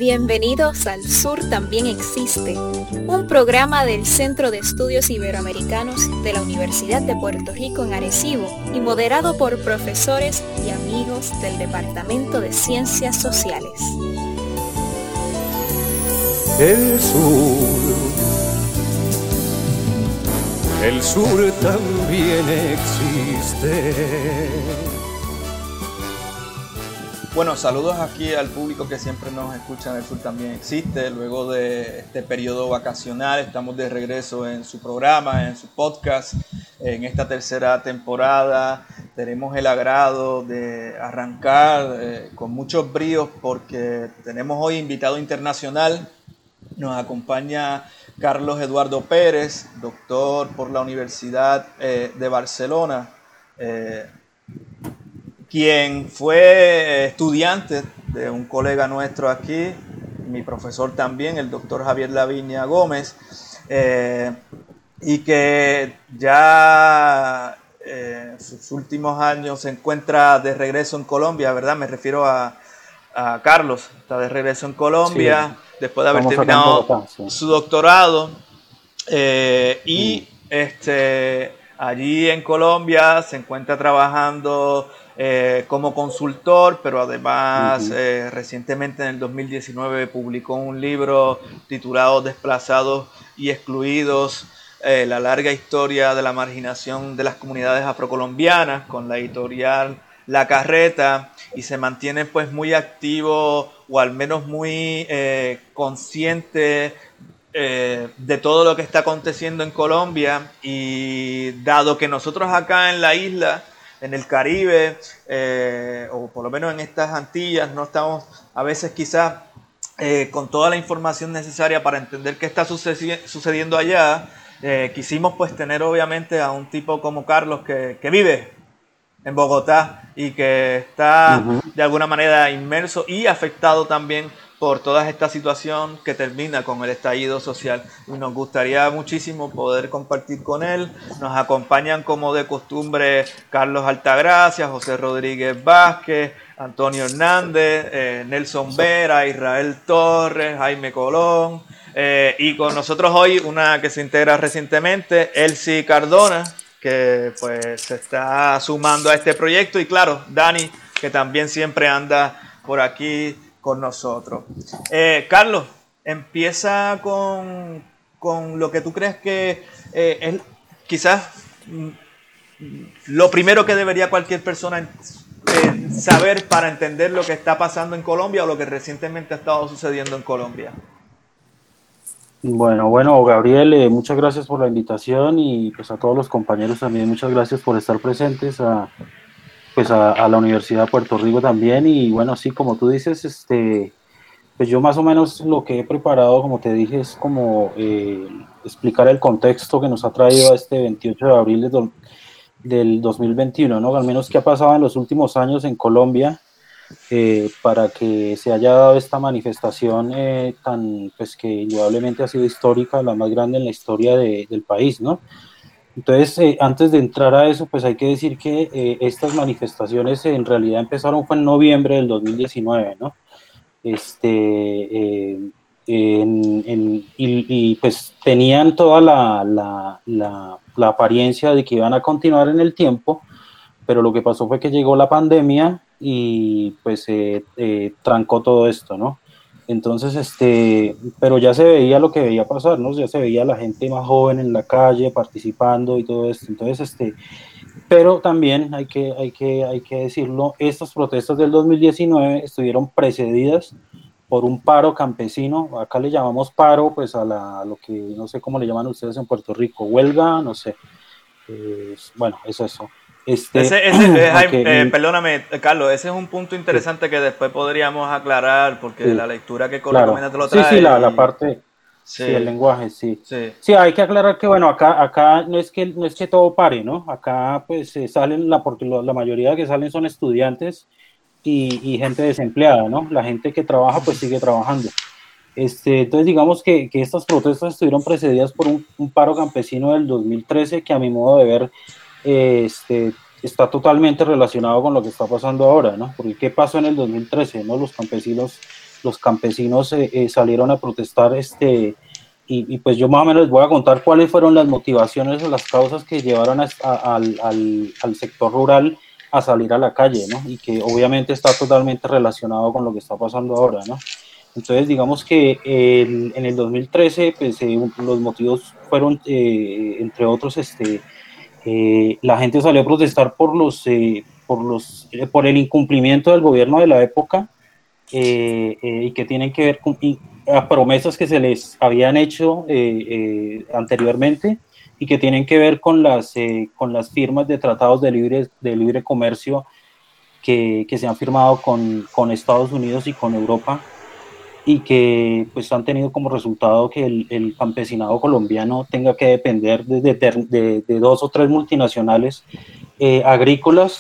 Bienvenidos al Sur También Existe, un programa del Centro de Estudios Iberoamericanos de la Universidad de Puerto Rico en Arecibo y moderado por profesores y amigos del Departamento de Ciencias Sociales. El sur también existe. Bueno, saludos aquí al público que siempre nos escucha en El Sur También Existe. Luego de este periodo vacacional estamos de regreso en su programa, en su podcast. En esta tercera temporada tenemos el agrado de arrancar con muchos bríos porque tenemos hoy invitado internacional. Nos acompaña Carlos Eduardo Pérez, doctor por la Universidad de Barcelona, quien fue estudiante de un colega nuestro aquí, mi profesor también, el doctor Javier Laviña Gómez, y que ya en sus últimos años se encuentra de regreso en Colombia, ¿verdad? Me refiero a Carlos, está de regreso en Colombia, sí, después de haber terminado Bogotá, sí, su doctorado, y allí en Colombia se encuentra trabajando como consultor, pero además recientemente en el 2019 publicó un libro titulado Desplazados y Excluidos, la larga historia de la marginación de las comunidades afrocolombianas, con la editorial La Carreta, y se mantiene pues muy activo o al menos muy consciente de todo lo que está aconteciendo en Colombia. Y dado que nosotros acá en la isla, en el Caribe, o por lo menos en estas Antillas, no estamos a veces quizás con toda la información necesaria para entender qué está sucediendo allá, quisimos pues tener obviamente a un tipo como Carlos que vive en Bogotá y que está de alguna manera inmerso y afectado también por toda esta situación que termina con el estallido social. Y nos gustaría muchísimo poder compartir con él. Nos acompañan como de costumbre Carlos Altagracia, José Rodríguez Vázquez, Antonio Hernández, Nelson Vera, Israel Torres, Jaime Colón, y con nosotros hoy una que se integra recientemente, Elsie Cardona, que pues se está sumando a este proyecto, y claro, Dani, que también siempre anda por aquí con nosotros. Carlos, empieza con lo que tú crees que es quizás lo primero que debería cualquier persona saber para entender lo que está pasando en Colombia o lo que recientemente ha estado sucediendo en Colombia. Bueno, Gabriel, muchas gracias por la invitación, y pues a todos los compañeros también muchas gracias por estar presentes, a la Universidad de Puerto Rico también. Y bueno, sí, como tú dices, pues yo más o menos lo que he preparado, como te dije, es como explicar el contexto que nos ha traído a este 28 de abril del 2021, ¿no? Al menos qué ha pasado en los últimos años en Colombia, para que se haya dado esta manifestación pues que indudablemente ha sido histórica, la más grande en la historia del país, ¿no? Entonces, antes de entrar a eso, pues hay que decir que estas manifestaciones en realidad empezaron fue en noviembre del 2019, ¿no? Y pues tenían toda la apariencia de que iban a continuar en el tiempo, pero lo que pasó fue que llegó la pandemia y pues trancó todo esto, ¿no? Entonces, pero ya se veía lo que veía pasar, ¿no? Ya se veía la gente más joven en la calle participando y todo esto. Entonces, pero también hay que decirlo, estas protestas del 2019 estuvieron precedidas por un paro campesino. Acá le llamamos paro, pues a lo que no sé cómo le llaman ustedes en Puerto Rico, huelga, no sé. Bueno, es eso. Perdóname, Carlos, ese es un punto interesante que después podríamos aclarar, porque la lectura que Colombia te lo trae. Sí, la parte, sí, el lenguaje, sí. Sí, hay que aclarar que, bueno, acá no es que todo pare, ¿no? Acá pues salen, porque la mayoría que salen son estudiantes y gente desempleada, ¿no? La gente que trabaja pues sigue trabajando. Entonces digamos que estas protestas estuvieron precedidas por un paro campesino del 2013 que a mi modo de ver está totalmente relacionado con lo que está pasando ahora, ¿no? Porque ¿qué pasó en el 2013? ¿No? Los campesinos los campesinos salieron a protestar, y pues yo más o menos les voy a contar cuáles fueron las motivaciones o las causas que llevaron al sector rural a salir a la calle, ¿no? Y que obviamente está totalmente relacionado con lo que está pasando ahora, ¿no? Entonces, digamos que en el 2013, pues, los motivos fueron, entre otros, la gente salió a protestar por el incumplimiento del gobierno de la época, y que tienen que ver con a promesas que se les habían hecho anteriormente, y que tienen que ver con las firmas de tratados de libre comercio que se han firmado con Estados Unidos y con Europa, y que pues han tenido como resultado que el campesinado colombiano tenga que depender de dos o tres multinacionales agrícolas,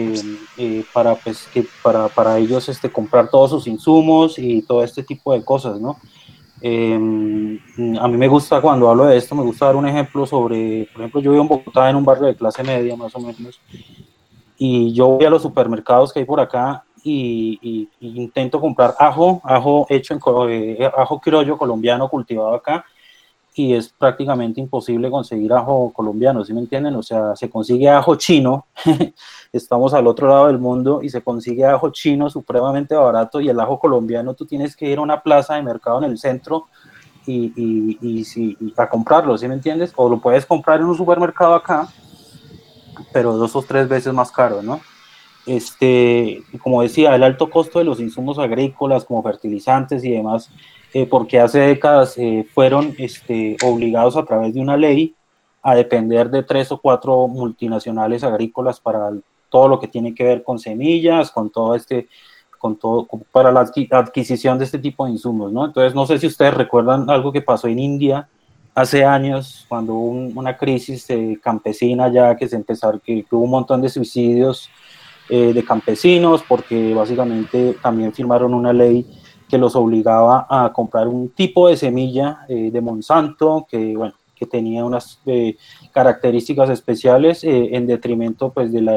para ellos comprar todos sus insumos y todo este tipo de cosas, ¿no? A mí me gusta, cuando hablo de esto, me gusta dar un ejemplo sobre, por ejemplo, yo vivo en Bogotá, en un barrio de clase media más o menos, y yo voy a los supermercados que hay por acá y intento comprar ajo hecho ajo criollo colombiano cultivado acá, y es prácticamente imposible conseguir ajo colombiano, ¿sí me entienden? O sea, se consigue ajo chino, estamos al otro lado del mundo y se consigue ajo chino supremamente barato, y el ajo colombiano tú tienes que ir a una plaza de mercado en el centro y a comprarlo, ¿sí me entiendes? O lo puedes comprar en un supermercado acá, pero 2 o 3 veces más caro, ¿no? Como decía, el alto costo de los insumos agrícolas como fertilizantes y demás, porque hace décadas fueron obligados a través de una ley a depender de 3 o 4 multinacionales agrícolas para todo lo que tiene que ver con semillas, con todo para la adquisición de este tipo de insumos, ¿no? Entonces, no sé si ustedes recuerdan algo que pasó en India hace años, cuando hubo una crisis campesina ya, que hubo un montón de suicidios de campesinos, porque básicamente también firmaron una ley que los obligaba a comprar un tipo de semilla de Monsanto, que tenía unas características especiales, en detrimento pues de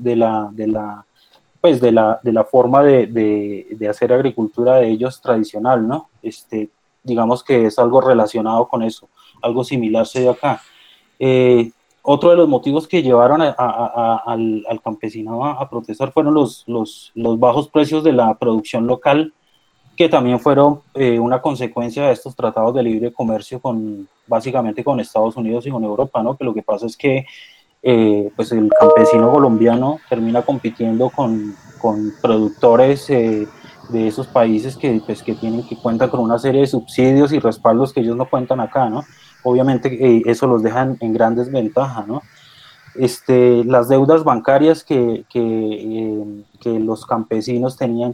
la forma de hacer agricultura de ellos tradicional, ¿no? Digamos que es algo relacionado con eso, algo similar se dio acá. Otro de los motivos que llevaron al campesinado a protestar fueron los bajos precios de la producción local, que también fueron una consecuencia de estos tratados de libre comercio básicamente con Estados Unidos y con Europa, ¿no? Que lo que pasa es que pues el campesino colombiano termina compitiendo con productores de esos países que cuentan con una serie de subsidios y respaldos que ellos no cuentan acá, ¿no? Obviamente eso los deja en gran desventaja, ¿no? Las deudas bancarias que los campesinos tenían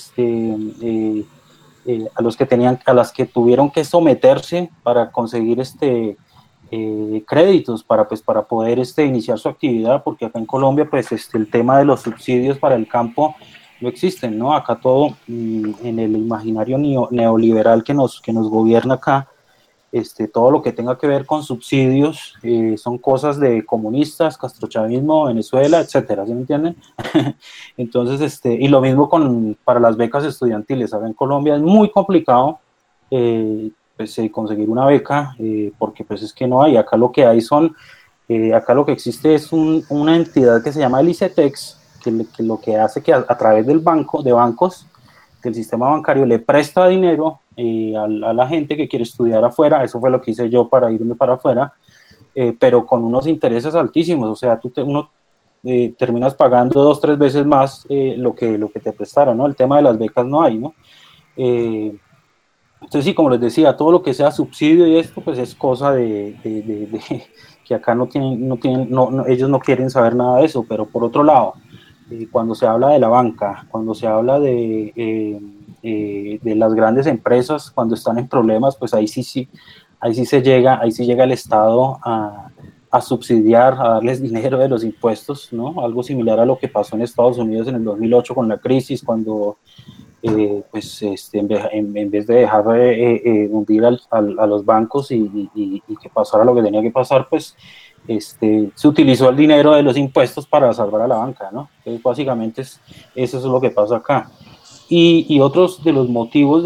a las que tuvieron que someterse para conseguir créditos para poder iniciar su actividad, porque acá en Colombia pues el tema de los subsidios para el campo no existen, ¿no? Acá todo en el imaginario neoliberal que nos gobierna acá, todo lo que tenga que ver con subsidios son cosas de comunistas, castrochavismo, Venezuela, etcétera, ¿sí me entienden? Entonces, y lo mismo para las becas estudiantiles. Acá en Colombia es muy complicado conseguir una beca, porque pues es que no hay. Acá lo que hay acá lo que existe es una entidad que se llama el ICETEX, que lo que hace que a través de bancos, del sistema bancario, le presta dinero a la gente que quiere estudiar afuera. Eso fue lo que hice yo para irme para afuera, pero con unos intereses altísimos. O sea, uno terminas pagando 2 o 3 veces más lo que te prestaron, ¿no? El tema de las becas no hay, ¿no? Entonces sí, como les decía, todo lo que sea subsidio y esto, pues es cosa de que acá ellos no quieren saber nada de eso. Pero por otro lado, cuando se habla de la banca, cuando se habla de las grandes empresas, cuando están en problemas, pues ahí sí llega el Estado a subsidiar, a darles dinero de los impuestos, ¿no? Algo similar a lo que pasó en Estados Unidos en el 2008 con la crisis, cuando en vez de dejar hundir a los bancos y que pasara lo que tenía que pasar, pues se utilizó el dinero de los impuestos para salvar a la banca, ¿no? Entonces básicamente eso es lo que pasa acá. y otros de los motivos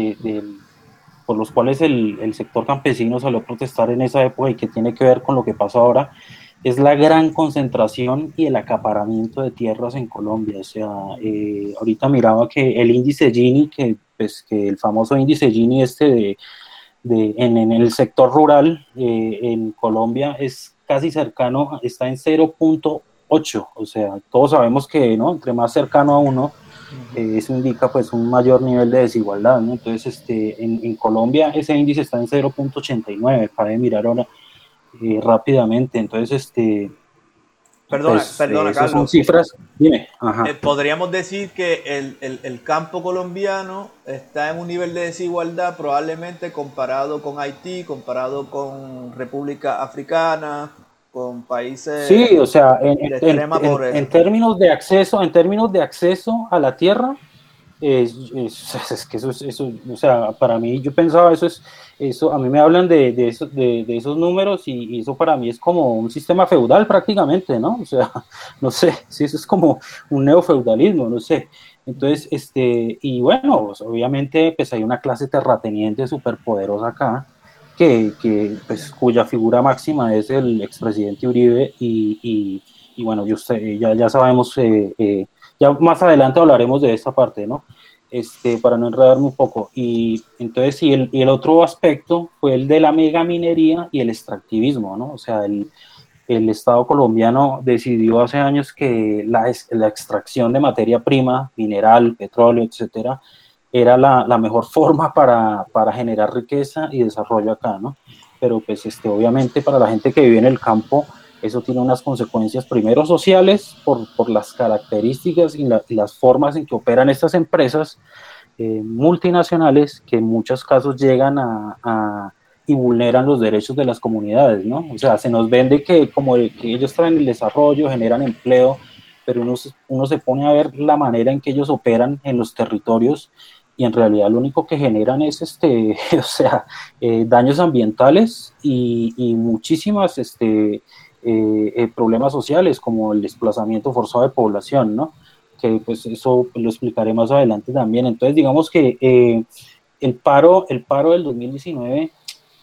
por los cuales el sector campesino salió a protestar en esa época y que tiene que ver con lo que pasa ahora, es la gran concentración y el acaparamiento de tierras en Colombia. O sea, ahorita miraba que el índice Gini, que el famoso índice Gini en el sector rural en Colombia es casi cercano, está en 0,8. O sea, todos sabemos que, ¿no?, entre más cercano a uno, eso indica pues un mayor nivel de desigualdad, ¿no? Entonces, en Colombia ese índice está en 0,89, para mirar ahora rápidamente. Entonces, Perdona, pues perdona, esas son Carlos. cifras. Dime. Ajá. Podríamos decir que el campo colombiano está en un nivel de desigualdad probablemente comparado con Haití, comparado con República Africana, con países Sí, o sea, de extrema pobreza. en términos de acceso a la tierra, es que eso, o sea, para mí, yo pensaba, eso, a mí me hablan de esos números y eso para mí es como un sistema feudal prácticamente, ¿no? O sea, no sé, si eso es como un neofeudalismo, no sé. Entonces, y bueno, pues, obviamente, pues hay una clase terrateniente súper poderosa acá, pues, cuya figura máxima es el expresidente Uribe y bueno, ya sabemos, ya más adelante hablaremos de esta parte, ¿no? Para no enredarme un poco. Y entonces, y el otro aspecto fue el de la megaminería y el extractivismo, ¿no? O sea, el Estado colombiano decidió hace años que la extracción de materia prima, mineral, petróleo, etcétera, era la mejor forma para generar riqueza y desarrollo acá, ¿no? Pero pues obviamente para la gente que vive en el campo, eso tiene unas consecuencias primero sociales por las características y las formas en que operan estas empresas multinacionales que en muchos casos llegan y vulneran los derechos de las comunidades, ¿no? O sea, se nos vende que como que ellos traen el desarrollo, generan empleo, pero uno se pone a ver la manera en que ellos operan en los territorios y en realidad lo único que generan es o sea, daños ambientales y muchísimas problemas sociales como el desplazamiento forzado de población, ¿no? Que pues eso lo explicaré más adelante también. Entonces, digamos que el paro del 2019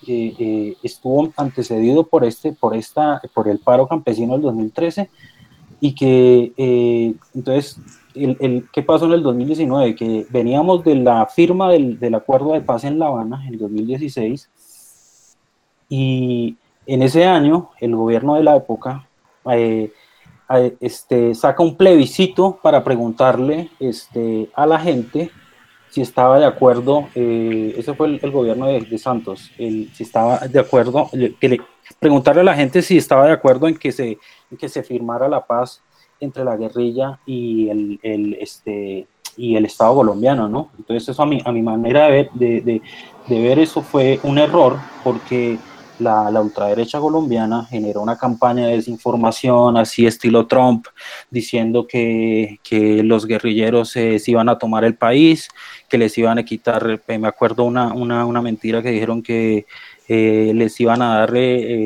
estuvo antecedido por el paro campesino del 2013 y que entonces ¿qué pasó en el 2019? Que veníamos de la firma del acuerdo de paz en La Habana en el 2016 y en ese año el gobierno de la época saca un plebiscito para preguntarle a la gente si estaba de acuerdo, ese fue el gobierno de Santos, si estaba de acuerdo, preguntarle a la gente si estaba de acuerdo en que se firmara la paz entre la guerrilla y el Estado colombiano, ¿no? Entonces eso a mi manera de ver eso fue un error porque la ultraderecha colombiana generó una campaña de desinformación así estilo Trump, diciendo que los guerrilleros se iban a tomar el país, que les iban a quitar, me acuerdo una mentira que dijeron que les iban a dar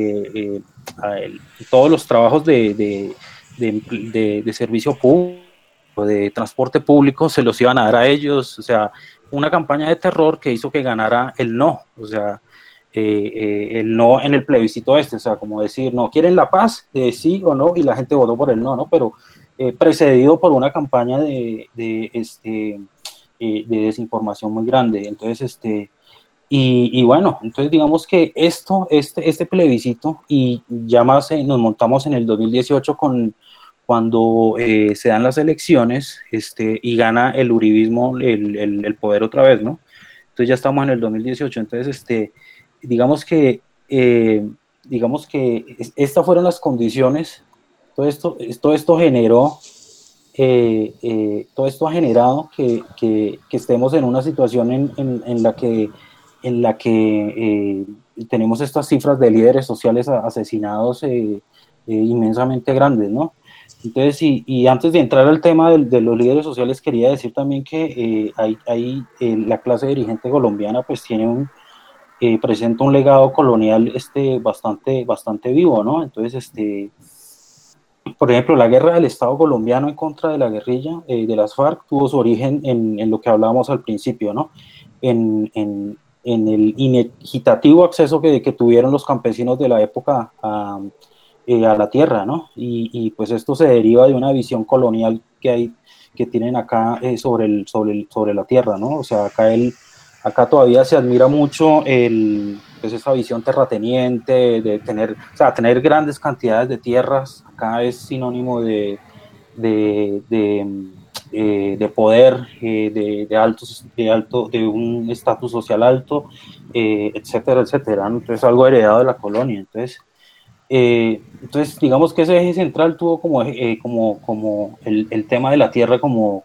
todos los trabajos de servicio público, de transporte público, se los iban a dar a ellos, o sea, una campaña de terror que hizo que ganara el no, o sea, el no en el plebiscito o sea, como decir, no quieren la paz, sí o no, y la gente votó por el no, ¿no? Pero precedido por una campaña de desinformación muy grande. Entonces, y bueno, entonces digamos que este plebiscito, y ya más nos montamos en el 2018 cuando se dan las elecciones y gana el uribismo el poder otra vez, ¿no? Entonces ya estamos en el 2018, entonces digamos que estas fueron las condiciones, todo esto generó, todo esto ha generado que estemos en una situación en la que tenemos estas cifras de líderes sociales asesinados inmensamente grandes, ¿no? Entonces, y antes de entrar al tema de los líderes sociales, quería decir también que la clase dirigente colombiana pues presenta un legado colonial bastante vivo, ¿no? Entonces, por ejemplo, la guerra del Estado colombiano en contra de la guerrilla de las FARC tuvo su origen en lo que hablábamos al principio, ¿no? En el inequitativo acceso que tuvieron los campesinos de la época a la tierra, ¿no? Pues esto se deriva de una visión colonial que tienen acá sobre la tierra, ¿no? O sea, acá todavía se admira mucho pues esa visión terrateniente, de tener grandes cantidades de tierras. Acá es sinónimo de poder, de un estatus social alto, etcétera, etcétera, ¿no? Entonces algo heredado de la colonia. Entonces digamos que ese eje central tuvo como el tema de la tierra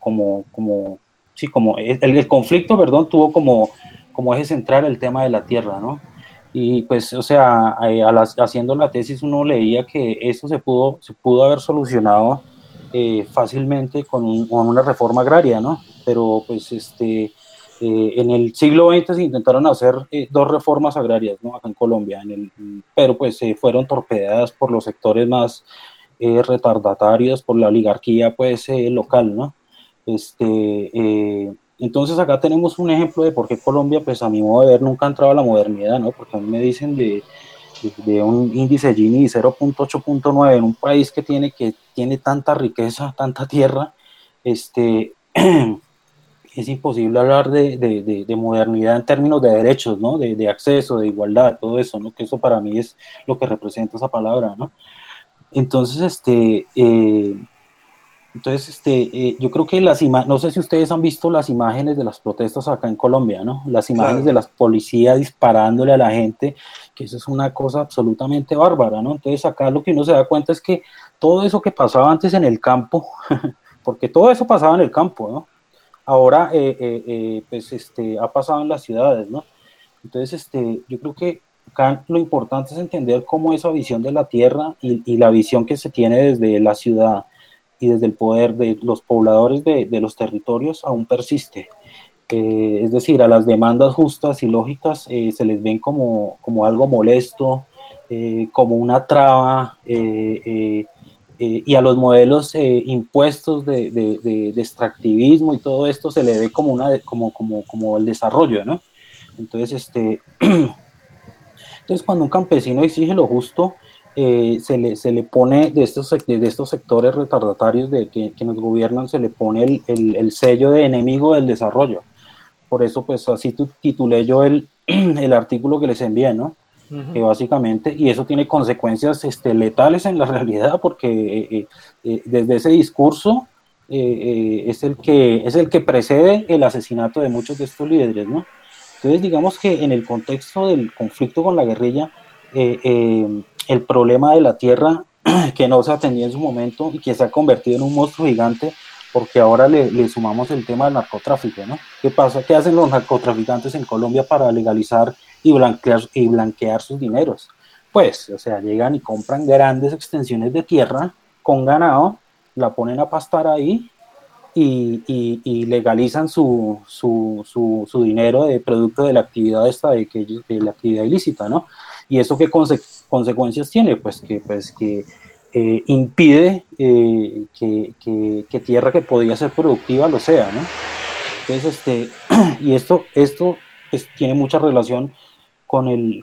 el conflicto, perdón, tuvo como eje central el tema de la tierra, ¿no? Y pues, o sea, haciendo la tesis uno leía que eso se pudo haber solucionado fácilmente con una reforma agraria, ¿no? Pero pues en el siglo XX se intentaron hacer dos reformas agrarias, ¿no? Acá en Colombia, pero pues fueron torpedeadas por los sectores más retardatarios, por la oligarquía pues local, ¿no? Entonces acá tenemos un ejemplo de por qué Colombia, pues a mi modo de ver, nunca ha entrado a la modernidad, ¿no? Porque a mí me dicen de un índice Gini 0.8.9 en un país que tiene tanta riqueza, tanta tierra, es imposible hablar de modernidad en términos de derechos, ¿no? De acceso, de igualdad, todo eso, ¿no? Que eso para mí es lo que representa esa palabra, ¿no? Entonces, yo creo que no sé si ustedes han visto las imágenes de las protestas acá en Colombia, ¿no? Las imágenes de las policías disparándole a la gente, que eso es una cosa absolutamente bárbara, ¿no? Entonces acá lo que uno se da cuenta es que todo eso que pasaba antes en el campo, porque todo eso pasaba en el campo, ¿no? Ahora, ha pasado en las ciudades, ¿no? Entonces, yo creo que acá lo importante es entender cómo esa visión de la tierra y la visión que se tiene desde la ciudad y desde el poder de los pobladores de los territorios aún persiste. Es decir, a las demandas justas y lógicas se les ven como algo molesto, como una traba, y a los modelos impuestos de extractivismo y todo esto se le ve como el desarrollo, ¿no? Entonces, entonces cuando un campesino exige lo justo, se le pone de estos sectores retardatarios que nos gobiernan, se le pone el sello de enemigo del desarrollo. Por eso, pues así titulé yo el artículo que les envié, ¿no? Uh-huh. Que básicamente, y eso tiene consecuencias letales en la realidad, porque desde ese discurso es el que precede el asesinato de muchos de estos líderes, ¿no? Entonces, digamos que en el contexto del conflicto con la guerrilla, el problema de la tierra que no se atendía en su momento y que se ha convertido en un monstruo gigante, porque ahora le sumamos el tema del narcotráfico, ¿no? ¿Qué pasa? ¿Qué hacen los narcotraficantes en Colombia para legalizar y blanquear sus dineros? Pues, o sea, llegan y compran grandes extensiones de tierra con ganado, la ponen a pastar ahí y legalizan su dinero de producto de la actividad de la actividad ilícita, ¿no? ¿Y eso qué consecuencias tiene? Pues que impide que tierra que podía ser productiva lo sea, ¿no? Entonces, y esto pues, tiene mucha relación con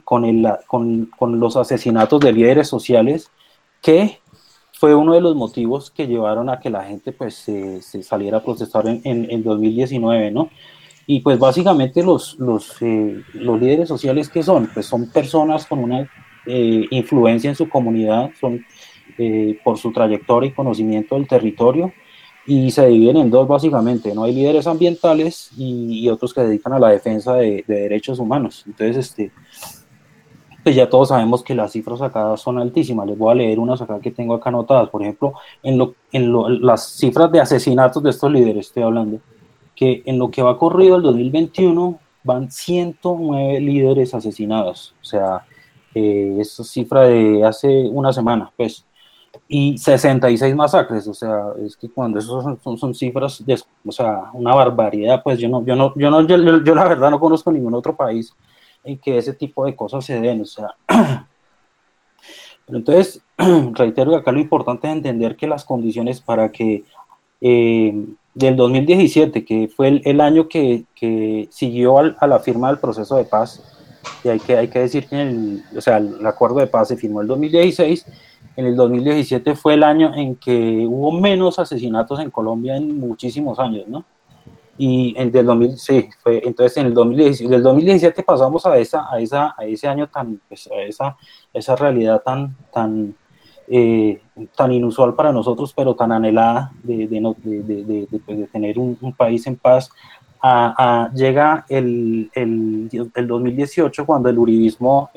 los asesinatos de líderes sociales, que fue uno de los motivos que llevaron a que la gente pues se saliera a protestar en 2019, ¿no? Y pues básicamente los líderes sociales, ¿qué son? Pues son personas con una influencia en su comunidad, son por su trayectoria y conocimiento del territorio, y se dividen en dos básicamente, ¿no? Hay líderes ambientales y otros que se dedican a la defensa de derechos humanos. Entonces, pues ya todos sabemos que las cifras acá son altísimas. Les voy a leer unas acá que tengo acá anotadas. Por ejemplo, las cifras de asesinatos de estos líderes, estoy hablando, que en lo que va corrido el 2021 van 109 líderes asesinados. O sea, esa cifra de hace una semana, pues, y 66 masacres. O sea, es que cuando esos son cifras, o sea, una barbaridad. Pues yo la verdad no conozco ningún otro país en que ese tipo de cosas se den, o sea. Pero entonces, reitero que acá lo importante es entender que las condiciones para que del 2017, que fue el año que siguió a la firma del proceso de paz, y hay que decir que o sea, el acuerdo de paz se firmó en el 2016, en el 2017 fue el año en que hubo menos asesinatos en Colombia en muchísimos años, ¿no? Y en del 2000, sí, fue, entonces en el 2017, del 2017 pasamos a ese año tan, pues, esa realidad tan inusual para nosotros, pero tan anhelada pues, de tener un país en paz. Llega el 2018 cuando el uribismo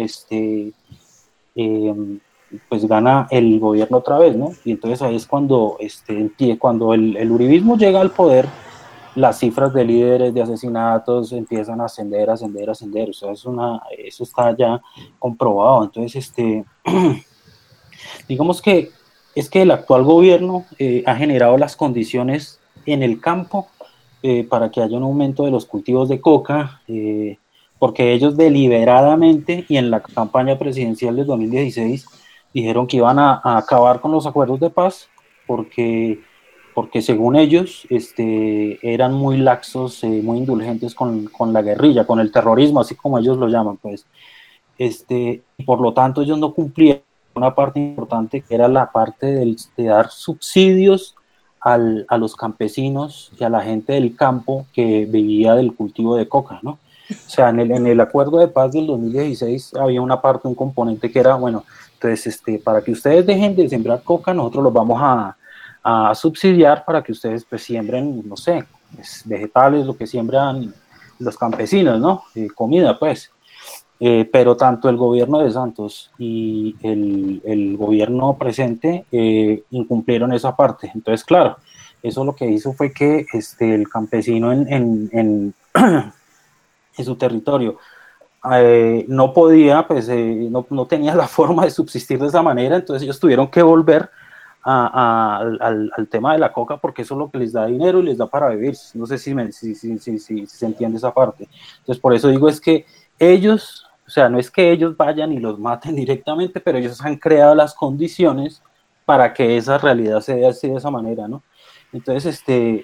pues gana el gobierno otra vez, ¿no? Y entonces ahí es cuando, cuando el uribismo llega al poder, las cifras de líderes de asesinatos empiezan a ascender, ascender, ascender. O sea, eso está ya comprobado. Entonces, digamos que es que el actual gobierno ha generado las condiciones en el campo para que haya un aumento de los cultivos de coca, porque ellos deliberadamente y en la campaña presidencial del 2016 dijeron que iban a acabar con los acuerdos de paz porque según ellos eran muy laxos, muy indulgentes con la guerrilla, con el terrorismo, así como ellos lo llaman, pues. Por lo tanto, ellos no cumplían una parte importante que era la parte de dar subsidios a los campesinos y a la gente del campo que vivía del cultivo de coca, ¿no? O sea, en el acuerdo de paz del 2016 había una parte, un componente que era, bueno, entonces, para que ustedes dejen de sembrar coca, nosotros los vamos a subsidiar para que ustedes pues siembren, no sé, pues, vegetales, lo que siembran los campesinos, ¿no? Comida, pues. Pero tanto el gobierno de Santos y el gobierno presente incumplieron esa parte. Entonces, claro, eso lo que hizo fue que el campesino en su territorio no podía, pues no tenía la forma de subsistir de esa manera, entonces ellos tuvieron que volver al tema de la coca porque eso es lo que les da dinero y les da para vivir. No sé si se entiende esa parte. Entonces, por eso digo es que ellos, o sea, no es que ellos vayan y los maten directamente, pero ellos han creado las condiciones para que esa realidad se dé así de esa manera, ¿no? Entonces,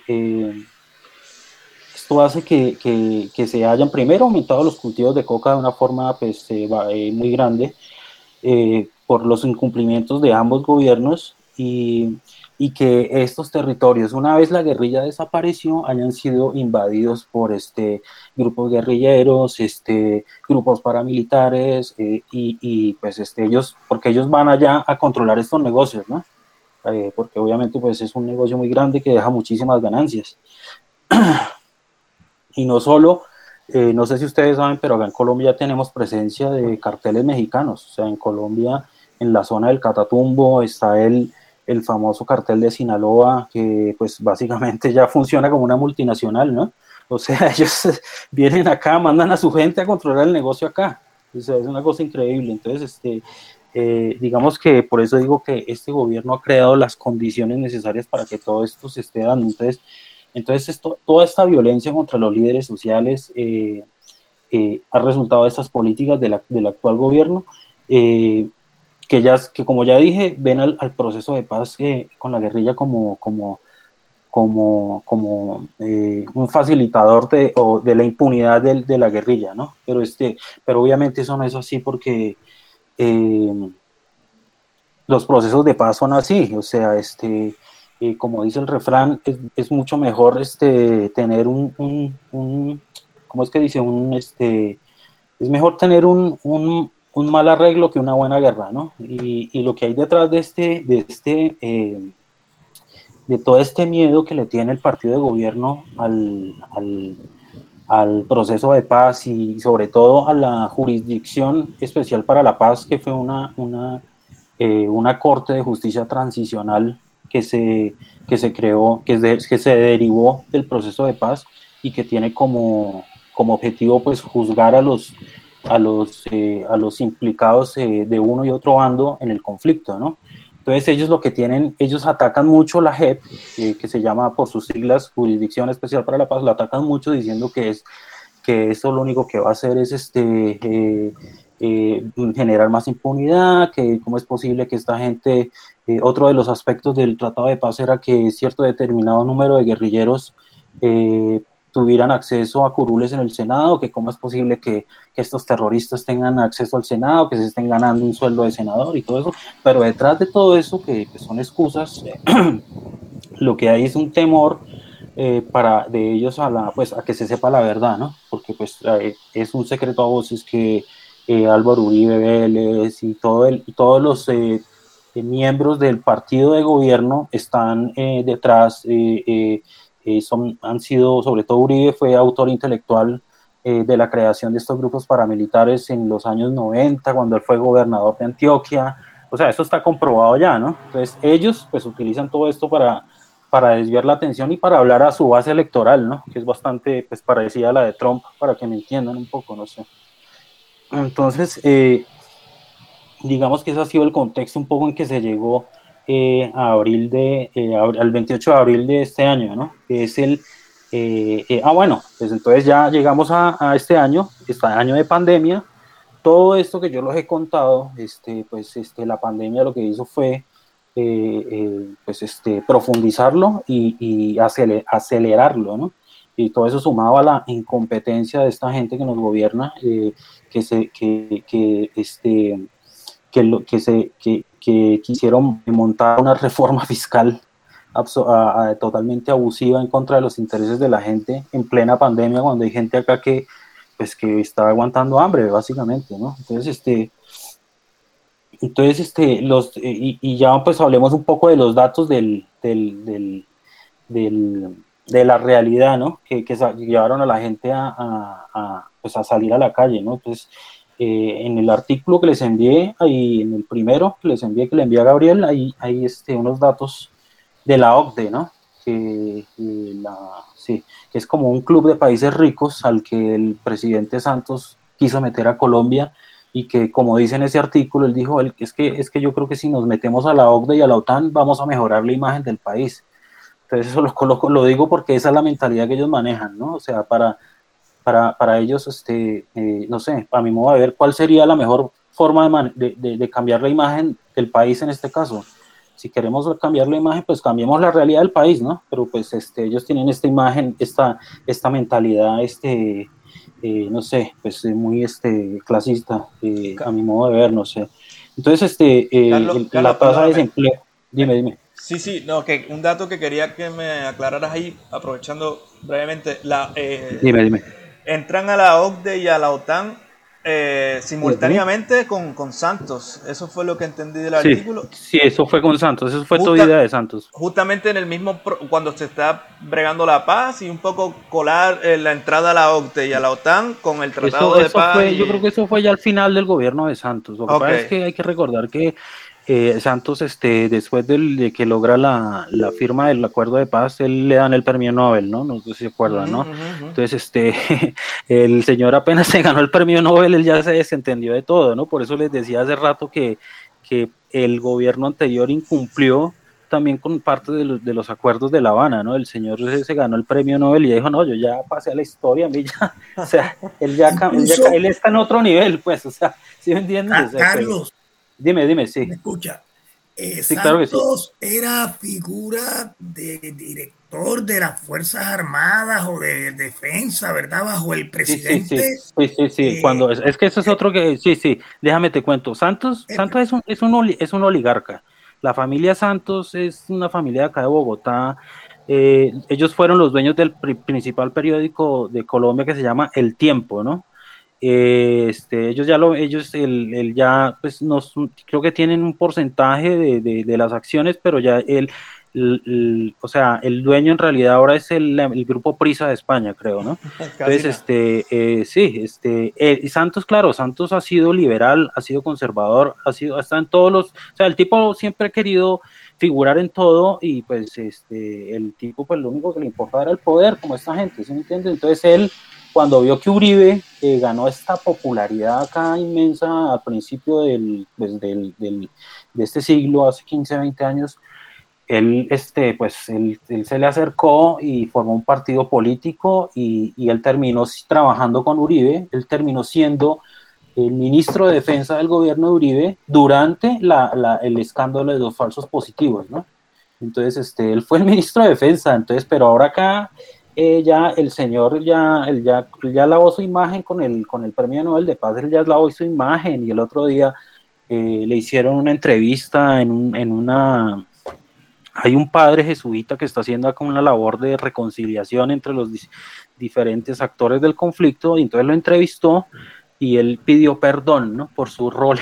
esto hace que se hayan primero aumentado los cultivos de coca de una forma pues, muy grande por los incumplimientos de ambos gobiernos y que estos territorios, una vez la guerrilla desapareció, hayan sido invadidos por grupos guerrilleros, grupos paramilitares y pues ellos, porque ellos van allá a controlar estos negocios, ¿no? Porque obviamente pues es un negocio muy grande que deja muchísimas ganancias. Y no solo, no sé si ustedes saben, pero acá en Colombia ya tenemos presencia de carteles mexicanos. O sea, en Colombia, en la zona del Catatumbo, está el famoso cartel de Sinaloa, que pues básicamente ya funciona como una multinacional, ¿no? O sea, ellos vienen acá, mandan a su gente a controlar el negocio acá. O sea, es una cosa increíble. Entonces, digamos que por eso digo que este gobierno ha creado las condiciones necesarias para que todo esto se esté dando. Entonces toda esta violencia contra los líderes sociales ha resultado de estas políticas del actual gobierno, que como ya dije, ven al proceso de paz con la guerrilla como un facilitador de la impunidad de la guerrilla, ¿no? Pero obviamente eso no es así porque los procesos de paz son así, o sea, como dice el refrán, es mucho mejor tener ¿cómo es que dice? Es mejor tener un mal arreglo que una buena guerra, ¿no? Y lo que hay detrás de todo este miedo que le tiene el partido de gobierno al proceso de paz y sobre todo a la jurisdicción especial para la paz, que fue una corte de justicia transicional que se creó, que se derivó del proceso de paz y que tiene como objetivo pues juzgar a los implicados de uno y otro bando en el conflicto, ¿no? Entonces ellos lo que tienen, ellos atacan mucho la JEP, que se llama por sus siglas Jurisdicción Especial para la Paz, la atacan mucho diciendo que eso lo único que va a hacer es generar más impunidad, que cómo es posible que esta gente, otro de los aspectos del Tratado de Paz era que cierto determinado número de guerrilleros tuvieran acceso a curules en el Senado, que cómo es posible que estos terroristas tengan acceso al Senado, que se estén ganando un sueldo de senador y todo eso, pero detrás de todo eso, que son excusas, lo que hay es un temor de ellos a que se sepa la verdad, ¿no? Porque pues es un secreto a voces que Álvaro Uribe Vélez y todos los miembros del partido de gobierno están detrás, han sido, sobre todo Uribe fue autor intelectual de la creación de estos grupos paramilitares en los años 90, cuando él fue gobernador de Antioquia. O sea, eso está comprobado ya, ¿no? Entonces ellos pues utilizan todo esto para desviar la atención y para hablar a su base electoral, ¿no? Que es bastante pues parecida a la de Trump, para que me entiendan un poco, no sé. Entonces, digamos que ese ha sido el contexto un poco en que se llegó al 28 de abril de este año, ¿no? Que es bueno, pues entonces ya llegamos a este año de pandemia. Todo esto que yo les he contado, la pandemia lo que hizo fue profundizarlo y acelerarlo, ¿no? Y todo eso sumado a la incompetencia de esta gente que nos gobierna, que quisieron montar una reforma fiscal totalmente abusiva en contra de los intereses de la gente en plena pandemia, cuando hay gente acá que está aguantando hambre, básicamente, ¿no? Y ya pues hablemos un poco de los datos de la realidad, ¿no? Que llevaron a la gente a salir a la calle, ¿no? Entonces, en el artículo que les envié, ahí en el primero que les envié, que le envié a Gabriel, hay unos datos de la OCDE, ¿no? Que es como un club de países ricos al que el presidente Santos quiso meter a Colombia, y que, como dice en ese artículo, él dijo, es que yo creo que si nos metemos a la OCDE y a la OTAN vamos a mejorar la imagen del país. Entonces eso lo digo porque esa es la mentalidad que ellos manejan, ¿no? O sea, para ellos, no sé, a mi modo de ver, ¿cuál sería la mejor forma de cambiar la imagen del país en este caso? Si queremos cambiar la imagen, pues cambiemos la realidad del país, ¿no? Pero pues ellos tienen esta imagen, esta mentalidad, no sé, pues muy clasista, a mi modo de ver, no sé. Entonces, Carlos, la tasa de desempleo, dime. Sí, no, que un dato que quería que me aclararas ahí, aprovechando brevemente, dime. Entran a la OCDE y a la OTAN simultáneamente con Santos. Eso fue lo que entendí del artículo. Sí, eso fue con Santos, eso fue toda idea de Santos. Justamente en el mismo, cuando se está bregando la paz, y un poco colar la entrada a la OCDE y a la OTAN con el tratado de paz. Yo creo que eso fue ya al final del gobierno de Santos. Lo que pasa es que hay que recordar que Santos, después de que logra la firma del acuerdo de paz, él le dan el premio Nobel, ¿no? No sé si se acuerdan, ¿no? Entonces, el señor apenas se ganó el premio Nobel, él ya se desentendió de todo, ¿no? Por eso les decía hace rato que el gobierno anterior incumplió también con parte de los acuerdos de La Habana, ¿no? El señor se ganó el premio Nobel y ya dijo, no, yo ya pasé a la historia, a mí ya, o sea, él está en otro nivel, pues, o sea, ¿sí me entiendes? Carlos. Dime, sí. ¿Me escucha? Sí, Santos, claro que sí. ¿Era figura de director de las Fuerzas Armadas o de defensa, verdad? Bajo el presidente. Sí. Cuando es que eso es otro que sí. Déjame te cuento. Santos es un oligarca. La familia Santos es una familia de acá de Bogotá. Ellos fueron los dueños del principal periódico de Colombia, que se llama El Tiempo, ¿no? Ellos ya pues creo que tienen un porcentaje de las acciones, pero ya o sea, el dueño en realidad ahora es el grupo Prisa de España, creo, ¿no? Entonces, Santos, claro, Santos ha sido liberal, ha sido conservador, está en todos o sea, el tipo siempre ha querido figurar en todo, y pues el tipo pues lo único que le importaba era el poder, como esta gente, ¿sí me entiendes? Entonces él, cuando vio que Uribe ganó esta popularidad acá inmensa al principio de este siglo, hace 15, 20 años, él se le acercó y formó un partido político, y él terminó trabajando con Uribe. Él terminó siendo el ministro de Defensa del gobierno de Uribe durante el escándalo de los falsos positivos, ¿no? Entonces, él fue el ministro de Defensa, entonces, pero ahora acá ya el señor él ya lavó su imagen con el Premio Nobel de Paz, él ya lavó su imagen, y el otro día le hicieron una entrevista hay un padre jesuita que está haciendo acá una labor de reconciliación entre los diferentes actores del conflicto, y entonces lo entrevistó y él pidió perdón, ¿no? Por su rol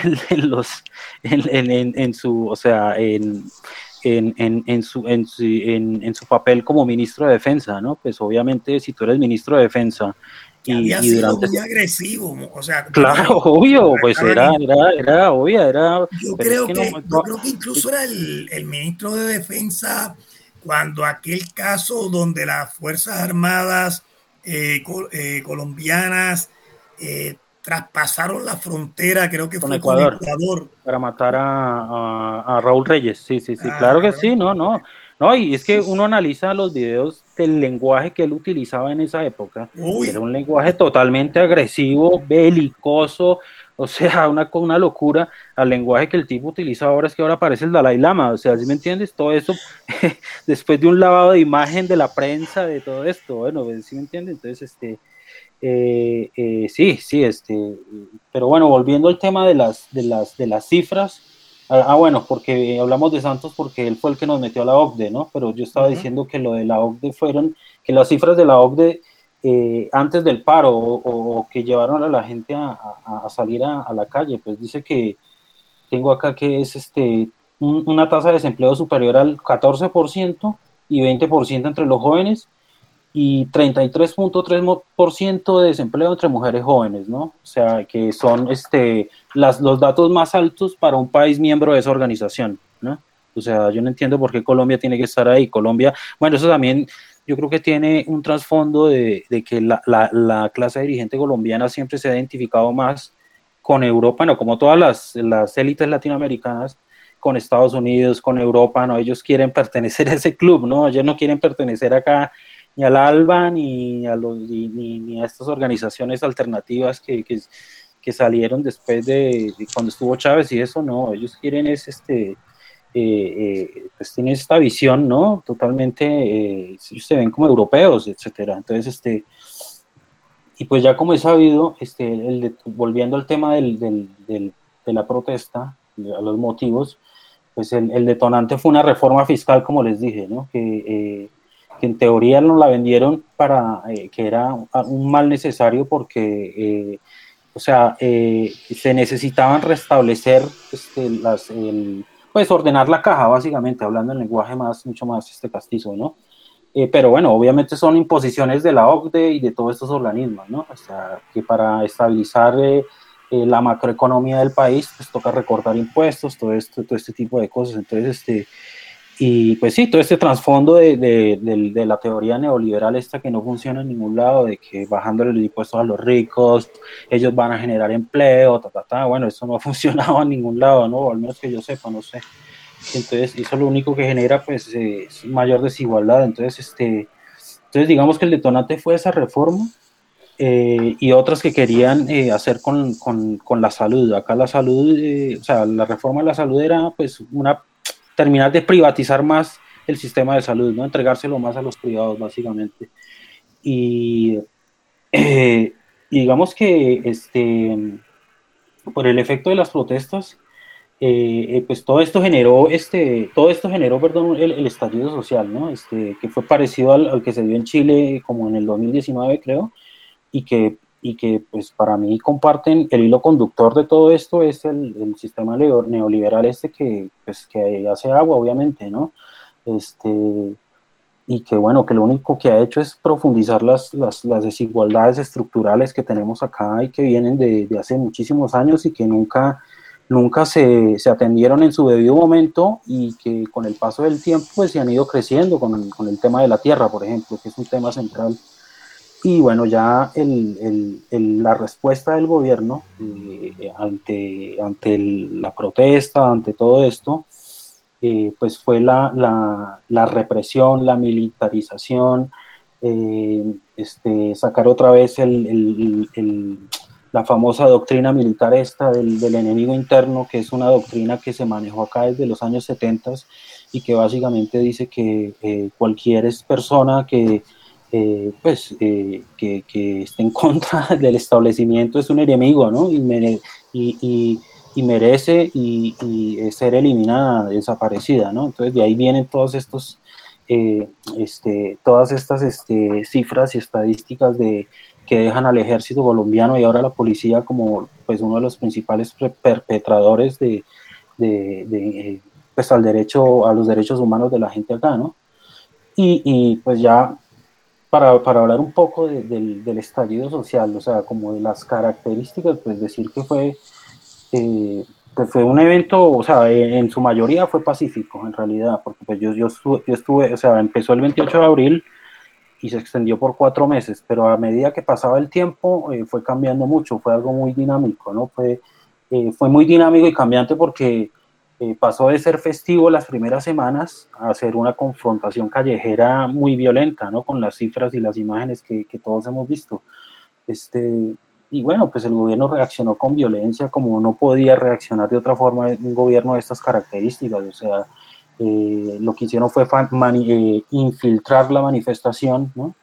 en su papel como ministro de Defensa, ¿no? Pues obviamente si tú eres ministro de Defensa que había sido muy agresivo, o sea, claro, obvio, pues era obvio, yo creo que incluso era el ministro de Defensa cuando aquel caso donde las Fuerzas Armadas colombianas traspasaron la frontera, creo que fue con Ecuador, para matar a Raúl Reyes. Sí, claro que sí, no, y es que uno analiza los videos del lenguaje que él utilizaba en esa época. Era un lenguaje totalmente agresivo, belicoso, o sea, una locura al lenguaje que el tipo utiliza ahora. Es que ahora parece el Dalai Lama, o sea, ¿sí me entiendes? Todo eso después de un lavado de imagen de la prensa, de todo esto, bueno, ¿sí me entiendes? Entonces, pero bueno, volviendo al tema de las cifras, bueno, porque hablamos de Santos porque él fue el que nos metió a la OCDE, ¿no? Pero yo estaba diciendo que lo de la OCDE que las cifras de la OCDE antes del paro o que llevaron a la gente a salir a la calle, pues dice que tengo acá que es una tasa de desempleo superior al 14% y 20% entre los jóvenes, y 33.3% de desempleo entre mujeres jóvenes, ¿no? O sea, que son los datos más altos para un país miembro de esa organización, ¿no? O sea, yo no entiendo por qué Colombia tiene que estar ahí. Colombia, bueno, eso también yo creo que tiene un trasfondo de que la clase dirigente colombiana siempre se ha identificado más con Europa, no, como todas las élites latinoamericanas, con Estados Unidos, con Europa, ¿no? Ellos quieren pertenecer a ese club, ¿no? Ellos no quieren pertenecer acá ni al ALBA ni a estas organizaciones alternativas que salieron después de cuando estuvo Chávez y eso. No, ellos quieren pues tienen esta visión, ¿no? Totalmente, ellos se ven como europeos, etcétera. Entonces, y pues ya como he sabido, volviendo al tema de la protesta, a los motivos, pues el detonante fue una reforma fiscal, como les dije, ¿no? Que en teoría nos la vendieron para que era un mal necesario porque, se necesitaban restablecer pues ordenar la caja, básicamente, hablando en lenguaje mucho más castizo, ¿no? Pero bueno, obviamente son imposiciones de la OCDE y de todos estos organismos, ¿no? O sea, que para estabilizar la macroeconomía del país, pues toca recortar impuestos, todo este tipo de cosas. Entonces, y pues sí, todo este trasfondo de la teoría neoliberal esta que no funciona en ningún lado, de que bajándole los impuestos a los ricos, ellos van a generar empleo, bueno, eso no ha funcionado en ningún lado, ¿no? Al menos que yo sepa, no sé. Entonces, eso lo único que genera, pues, es mayor desigualdad. Entonces, digamos que el detonante fue esa reforma y otras que querían hacer con la salud. Acá la salud, o sea, la reforma de la salud era, pues, terminar de privatizar más el sistema de salud, ¿no? Entregárselo más a los privados, básicamente. Y digamos que por el efecto de las protestas, pues todo esto generó, perdón, el estallido social, ¿no? Que fue parecido al que se dio en Chile como en el 2019, creo, y que pues para mí comparten el hilo conductor de todo esto es el sistema neoliberal que hace agua, obviamente, ¿no? Y que bueno, que lo único que ha hecho es profundizar las desigualdades estructurales que tenemos acá y que vienen de hace muchísimos años y que nunca se atendieron en su debido momento, y que con el paso del tiempo pues se han ido creciendo con el tema de la tierra, por ejemplo, que es un tema central. Y bueno, ya la respuesta del gobierno ante la protesta, ante todo esto, pues fue la represión, la militarización, sacar otra vez la famosa doctrina militar esta del enemigo interno, que es una doctrina que se manejó acá desde los años 70 y que básicamente dice que cualquier persona que esté en contra del establecimiento es un enemigo, ¿no? Y merece ser eliminada, desaparecida, ¿no? Entonces de ahí vienen todos estos, todas estas cifras y estadísticas que dejan al ejército colombiano y ahora a la policía como pues uno de los principales perpetradores pues al derecho, a los derechos humanos de la gente acá, ¿no? Y pues ya para hablar un poco del estallido social, o sea, como de las características, pues decir que pues fue un evento, o sea, en su mayoría fue pacífico, en realidad, porque pues yo estuve, o sea, empezó el 28 de abril y se extendió por 4 meses, pero a medida que pasaba el tiempo fue cambiando mucho, fue algo muy dinámico, ¿no? Fue muy dinámico y cambiante porque pasó de ser festivo las primeras semanas a ser una confrontación callejera muy violenta, ¿no? Con las cifras y las imágenes que todos hemos visto. Y bueno, pues el gobierno reaccionó con violencia como no podía reaccionar de otra forma un gobierno de estas características, o sea, lo que hicieron fue infiltrar la manifestación, ¿no?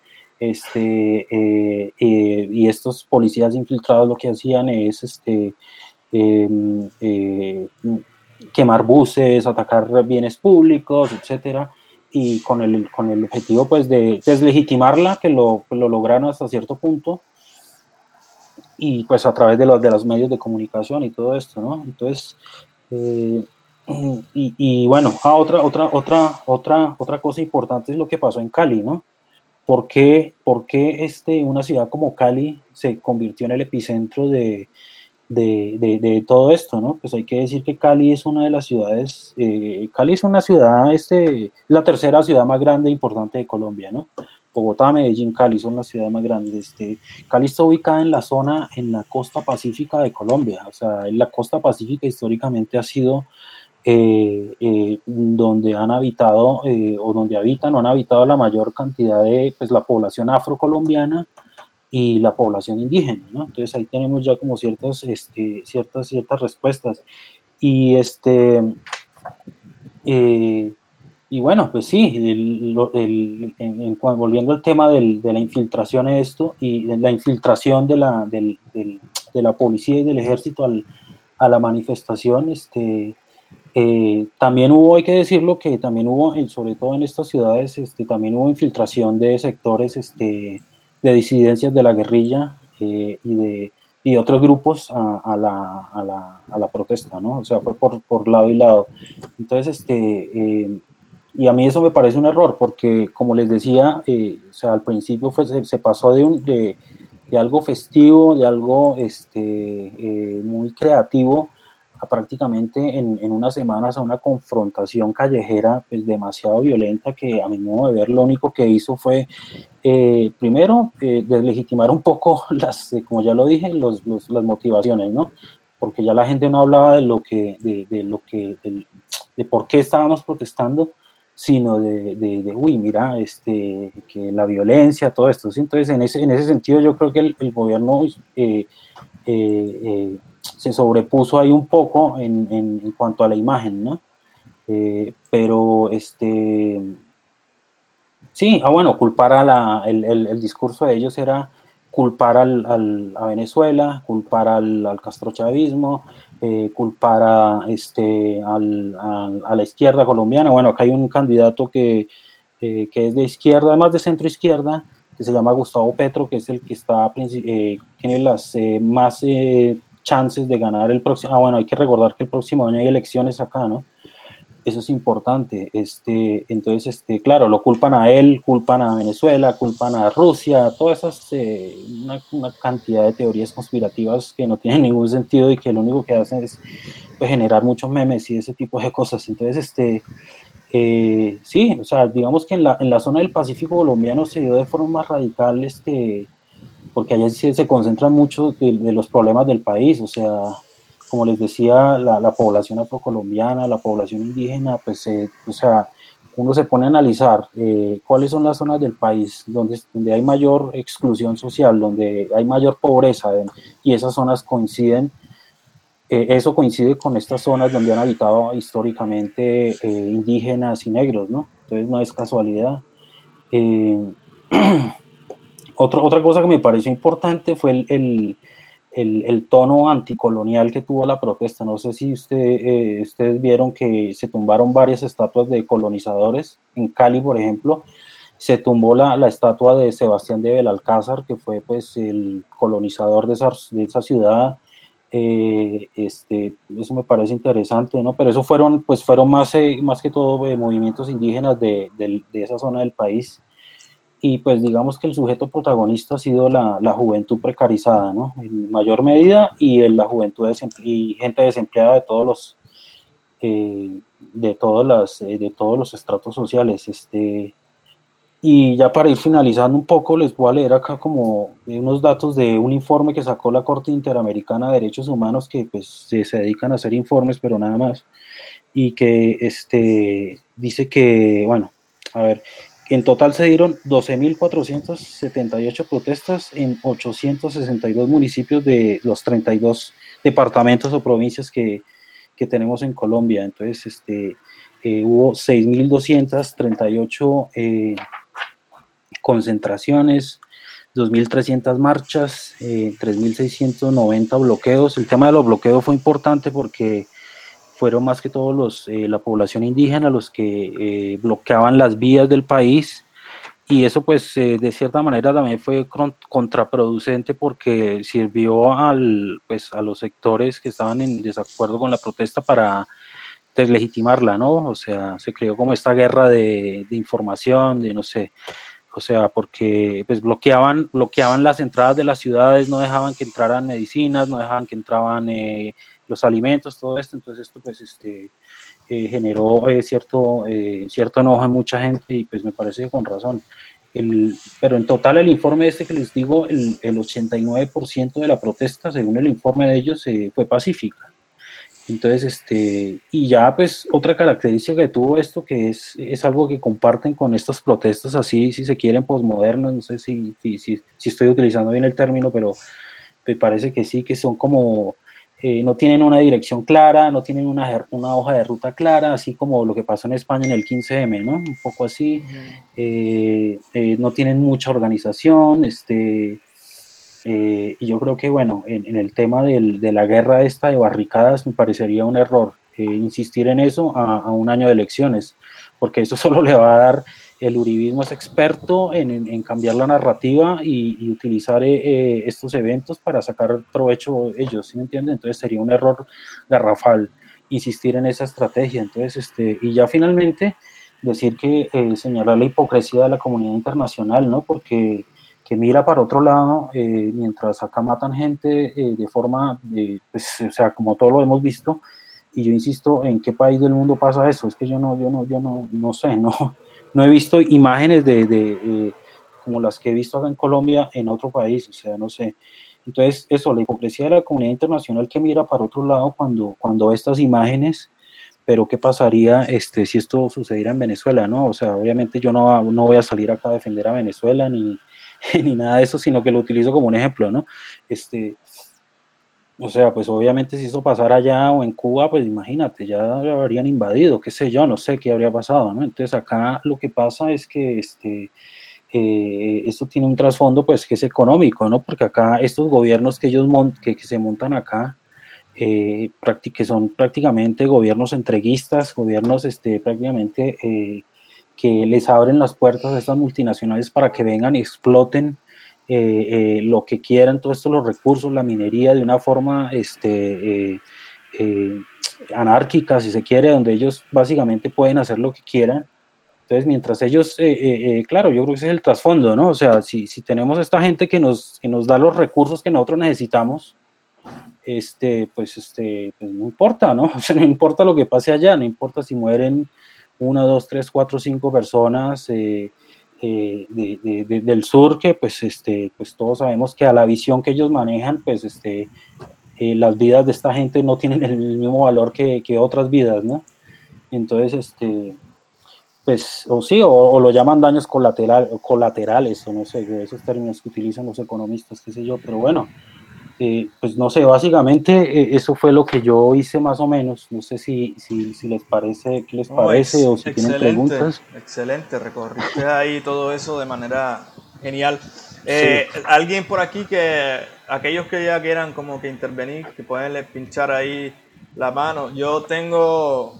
Y estos policías infiltrados lo que hacían es quemar buses, atacar bienes públicos, etcétera, y con el objetivo pues de deslegitimarla, que lo lograron hasta cierto punto, y pues a través de los medios de comunicación y todo esto, ¿no? Entonces, y bueno, otra cosa importante es lo que pasó en Cali, ¿no? ¿Por qué una ciudad como Cali se convirtió en el epicentro de todo esto, ¿no? Pues hay que decir que Cali es una de las ciudades, Cali es una ciudad, la tercera ciudad más grande e importante de Colombia, ¿no? Bogotá, Medellín, Cali son las ciudades más grandes. Cali está ubicada en la costa pacífica de Colombia, o sea, en la costa pacífica históricamente ha sido donde han habitado o donde habitan o han habitado la mayor cantidad de pues, la población afrocolombiana y la población indígena, ¿no? Entonces ahí tenemos ya como ciertas respuestas. Y bueno, pues sí, volviendo al tema de la infiltración a esto y de la infiltración de la policía y del ejército a la manifestación, también hubo, hay que decirlo, que también hubo, sobre todo en estas ciudades, también hubo infiltración de sectores de disidencias de la guerrilla y de otros grupos a la protesta, ¿no? O sea, fue por lado y lado. Entonces, y a mí eso me parece un error, porque como les decía, o sea, al principio se pasó de algo festivo, de algo muy creativo, a prácticamente en unas semanas a una confrontación callejera pues demasiado violenta, que a mi modo de ver lo único que hizo fue primero deslegitimar un poco como ya lo dije, las motivaciones, ¿no? Porque ya la gente no hablaba de por qué estábamos protestando, sino uy, mira, que la violencia, todo esto, ¿sí? Entonces en ese sentido yo creo que el gobierno se sobrepuso ahí un poco en cuanto a la imagen, ¿no? Pero sí, bueno, culpar el discurso de ellos era culpar a Venezuela, culpar al castrochavismo, culpar a la izquierda colombiana. Bueno, acá hay un candidato que es de izquierda, además de centro izquierda, que se llama Gustavo Petro, que es el que tiene las más chances de ganar el próximo. Bueno, hay que recordar que el próximo año hay elecciones acá, ¿no? Eso es importante. Entonces, claro, lo culpan a él, culpan a Venezuela, culpan a Rusia, todas esas, una cantidad de teorías conspirativas que no tienen ningún sentido y que lo único que hacen es pues, generar muchos memes y ese tipo de cosas. Entonces, sí, o sea, digamos que en la zona del Pacífico colombiano se dio de forma más radical, porque allá se concentran muchos de los problemas del país, o sea, como les decía, la población afrocolombiana, la población indígena, pues, o sea, uno se pone a analizar cuáles son las zonas del país donde hay mayor exclusión social, donde hay mayor pobreza, y esas zonas coinciden, eso coincide con estas zonas donde han habitado históricamente indígenas y negros, ¿no? Entonces no es casualidad. Otra cosa que me pareció importante fue el tono anticolonial que tuvo la protesta. No sé si ustedes vieron que se tumbaron varias estatuas de colonizadores. En Cali, por ejemplo, se tumbó la estatua de Sebastián de Belalcázar, que fue pues el colonizador de esa ciudad. Eso me parece interesante, ¿no? Pero eso fueron más que todo movimientos indígenas de esa zona del país. Y pues digamos que el sujeto protagonista ha sido la juventud precarizada, ¿no? En mayor medida, y la juventud y gente desempleada de todos los estratos sociales. Y ya para ir finalizando un poco, les voy a leer acá como unos datos de un informe que sacó la Corte Interamericana de Derechos Humanos, que pues se dedican a hacer informes, pero nada más, y que dice que, bueno, a ver, en total se dieron 12.478 protestas en 862 municipios de los 32 departamentos o provincias que tenemos en Colombia. Entonces, hubo 6.238 concentraciones, 2.300 marchas, 3.690 bloqueos. El tema de los bloqueos fue importante porque fueron más que todos la población indígena los que bloqueaban las vías del país, y eso pues de cierta manera también fue contraproducente porque sirvió a los sectores que estaban en desacuerdo con la protesta para deslegitimarla, ¿no? O sea, se creó como esta guerra de información, de no sé, o sea, porque pues bloqueaban las entradas de las ciudades, no dejaban que entraran medicinas, no dejaban que entraban los alimentos, todo esto. Entonces esto pues generó cierto enojo en mucha gente, y pues me parece que con razón. Pero en total el informe que les digo, el 89% de la protesta, según el informe de ellos, fue pacífica. Entonces, y ya pues otra característica que tuvo esto, que es algo que comparten con estas protestas así, si se quieren, posmodernas, no sé si estoy utilizando bien el término, pero me parece que sí, que son como, no tienen una dirección clara, no tienen una hoja de ruta clara, así como lo que pasó en España en el 15M, ¿no? Un poco así, no tienen mucha organización, y yo creo que, bueno, en el tema de la guerra esta de barricadas, me parecería un error insistir en eso a un año de elecciones, porque eso solo le va a dar, el uribismo es experto en cambiar la narrativa y utilizar estos eventos para sacar provecho ellos, ¿sí me entienden? Entonces sería un error garrafal insistir en esa estrategia. Entonces, y ya finalmente decir que señalar la hipocresía de la comunidad internacional, ¿no? Porque que mira para otro lado, mientras acá matan gente de forma, pues, o sea, como todo lo hemos visto, y yo insisto, ¿en qué país del mundo pasa eso? Es que yo no sé, no he visto imágenes como las que he visto acá en Colombia en otro país, o sea, no sé. Entonces, eso, la hipocresía de la comunidad internacional que mira para otro lado cuando ve estas imágenes. Pero ¿qué pasaría si esto sucediera en Venezuela, no? O sea, obviamente yo no voy a salir acá a defender a Venezuela ni nada de eso, sino que lo utilizo como un ejemplo, ¿no? O sea, pues obviamente si eso pasara allá o en Cuba, pues imagínate, ya habrían invadido, qué sé yo, no sé qué habría pasado, ¿no? Entonces acá lo que pasa es que esto tiene un trasfondo, pues, que es económico, ¿no? Porque acá estos gobiernos que se montan acá, que son prácticamente gobiernos entreguistas, gobiernos prácticamente que les abren las puertas a estas multinacionales para que vengan y exploten lo que quieran, todos estos los recursos, la minería, de una forma anárquica, si se quiere, donde ellos básicamente pueden hacer lo que quieran. Entonces, mientras ellos, claro, yo creo que ese es el trasfondo, ¿no? O sea, si tenemos esta gente que nos da los recursos que nosotros necesitamos, pues no importa, ¿no? O sea, no importa lo que pase allá, no importa si mueren 1, 2, 3, 4, 5 personas del sur, que pues todos sabemos que a la visión que ellos manejan, pues las vidas de esta gente no tienen el mismo valor que otras vidas, ¿no? Entonces, pues, o sí, o lo llaman daños colaterales, o no sé, esos términos que utilizan los economistas, qué sé yo, pero bueno, pues no sé, básicamente eso fue lo que yo hice más o menos, no sé si les parece, qué les parece, o si tienen Excelente, preguntas. excelente, recorriste ahí todo eso de manera genial. Sí. Alguien por aquí aquellos que ya quieran como que intervenir, que pueden pinchar ahí la mano. Yo tengo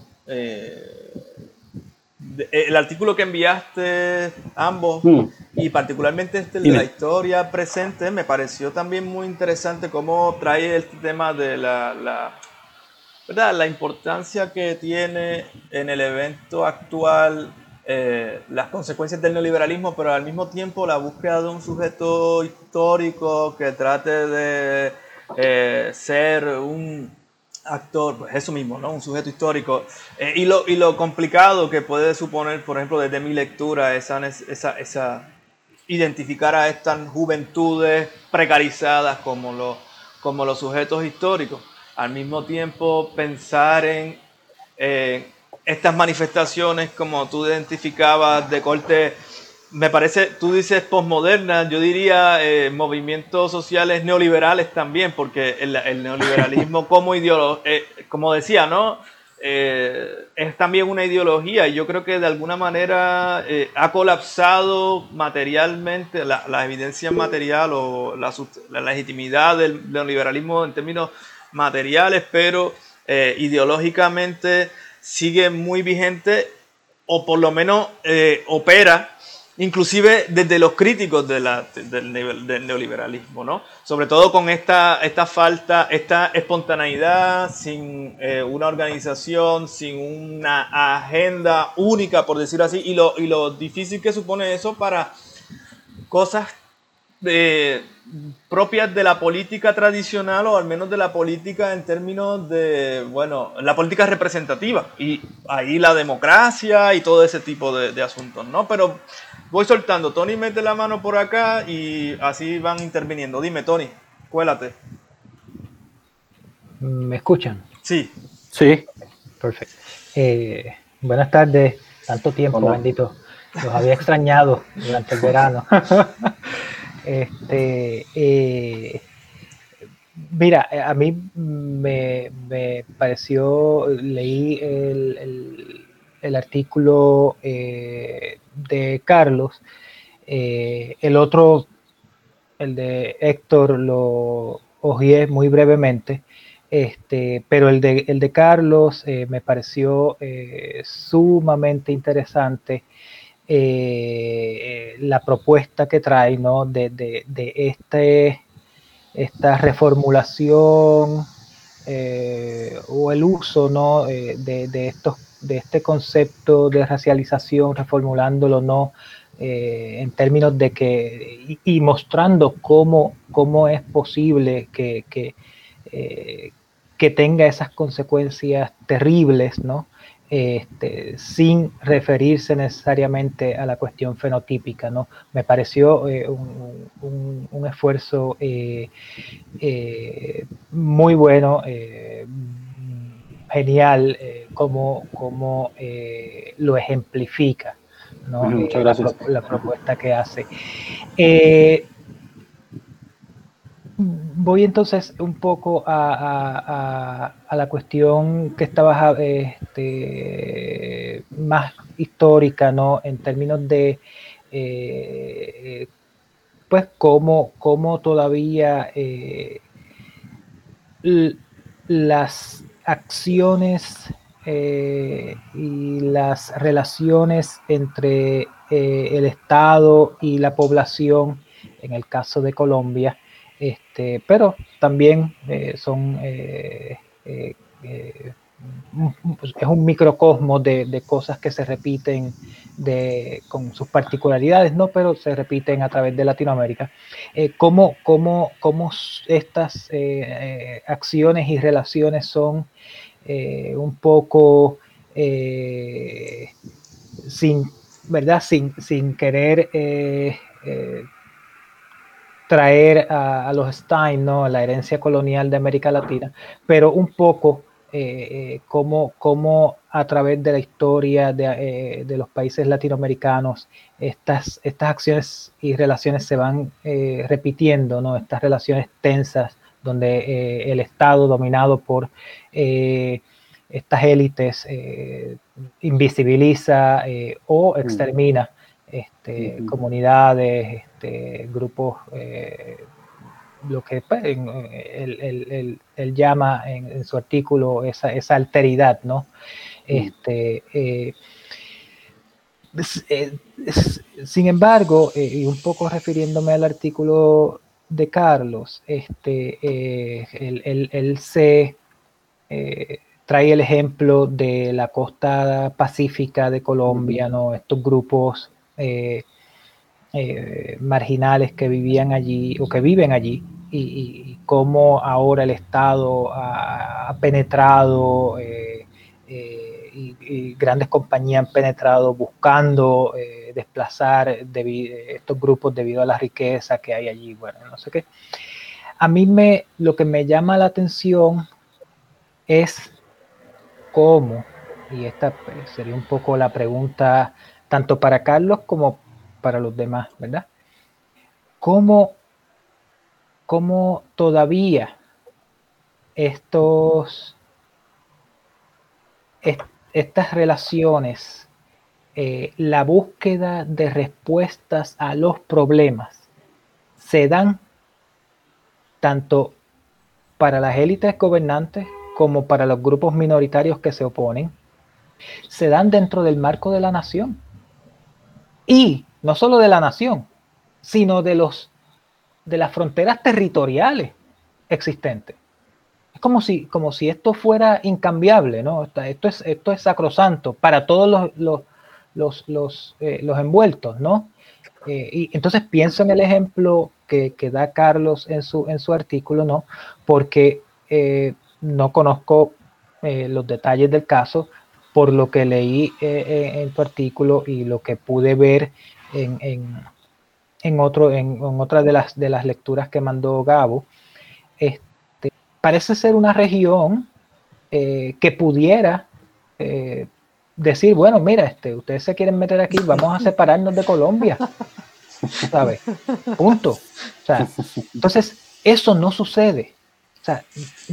el artículo que enviaste ambos y particularmente el de la Dime. historia presente me pareció también muy interesante cómo trae el tema de ¿verdad? La importancia que tiene en el evento actual las consecuencias del neoliberalismo, pero al mismo tiempo la búsqueda de un sujeto histórico que trate de ser un actor, pues eso mismo, ¿no? Un sujeto histórico. Y lo complicado que puede suponer, por ejemplo, desde mi lectura, esa identificar a estas juventudes precarizadas como los sujetos históricos. Al mismo tiempo pensar en estas manifestaciones como tú identificabas de corte, me parece, tú dices posmoderna, yo diría movimientos sociales neoliberales también, porque el neoliberalismo como como decía, ¿no? Es también una ideología y yo creo que de alguna manera ha colapsado materialmente la evidencia material o la legitimidad del neoliberalismo en términos materiales, pero ideológicamente sigue muy vigente o por lo menos opera inclusive desde los críticos del neoliberalismo, ¿no? Sobre todo con esta falta, esta espontaneidad, sin una organización, sin una agenda única, por decirlo así, y lo difícil que supone eso para cosas propias de la política tradicional o al menos de la política en términos de, bueno, la política representativa y ahí la democracia y todo ese tipo de asuntos, ¿no? Pero voy soltando. Tony mete la mano por acá y así van interviniendo. Dime, Tony, cuélate. ¿Me escuchan? Sí. Sí. Perfecto. Buenas tardes. Tanto tiempo, Hola. bendito. Los había extrañado durante el verano. Mira, a mí me pareció, leí el artículo de Carlos, el otro, el de Héctor, lo hojeé muy brevemente, pero el de Carlos me pareció sumamente interesante. La propuesta que trae, ¿no? de esta reformulación o el uso, ¿no? de este concepto de racialización, reformulándolo, ¿no? En términos de que y mostrando cómo es posible que tenga esas consecuencias terribles, ¿no? Sin referirse necesariamente a la cuestión fenotípica, ¿no? Me pareció un esfuerzo muy bueno, genial, como lo ejemplifica, ¿no? Muchas gracias. La propuesta que hace. Voy entonces un poco a la cuestión que estabas más histórica, ¿no? En términos de pues cómo todavía las acciones y las relaciones entre el Estado y la población, en el caso de Colombia, pero también son es un microcosmos de cosas que se repiten con sus particularidades, ¿no? Pero se repiten a través de Latinoamérica. ¿Cómo estas acciones y relaciones son un poco sin querer traer a los Stein, ¿no? A la herencia colonial de América Latina, pero un poco cómo a través de la historia de los países latinoamericanos estas acciones y relaciones se van repitiendo, ¿no? Estas relaciones tensas donde el Estado dominado por estas élites invisibiliza o extermina comunidades, grupos, lo que pues, él llama en su artículo esa alteridad, ¿no? Sin embargo, y un poco refiriéndome al artículo de Carlos, él se trae el ejemplo de la costa pacífica de Colombia, ¿no? Estos grupos marginales que vivían allí o que viven allí, y cómo ahora el Estado ha penetrado y grandes compañías han penetrado buscando desplazar estos grupos debido a la riqueza que hay allí, bueno, no sé qué. A mí lo que me llama la atención es cómo, y esta sería un poco la pregunta tanto para Carlos como para los demás, ¿verdad? ¿Cómo todavía estas relaciones, la búsqueda de respuestas a los problemas, se dan tanto para las élites gobernantes como para los grupos minoritarios que se oponen, se dan dentro del marco de la nación? Y no solo de la nación, sino de las fronteras territoriales existentes. Es como si esto fuera incambiable, ¿no? Esto es sacrosanto para todos los envueltos, ¿no? Y entonces pienso en el ejemplo que da Carlos en su artículo, ¿no? Porque no conozco los detalles del caso, por lo que leí en tu artículo y lo que pude ver en otra de las lecturas que mandó Gabo. Parece ser una región que pudiera decir, bueno, mira, ustedes se quieren meter aquí, vamos a separarnos de Colombia, ¿sabes? Punto. O sea, entonces, eso no sucede. O sea,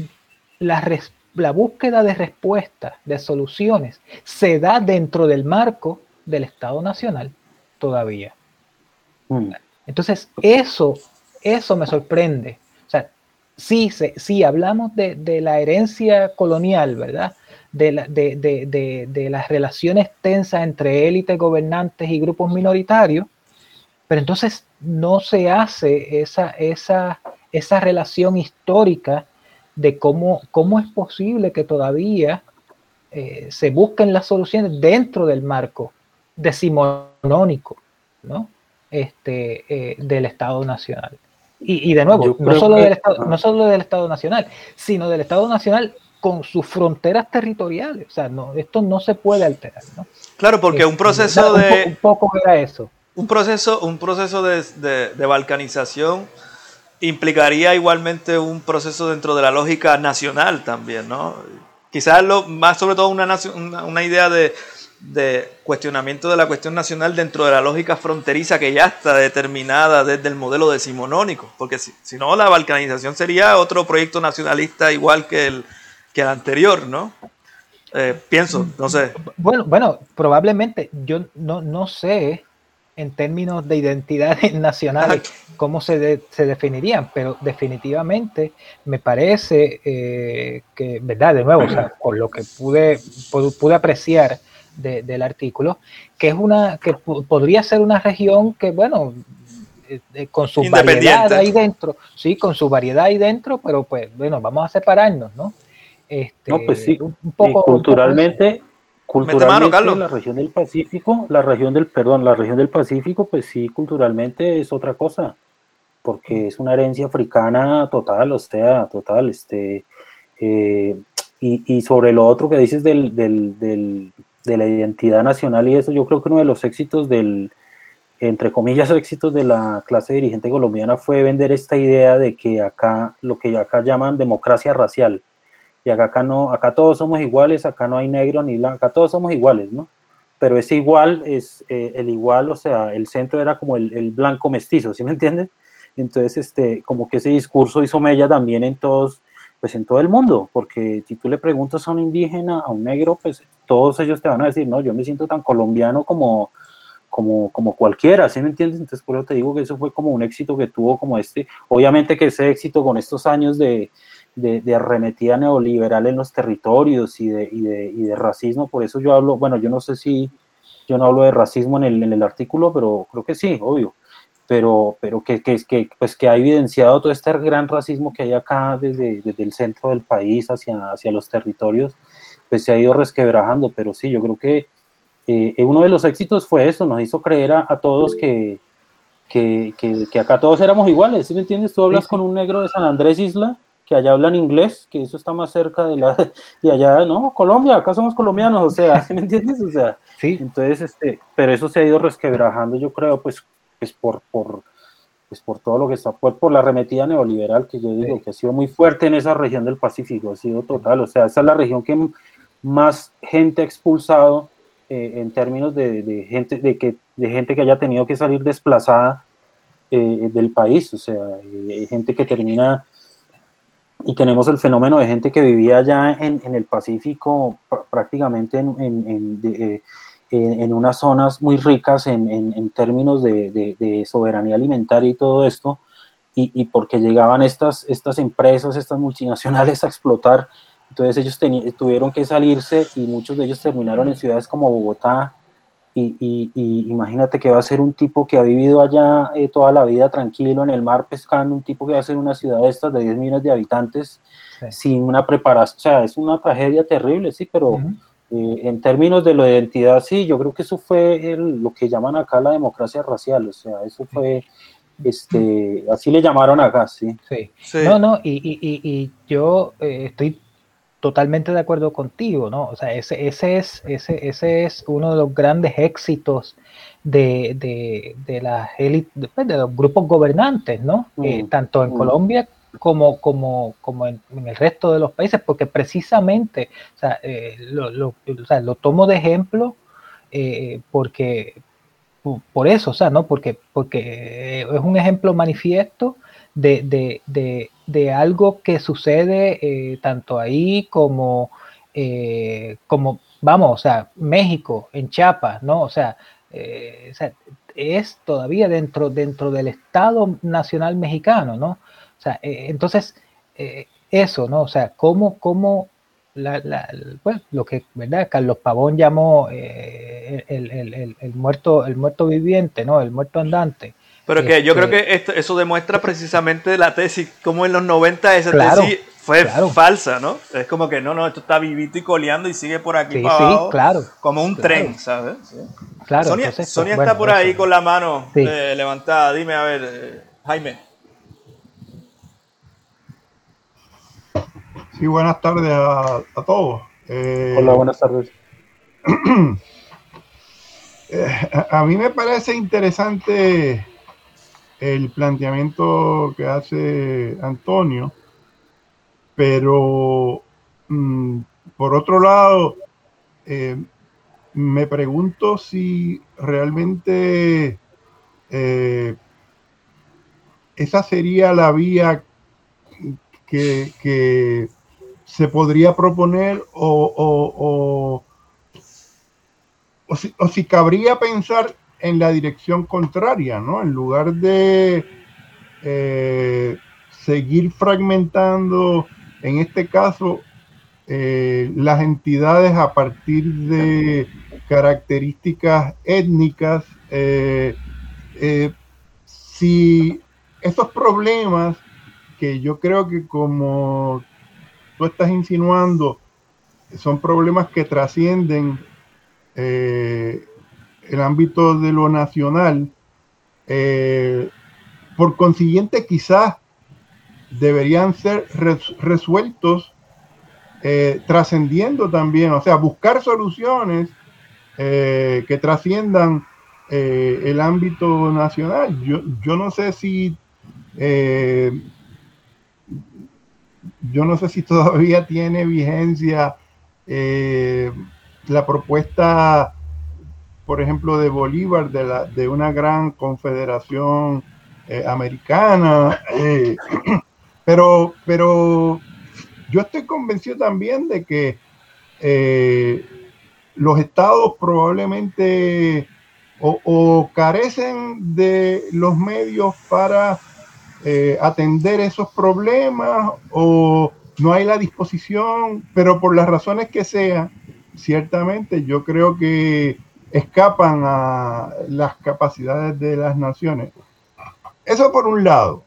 la búsqueda de respuestas, de soluciones, se da dentro del marco del Estado Nacional todavía. Entonces, eso me sorprende. O sea, sí hablamos de la herencia colonial, ¿verdad? De las relaciones tensas entre élites gobernantes y grupos minoritarios, pero entonces no se hace esa relación histórica de cómo es posible que todavía se busquen las soluciones dentro del marco decimonónico, ¿no? Del Estado Nacional. Y de nuevo, no solo del Estado Nacional, sino del Estado Nacional con sus fronteras territoriales. O sea, esto no se puede alterar, ¿no? Claro, porque un proceso un poco era eso. Un proceso de balcanización implicaría igualmente un proceso dentro de la lógica nacional también, ¿no? Quizás más sobre todo una idea de cuestionamiento de la cuestión nacional dentro de la lógica fronteriza que ya está determinada desde el modelo decimonónico, porque si no, la balcanización sería otro proyecto nacionalista igual que el anterior, ¿no? Pienso, no sé. Bueno, probablemente, yo no sé en términos de identidades nacionales cómo se definirían, pero definitivamente me parece que, ¿verdad? De nuevo, o sea, por lo que pude apreciar del artículo, que podría ser una región que, bueno, con su variedad ahí dentro, sí, con su variedad ahí dentro, pero pues, bueno, vamos a separarnos, ¿no? No, pues sí, un poco culturalmente Carlos. la región del Pacífico, la región del Pacífico, pues sí, culturalmente es otra cosa, porque es una herencia africana total, o sea, total, y sobre lo otro que dices de la identidad nacional y eso, yo creo que uno de los éxitos entre comillas, éxitos de la clase dirigente colombiana fue vender esta idea de que acá, lo que acá llaman democracia racial, y acá no, acá todos somos iguales, acá no hay negro ni blanco, acá todos somos iguales, ¿no? Pero ese igual es el igual, o sea, el centro era como el blanco mestizo, ¿sí me entiendes? Entonces, como que ese discurso hizo mella también en todos, pues en todo el mundo, porque si tú le preguntas a un indígena, a un negro, pues todos ellos te van a decir, no, yo me siento tan colombiano como cualquiera, ¿sí me entiendes? Entonces por eso te digo que eso fue como un éxito que tuvo como obviamente que ese éxito con estos años de arremetida neoliberal en los territorios y de racismo, por eso yo hablo, bueno, yo no sé si, yo no hablo de racismo en el artículo, pero creo que sí, obvio, pero pues que ha evidenciado todo este gran racismo que hay acá desde el centro del país hacia los territorios, pues se ha ido resquebrajando, pero sí, yo creo que uno de los éxitos fue eso, nos hizo creer a todos que acá todos éramos iguales, ¿sí me entiendes? Tú hablas con un negro de San Andrés Isla, que allá hablan inglés, que eso está más cerca de allá, no, Colombia, acá somos colombianos, o sea, ¿sí me entiendes? O sea, sí. Entonces, pero eso se ha ido resquebrajando, yo creo, pues por todo lo que está, por la arremetida neoliberal, que yo digo que ha sido muy fuerte en esa región del Pacífico, ha sido total, o sea, esa es la región que más gente ha expulsado en términos de gente que haya tenido que salir desplazada del país, o sea, gente que termina, y tenemos el fenómeno de gente que vivía allá en el Pacífico prácticamente en unas zonas muy ricas en términos de soberanía alimentaria y todo esto, y porque llegaban estas empresas, estas multinacionales a explotar. Entonces ellos tuvieron que salirse y muchos de ellos terminaron en ciudades como Bogotá y imagínate que va a ser un tipo que ha vivido allá toda la vida tranquilo en el mar pescando, un tipo que va a ser una ciudad de estas de 10 millones de habitantes sin una preparación, o sea, es una tragedia terrible, sí, pero en términos de la identidad, sí, yo creo que eso fue lo que llaman acá la democracia racial, o sea, eso fue... así le llamaron acá, sí. Sí. No, y yo estoy totalmente de acuerdo contigo, ¿no? O sea, ese es uno de los grandes éxitos de las élites, de los grupos gobernantes, ¿no? Tanto en Colombia como en el resto de los países, porque precisamente, o sea, lo tomo de ejemplo porque por eso, o sea, ¿no? Porque es un ejemplo manifiesto de algo que sucede tanto ahí como, vamos, o sea, México, en Chiapas, ¿no? O sea, es todavía dentro del Estado Nacional Mexicano, ¿no? O sea, entonces, eso, ¿no? O sea, cómo pues, lo que, ¿verdad? Carlos Pavón llamó el muerto viviente, ¿no? El muerto andante. Pero que yo creo que eso demuestra precisamente la tesis, como en los 90 esa tesis fue falsa, ¿no? Es como que no, esto está vivito y coleando y sigue por aquí para abajo, como un tren, ¿sabes? Sí. Claro, Sonia, entonces, Sonia está por ahí con la mano levantada. Dime, a ver, Jaime. Sí, buenas tardes a todos. Hola, buenas tardes. A mí me parece interesante el planteamiento que hace Antonio, pero por otro lado, me pregunto si realmente esa sería la vía que se podría proponer o si cabría pensar en la dirección contraria, ¿no? En lugar de seguir fragmentando, en este caso, las entidades a partir de características étnicas, si esos problemas que yo creo que, como tú estás insinuando, son problemas que trascienden el ámbito de lo nacional, por consiguiente quizás deberían ser resueltos trascendiendo también, o sea, buscar soluciones que trasciendan el ámbito nacional. Yo no sé si yo no sé si todavía tiene vigencia la propuesta, por ejemplo, de Bolívar, de una gran confederación americana, pero yo estoy convencido también de que los estados probablemente o carecen de los medios para atender esos problemas, o no hay la disposición, pero por las razones que sean, ciertamente yo creo que escapan a las capacidades de las naciones. Eso por un lado.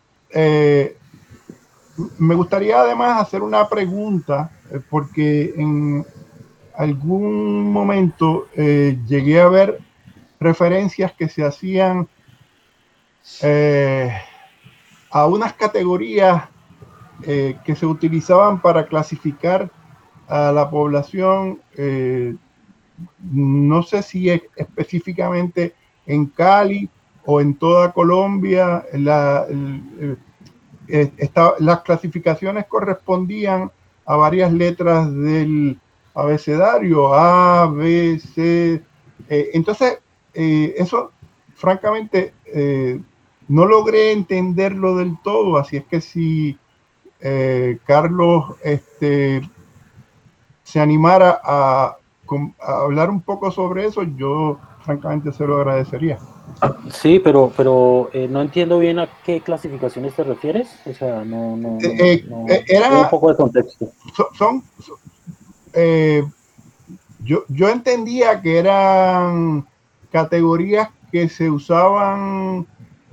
Me gustaría además hacer una pregunta, porque en algún momento llegué a ver referencias que se hacían a unas categorías que se utilizaban para clasificar a la población, no sé si específicamente en Cali o en toda Colombia. Las clasificaciones correspondían a varias letras del abecedario, A, B, C. Entonces, eso, francamente, no logré entenderlo del todo, así es que si Carlos se animara a hablar un poco sobre eso, yo francamente se lo agradecería. Sí, pero no entiendo bien a qué clasificaciones te refieres. O sea, no era un poco de contexto. Yo entendía que eran categorías que se usaban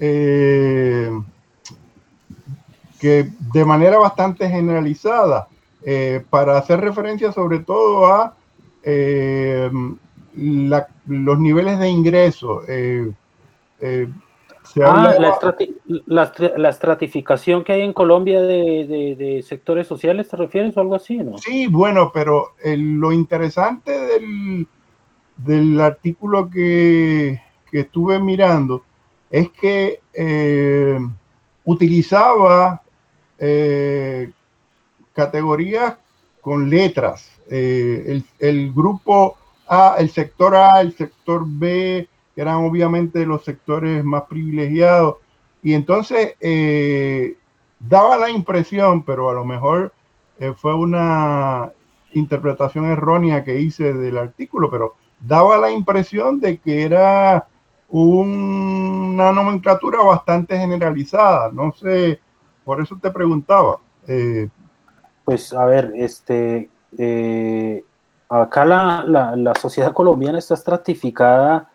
que de manera bastante generalizada para hacer referencia sobre todo a los niveles de ingreso. La estratificación que hay en Colombia de sectores sociales, ¿te refieres o algo así, no? Sí, bueno, pero lo interesante del artículo que estuve mirando es que utilizaba categorías con letras. El grupo A, el sector A, el sector B, que eran obviamente los sectores más privilegiados, y entonces daba la impresión, pero a lo mejor fue una interpretación errónea que hice del artículo, pero daba la impresión de que era una nomenclatura bastante generalizada. No sé, por eso te preguntaba. Pues a ver, acá la sociedad colombiana está estratificada.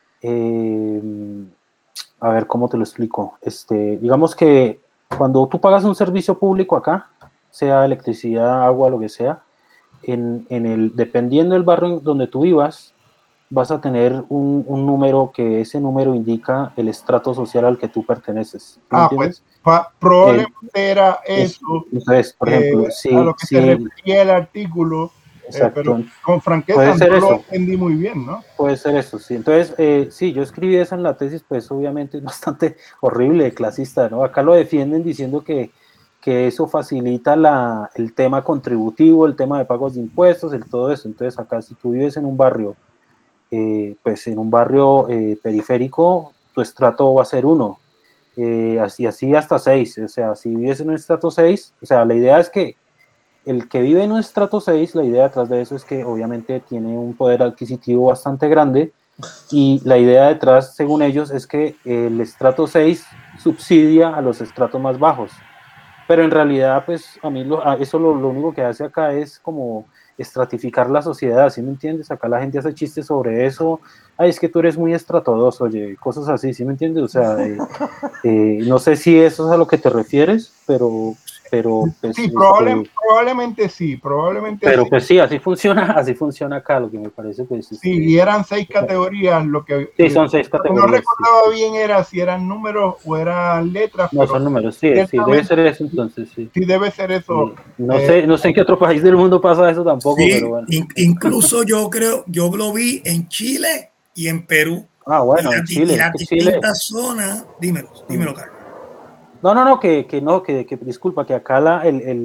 A ver, ¿cómo te lo explico? Digamos que cuando tú pagas un servicio público acá, sea electricidad, agua, lo que sea, dependiendo del barrio donde tú vivas, vas a tener un número, que ese número indica el estrato social al que tú perteneces. Pues probablemente era eso. Entonces, por ejemplo, a lo que se refería el artículo. Pero con franqueza no lo entendí muy bien, ¿no? Puede ser eso, sí. Entonces, sí, yo escribí eso en la tesis, pues obviamente es bastante horrible, clasista, ¿no? Acá lo defienden diciendo que eso facilita el tema contributivo, el tema de pagos de impuestos, todo eso. Entonces, acá si tú vives en un barrio, pues en un barrio periférico, tu estrato va a ser 1, así hasta 6. O sea, si vives en un estrato 6, o sea, la idea es que el que vive en un estrato 6, la idea detrás de eso es que obviamente tiene un poder adquisitivo bastante grande, y la idea detrás, según ellos, es que el estrato 6 subsidia a los estratos más bajos. Pero en realidad, pues a mí eso lo único que hace acá es como estratificar la sociedad, ¿sí me entiendes? Acá la gente hace chistes sobre eso. Ay, es que tú eres muy estrato 2, oye, cosas así, ¿sí me entiendes? O sea, no sé si eso es a lo que te refieres, pero pues, sí, probablemente sí, pero sí. Pues sí, así funciona acá, lo que me parece, pues sí, y eran 6 categorías, lo que sí, son 6 categorías. No recordaba bien era si eran números o eran letras. No, son números, sí, debe ser eso, entonces sí. Sí, debe ser eso. No sé en qué otro país del mundo pasa eso tampoco, sí, pero bueno. Incluso yo lo vi en Chile y en Perú. Ah, bueno, en Chile. Y las distintas zonas, dímelo, Carlos. No, que disculpa, que acá por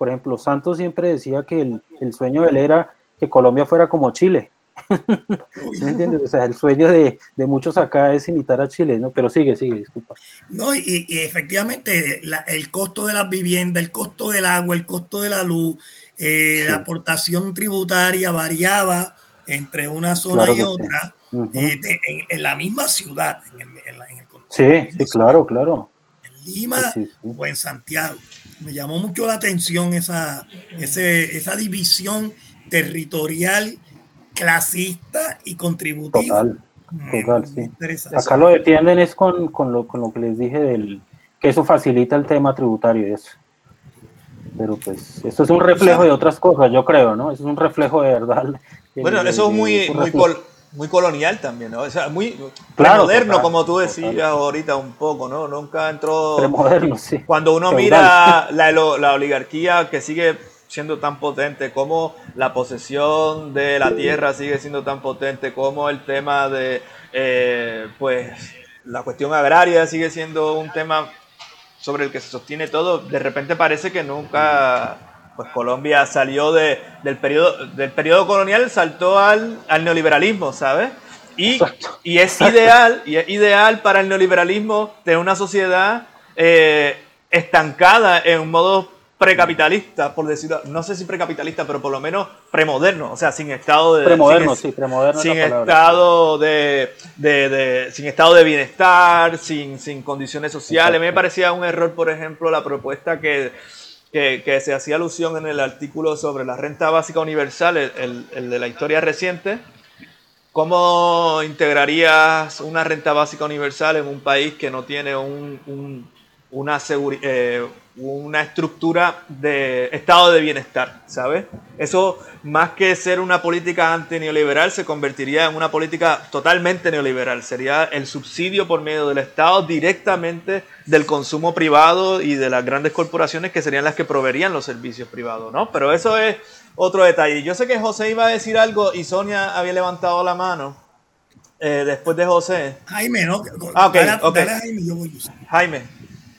por ejemplo, Santos siempre decía que el sueño de él era que Colombia fuera como Chile. ¿Me entiendes? O sea, el sueño de muchos acá es imitar a Chile, ¿no? Pero sigue, disculpa. No, y efectivamente el costo de las viviendas, el costo del agua, el costo de la luz, sí. La aportación tributaria variaba entre una zona y otra, sí. En la misma ciudad, en el claro. En Lima o en Santiago. Me llamó mucho la atención esa división territorial, clasista y contributiva. Total, sí. Acá lo defienden es con lo que les dije que eso facilita el tema tributario y eso. Pero pues esto es un reflejo de otras cosas, yo creo, ¿no? Eso es un reflejo de verdad. Bueno, eso es muy colonial también, ¿no? O sea, muy premoderno, como tú decías ahorita un poco, ¿no? Nunca entró... Premoderno, sí. Cuando uno mira la oligarquía que sigue siendo tan potente, como la posesión de la tierra sigue siendo tan potente, como el tema de, pues, la cuestión agraria sigue siendo un tema sobre el que se sostiene todo, de repente parece que nunca, pues, Colombia salió del periodo colonial, saltó al neoliberalismo, ¿sabes? Y es ideal para el neoliberalismo tener una sociedad estancada en un modo precapitalista, por decirlo, no sé si precapitalista, pero por lo menos premoderno, o sea, sin estado de premoderno, sin estado de bienestar, sin condiciones sociales. Exacto. A mí me parecía un error, por ejemplo, la propuesta que se hacía alusión en el artículo sobre la renta básica universal, el de la historia reciente. ¿Cómo integrarías una renta básica universal en un país que no tiene una estructura de estado de bienestar, ¿sabes? Eso, más que ser una política antineoliberal, se convertiría en una política totalmente neoliberal. Sería el subsidio por medio del Estado directamente del consumo privado y de las grandes corporaciones, que serían las que proveerían los servicios privados, ¿no? Pero eso es otro detalle. Yo sé que José iba a decir algo y Sonia había levantado la mano. Después de José. Jaime, ¿no? Okay. Dale a Jaime, yo voy. Jaime.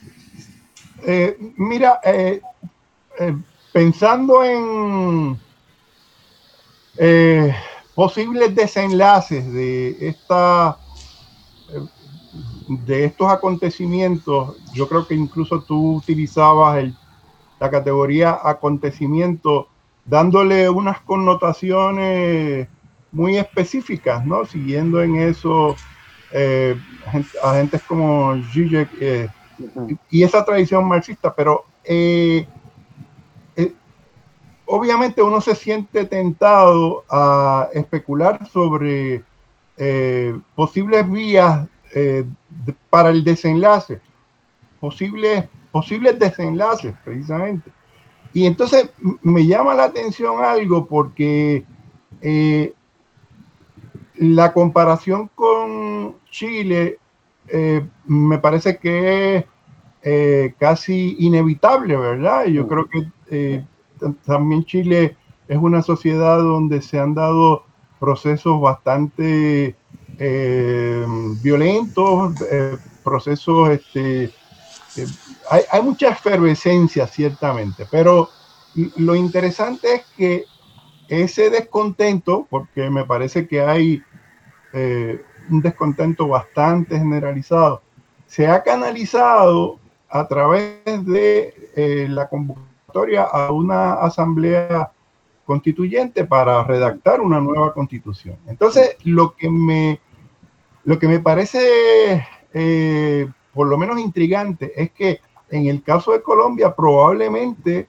Mira, pensando en posibles desenlaces de estos acontecimientos, yo creo que incluso tú utilizabas la categoría acontecimiento, dándole unas connotaciones muy específicas, ¿no? Siguiendo en eso agentes como Zizek, y esa tradición marxista, pero obviamente uno se siente tentado a especular sobre posibles vías para el desenlace, posibles desenlaces precisamente. Y entonces me llama la atención algo, porque la comparación con Chile me parece que es casi inevitable, ¿verdad? Yo creo que también Chile es una sociedad donde se han dado procesos bastante violentos, procesos, hay mucha efervescencia ciertamente, pero lo interesante es que ese descontento, porque me parece que hay un descontento bastante generalizado, se ha canalizado a través de la convocatoria a una asamblea constituyente para redactar una nueva constitución. Entonces, lo que me parece por lo menos intrigante es que en el caso de Colombia probablemente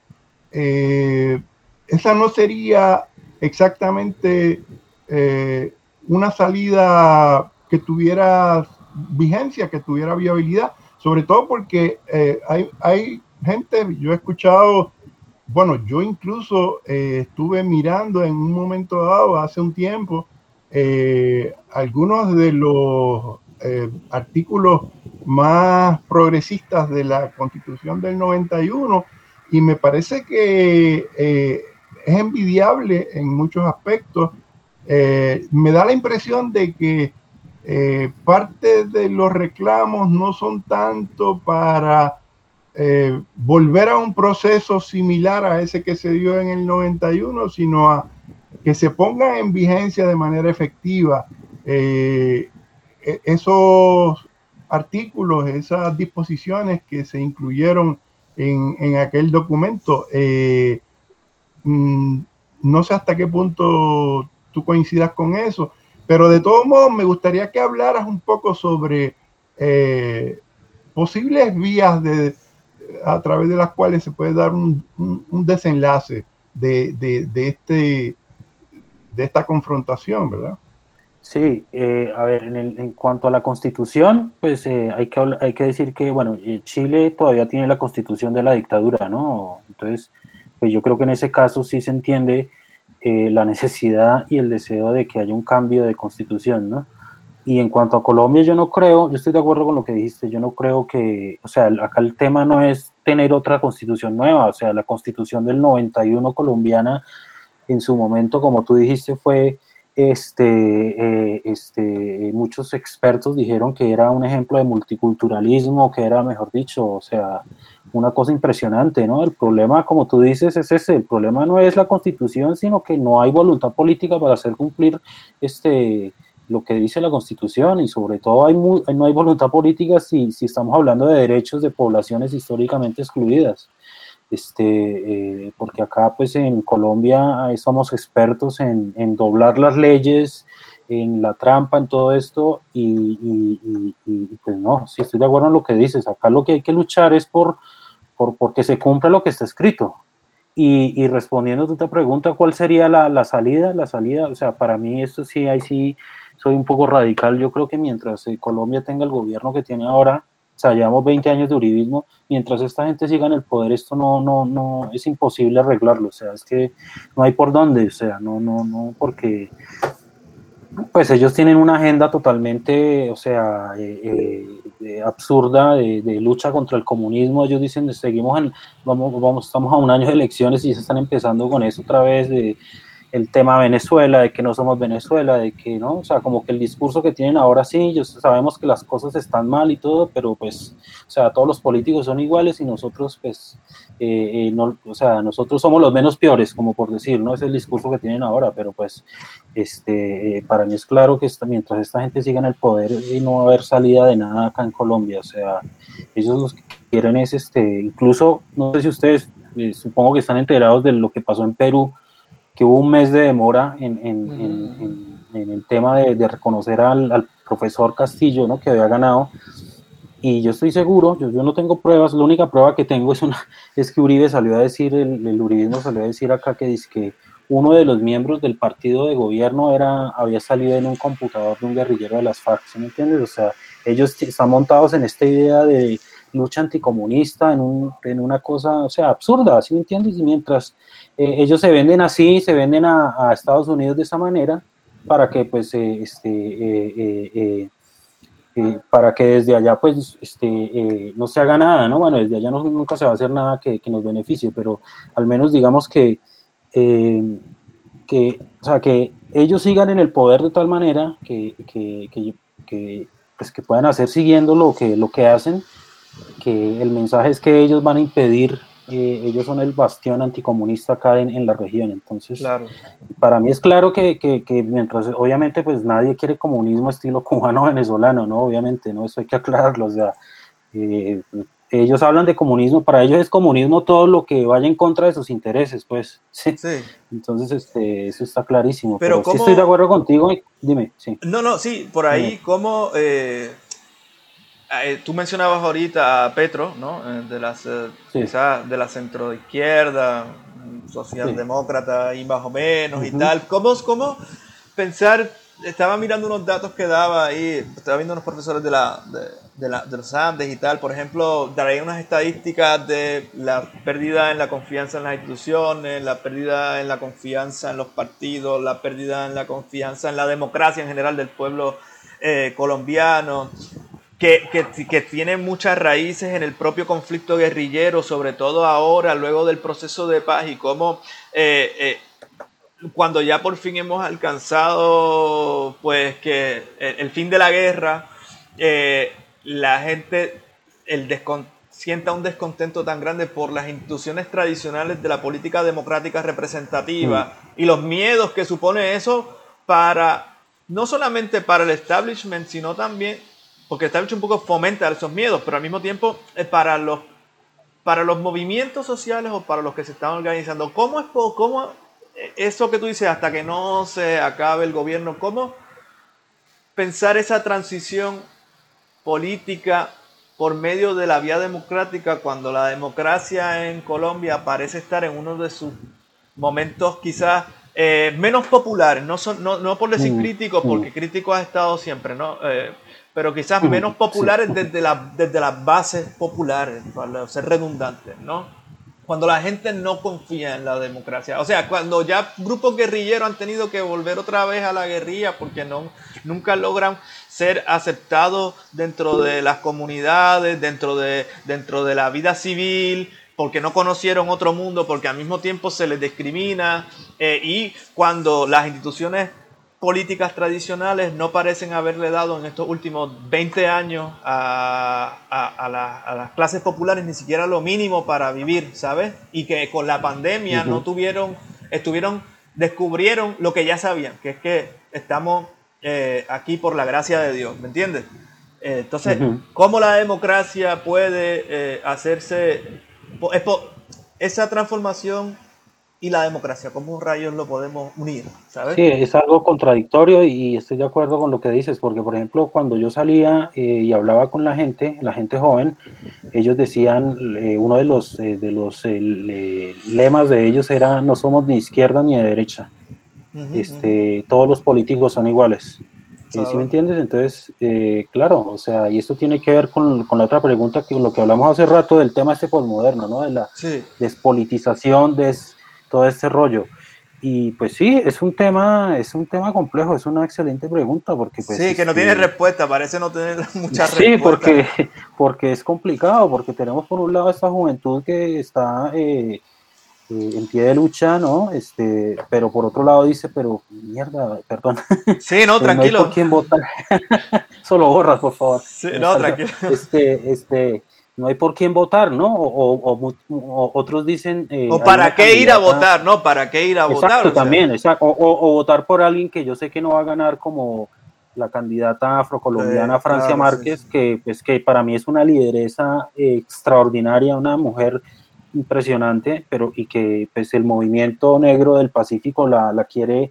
esa no sería exactamente una salida que tuviera vigencia, que tuviera viabilidad, sobre todo porque hay gente, yo he escuchado, bueno, yo incluso estuve mirando en un momento dado, hace un tiempo, algunos de los artículos más progresistas de la Constitución del 91, y me parece que es envidiable en muchos aspectos. Me da la impresión de que parte de los reclamos no son tanto para volver a un proceso similar a ese que se dio en el 91, sino a que se pongan en vigencia de manera efectiva esos artículos, esas disposiciones que se incluyeron en aquel documento. No sé hasta qué punto tú coincidas con eso, pero de todos modos me gustaría que hablaras un poco sobre posibles vías a través de las cuales se puede dar un desenlace de esta confrontación, ¿verdad? Sí, a ver, en cuanto a la Constitución, pues hay que decir que, bueno, Chile todavía tiene la Constitución de la dictadura, ¿no? Entonces, pues yo creo que en ese caso sí se entiende la necesidad y el deseo de que haya un cambio de Constitución, ¿no? Y en cuanto a Colombia, yo no creo, yo estoy de acuerdo con lo que dijiste, yo no creo que, o sea, acá el tema no es tener otra Constitución nueva, o sea, la Constitución del 91 colombiana en su momento, como tú dijiste, fue, muchos expertos dijeron que era un ejemplo de multiculturalismo, que era, mejor dicho, o sea, una cosa impresionante, ¿no? El problema, como tú dices, es ese, el problema no es la Constitución, sino que no hay voluntad política para hacer cumplir lo que dice la Constitución, y sobre todo no hay voluntad política si estamos hablando de derechos de poblaciones históricamente excluidas. Porque acá pues en Colombia somos expertos en doblar las leyes, en la trampa, en todo esto, y pues no, sí estoy de acuerdo en lo que dices. Acá lo que hay que luchar es porque se cumpla lo que está escrito. Y respondiendo a tu pregunta, ¿cuál sería la salida? La salida, o sea, para mí esto sí, ahí sí soy un poco radical. Yo creo que mientras Colombia tenga el gobierno que tiene ahora, o sea, llevamos 20 años de uribismo, mientras esta gente siga en el poder, esto no, es imposible arreglarlo, o sea, es que no hay por dónde, o sea, no, porque pues ellos tienen una agenda totalmente, o sea, absurda de lucha contra el comunismo. Ellos dicen, estamos a un año de elecciones y se están empezando con eso otra vez, el tema Venezuela, de que no somos Venezuela, de que no, o sea, como que el discurso que tienen ahora sí, ellos sabemos que las cosas están mal y todo, pero pues, o sea, todos los políticos son iguales y nosotros, pues, no, o sea, nosotros somos los menos peores, como por decir, ¿no? Es el discurso que tienen ahora, pero pues, para mí es claro que mientras esta gente siga en el poder y no va a haber salida de nada acá en Colombia, o sea, ellos lo que quieren es, incluso, no sé si ustedes, supongo que están enterados de lo que pasó en Perú, que hubo un mes de demora en el tema de reconocer al profesor Castillo, ¿no? Que había ganado, y yo estoy seguro, yo no tengo pruebas, la única prueba que tengo es que Uribe salió a decir, el uribismo salió a decir acá que dice que uno de los miembros del partido de gobierno había salido en un computador de un guerrillero de las FARC, ¿sí me entiendes? O sea, ellos están montados en esta idea de lucha anticomunista, en una cosa, o sea, absurda, ¿sí me entiendes? Y mientras ellos se venden así, se venden a Estados Unidos de esa manera, para que pues para que desde allá pues no se haga nada, ¿no? Bueno, desde allá nunca se va a hacer nada que nos beneficie, pero al menos digamos o sea, que ellos sigan en el poder de tal manera pues que puedan hacer siguiendo lo que hacen, que el mensaje es que ellos van a impedir, ellos son el bastión anticomunista acá en la región. Entonces, claro, para mí es claro que mientras, obviamente, pues nadie quiere comunismo estilo cubano-venezolano, ¿no? Obviamente, ¿no? Eso hay que aclararlo, o sea, ellos hablan de comunismo, para ellos es comunismo todo lo que vaya en contra de sus intereses, pues, sí. Entonces, eso está clarísimo, pero sí estoy de acuerdo contigo, dime, sí. No, sí, por ahí, ¿cómo... tú mencionabas ahorita a Petro, ¿no? Quizás de la centroizquierda, socialdemócrata y más o menos y tal. ¿Cómo pensar? Estaba mirando unos datos que daba ahí, estaba viendo unos profesores de los Andes y tal. Por ejemplo, traía unas estadísticas de la pérdida en la confianza en las instituciones, la pérdida en la confianza en los partidos, la pérdida en la confianza en la democracia en general del pueblo colombiano. Que tiene muchas raíces en el propio conflicto guerrillero, sobre todo ahora, luego del proceso de paz, y cómo cuando ya por fin hemos alcanzado pues el fin de la guerra, la gente sienta un descontento tan grande por las instituciones tradicionales de la política democrática representativa y los miedos que supone eso para, no solamente para el establishment, sino también, porque el establishment un poco fomenta esos miedos, pero al mismo tiempo para los movimientos sociales o para los que se están organizando. ¿Cómo eso que tú dices, hasta que no se acabe el gobierno, cómo pensar esa transición política por medio de la vía democrática cuando la democracia en Colombia parece estar en uno de sus momentos quizás menos populares, no por decir críticos, porque crítico ha estado siempre, ¿no? Pero quizás menos populares desde las bases populares, para ser redundantes, ¿no? Cuando la gente no confía en la democracia. O sea, cuando ya grupos guerrilleros han tenido que volver otra vez a la guerrilla porque nunca logran ser aceptados dentro de las comunidades, dentro de la vida civil, porque no conocieron otro mundo, porque al mismo tiempo se les discrimina, y cuando las instituciones políticas tradicionales no parecen haberle dado en estos últimos 20 años a las clases populares ni siquiera lo mínimo para vivir, ¿sabes? Y que con la pandemia descubrieron lo que ya sabían, que es que estamos aquí por la gracia de Dios, ¿me entiendes? Entonces, ¿cómo la democracia puede hacerse esa transformación? Y la democracia, ¿cómo rayos lo podemos unir? ¿Sabes? Sí, es algo contradictorio y estoy de acuerdo con lo que dices, porque por ejemplo cuando yo salía y hablaba con la gente joven, ellos decían, uno de los lemas de ellos era: no somos ni izquierda ni de derecha, todos los políticos son iguales. ¿Sí me entiendes? Entonces, claro, o sea, y esto tiene que ver con la otra pregunta, que lo que hablamos hace rato del tema postmoderno, ¿no? De la despolitización, todo este rollo. Y pues sí, es un tema complejo, es una excelente pregunta, porque pues, sí, que no tiene respuesta, parece no tener mucha respuesta. Sí, porque es complicado, porque tenemos por un lado esta juventud que está en pie de lucha, ¿no? Pero por otro lado dice, pero mierda, perdón. Sí, no, tranquilo. No hay por quién votar. Solo borras, por favor. Sí, no, tranquilo. No hay por quién votar, ¿no? O otros dicen... o para qué ir a votar, ¿no? ¿Para qué ir a votar? Exacto, también, exacto. O votar por alguien que yo sé que no va a ganar, como la candidata afrocolombiana Francia Márquez, sí. que para mí es una lideresa extraordinaria, una mujer impresionante, y que pues el movimiento negro del Pacífico la quiere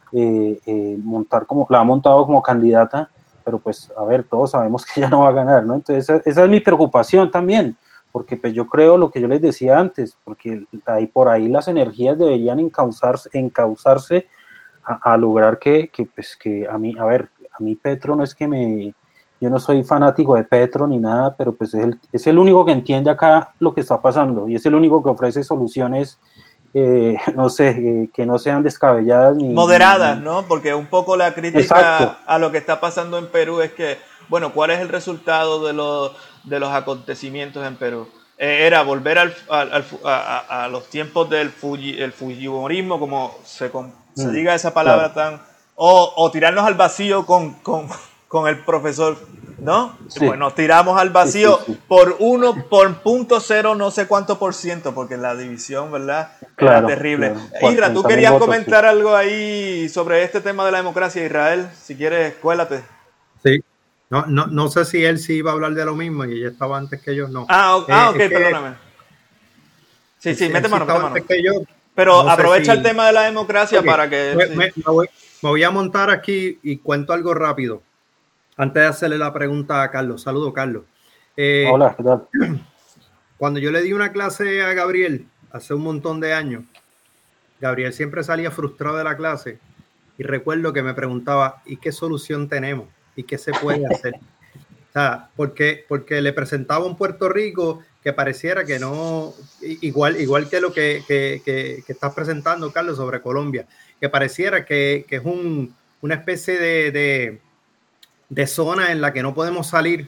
montar la ha montado como candidata. Pero pues, a ver, todos sabemos que ya no va a ganar, ¿no? Entonces, esa es mi preocupación también, porque pues yo creo lo que yo les decía antes, porque por ahí las energías deberían encauzarse a lograr que a mí Petro no es que yo no soy fanático de Petro ni nada, pero pues es el único que entiende acá lo que está pasando, y es el único que ofrece soluciones no sé, que no sean descabelladas ni moderadas, ¿no? Porque un poco la crítica a lo que está pasando en Perú es que, bueno, ¿cuál es el resultado de los acontecimientos en Perú? Era volver a los tiempos del fujimorismo, como se diga esa palabra o tirarnos al vacío con el profesor, ¿no? Sí. Pues nos tiramos al vacío por 0.0 no sé cuánto %, porque la división, ¿verdad? Claro, era terrible. Claro. Ira, tú querías comentar algo ahí sobre este tema de la democracia, Israel, si quieres, cuélate. Sí, no sé si él sí iba a hablar de lo mismo y ella estaba antes que yo, no. Ok, perdóname. Sí, mete mano. Antes que yo, pero no aprovecha el tema de la democracia para que... Me voy a montar aquí y cuento algo rápido. Antes de hacerle la pregunta a Carlos. Saludos, Carlos. Hola, ¿qué tal? Cuando yo le di una clase a Gabriel hace un montón de años, Gabriel siempre salía frustrado de la clase y recuerdo que me preguntaba, ¿y qué solución tenemos? ¿Y qué se puede hacer? O sea, porque le presentaba un Puerto Rico que pareciera que no, igual que lo que estás presentando, Carlos, sobre Colombia, que pareciera que es una especie de zona en la que no podemos salir,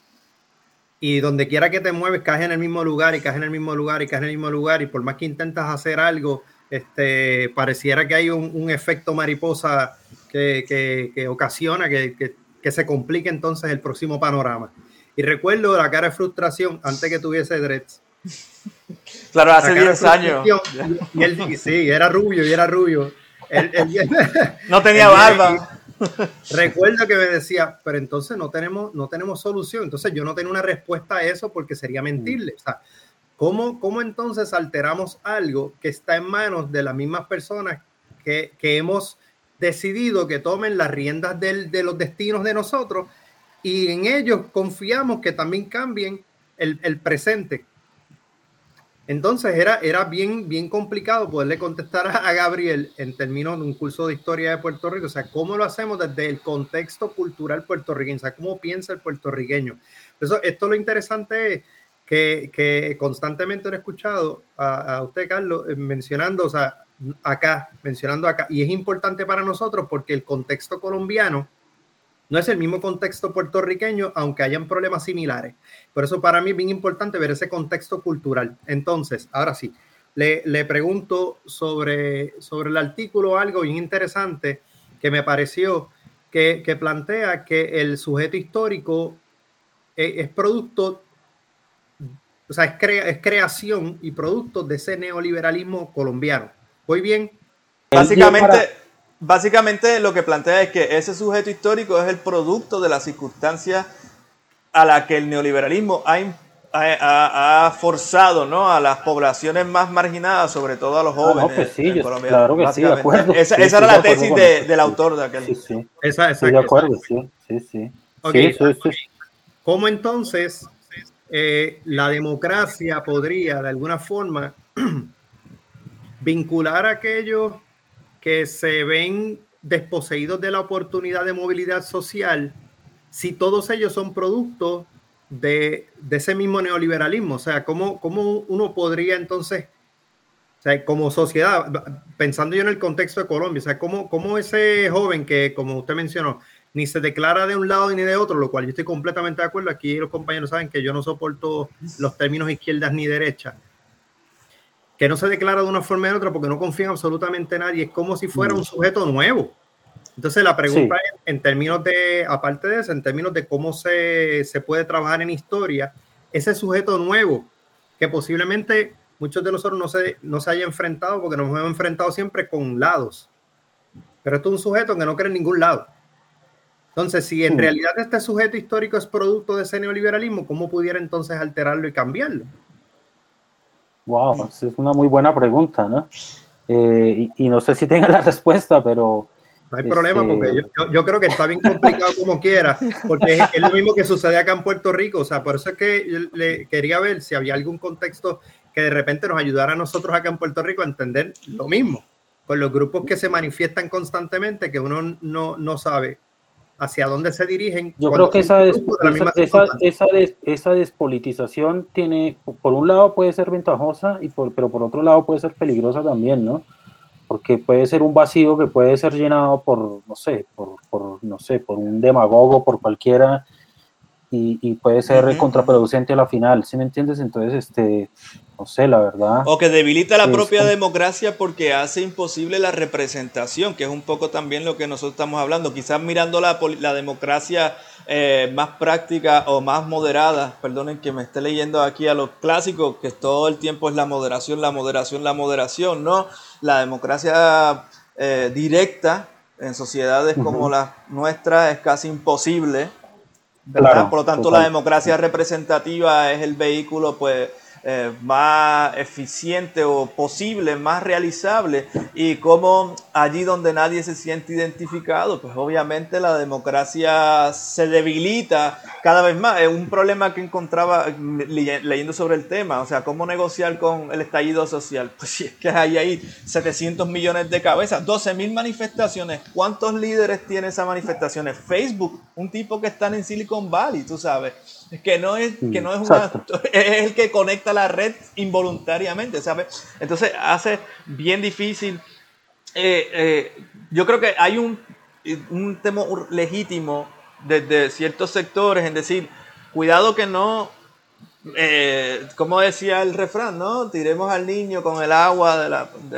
y donde quiera que te mueves caes en el mismo lugar y caes en el mismo lugar y caes en el mismo lugar, y por más que intentas hacer algo, pareciera que hay un efecto mariposa que ocasiona que se complique entonces el próximo panorama. Y recuerdo la cara de frustración antes que tuviese dreads. Claro, hace 10 años. Y él, sí, era rubio. No tenía barba. Recuerdo que me decía, pero entonces no tenemos solución. Entonces yo no tenía una respuesta a eso porque sería mentirle. O sea, ¿cómo entonces alteramos algo que está en manos de las mismas personas que hemos decidido que tomen las riendas de los destinos de nosotros y en ellos confiamos que también cambien el presente? Entonces era bien complicado poderle contestar a Gabriel en términos de un curso de historia de Puerto Rico. O sea, ¿cómo lo hacemos desde el contexto cultural puertorriqueño? O sea, ¿cómo piensa el puertorriqueño? Esto lo interesante es que constantemente lo he escuchado a usted, Carlos, mencionando acá. Y es importante para nosotros porque el contexto colombiano no es el mismo contexto puertorriqueño, aunque hayan problemas similares. Por eso para mí es bien importante ver ese contexto cultural. Entonces, ahora sí, le pregunto sobre el artículo algo bien interesante que me pareció que plantea que el sujeto histórico es producto, o sea, es creación y producto de ese neoliberalismo colombiano. ¿Voy bien? Básicamente lo que plantea es que ese sujeto histórico es el producto de las circunstancias a la que el neoliberalismo ha forzado, ¿no?, a las poblaciones más marginadas, sobre todo a los jóvenes. No, pues sí, en Colombia. Claro que sí, de acuerdo. Esa era la tesis del autor de aquel. Sí. Estoy de acuerdo, sí. Okay. ¿Cómo entonces la democracia podría de alguna forma vincular a aquellos que se ven desposeídos de la oportunidad de movilidad social si todos ellos son productos de ese mismo neoliberalismo? O sea, ¿cómo uno podría entonces, o sea, como sociedad, pensando yo en el contexto de Colombia, o sea, cómo ese joven que, como usted mencionó, ni se declara de un lado ni de otro, lo cual yo estoy completamente de acuerdo, aquí los compañeros saben que yo no soporto los términos izquierdas ni derechas, que no se declara de una forma o de otra porque no confía en absolutamente nadie, es como si fuera un sujeto nuevo. Entonces la pregunta es, en términos de, aparte de eso, en términos de cómo se puede trabajar en historia, ese sujeto nuevo, que posiblemente muchos de nosotros no se haya enfrentado, porque nos hemos enfrentado siempre con lados, pero esto es un sujeto que no cree en ningún lado. Entonces, si en realidad este sujeto histórico es producto de ese neoliberalismo, ¿cómo pudiera entonces alterarlo y cambiarlo? Wow, es una muy buena pregunta, ¿no? Y no sé si tenga la respuesta, pero... No hay problema, porque yo creo que está bien complicado como quiera, porque es lo mismo que sucede acá en Puerto Rico. O sea, por eso es que yo le quería ver si había algún contexto que de repente nos ayudara a nosotros acá en Puerto Rico a entender lo mismo, con los grupos que se manifiestan constantemente, que uno no sabe hacia dónde se dirigen. Yo creo que esa despolitización tiene, por un lado puede ser ventajosa, pero por otro lado puede ser peligrosa también, ¿no? Porque puede ser un vacío que puede ser llenado por un demagogo, por cualquiera, y puede ser contraproducente a la final, ¿sí me entiendes? Entonces, no sé, la verdad. O que debilita la propia democracia porque hace imposible la representación, que es un poco también lo que nosotros estamos hablando. Quizás mirando la democracia más práctica o más moderada, perdonen que me esté leyendo aquí a los clásicos, que todo el tiempo es la moderación, ¿no? La democracia directa en sociedades como la nuestra es casi imposible, ¿verdad? Claro, por lo tanto, la democracia representativa es el vehículo, pues, más eficiente o posible, más realizable, y como allí donde nadie se siente identificado, pues obviamente la democracia se debilita cada vez más. Es un problema que encontraba leyendo sobre el tema, o sea, cómo negociar con el estallido social. Pues si es que hay ahí 700 millones de cabezas, 12.000 manifestaciones. ¿Cuántos líderes tiene esas manifestaciones? Facebook, un tipo que está en Silicon Valley, tú sabes, que no es es el que conecta la red involuntariamente, ¿sabes? Entonces hace bien difícil. Yo creo que hay un temor legítimo desde ciertos sectores en decir, cuidado que no, como decía el refrán, ¿no? Tiremos al niño con el agua de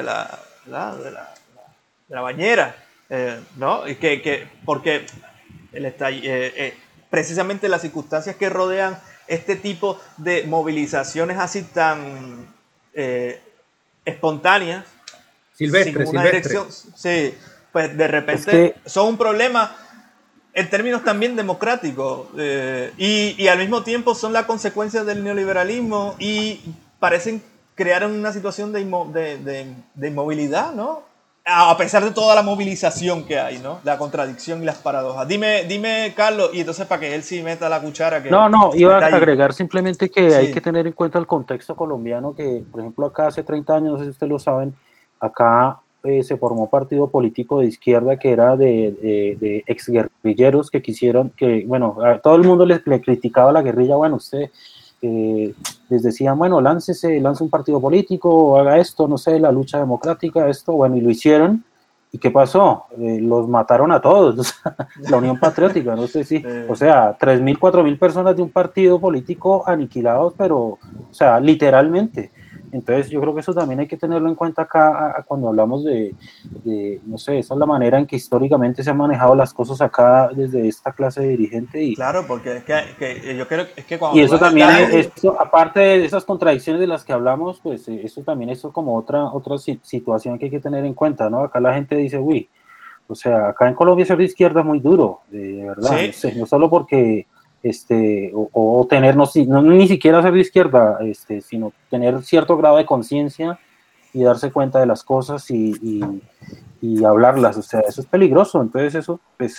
la bañera, ¿no? Y porque precisamente las circunstancias que rodean este tipo de movilizaciones así tan espontáneas, silvestre. dirección, sí, pues de repente son un problema en términos también democráticos y al mismo tiempo son la consecuencia del neoliberalismo y parecen crear una situación de inmovilidad, ¿no? A pesar de toda la movilización que hay, ¿no? La contradicción y las paradojas. Dime, Carlos, y entonces para que él sí meta la cuchara. Iba a agregar simplemente que hay que tener en cuenta el contexto colombiano, que por ejemplo acá hace 30 años, no sé si ustedes lo saben, acá se formó un partido político de izquierda que era de exguerrilleros que quisieron, a todo el mundo le criticaba la guerrilla, usted les decían, lance un partido político, haga esto, no sé, la lucha democrática, y lo hicieron. ¿Y qué pasó? Los mataron a todos, la Unión Patriótica, no sé si, 3.000, 4.000 personas de un partido político aniquilados, pero, literalmente. Entonces yo creo que eso también hay que tenerlo en cuenta acá cuando hablamos de, no sé, esa es la manera en que históricamente se han manejado las cosas acá desde esta clase de dirigente. Claro, porque es que yo creo que cuando... Y eso también, aparte de esas contradicciones de las que hablamos, pues eso también es como otra situación que hay que tener en cuenta, ¿no? Acá la gente dice, acá en Colombia ser de izquierda es muy duro, de verdad, ¿sí? No solo porque... o tener, ni siquiera ser de izquierda, sino tener cierto grado de conciencia y darse cuenta de las cosas y hablarlas, eso es peligroso. Entonces eso,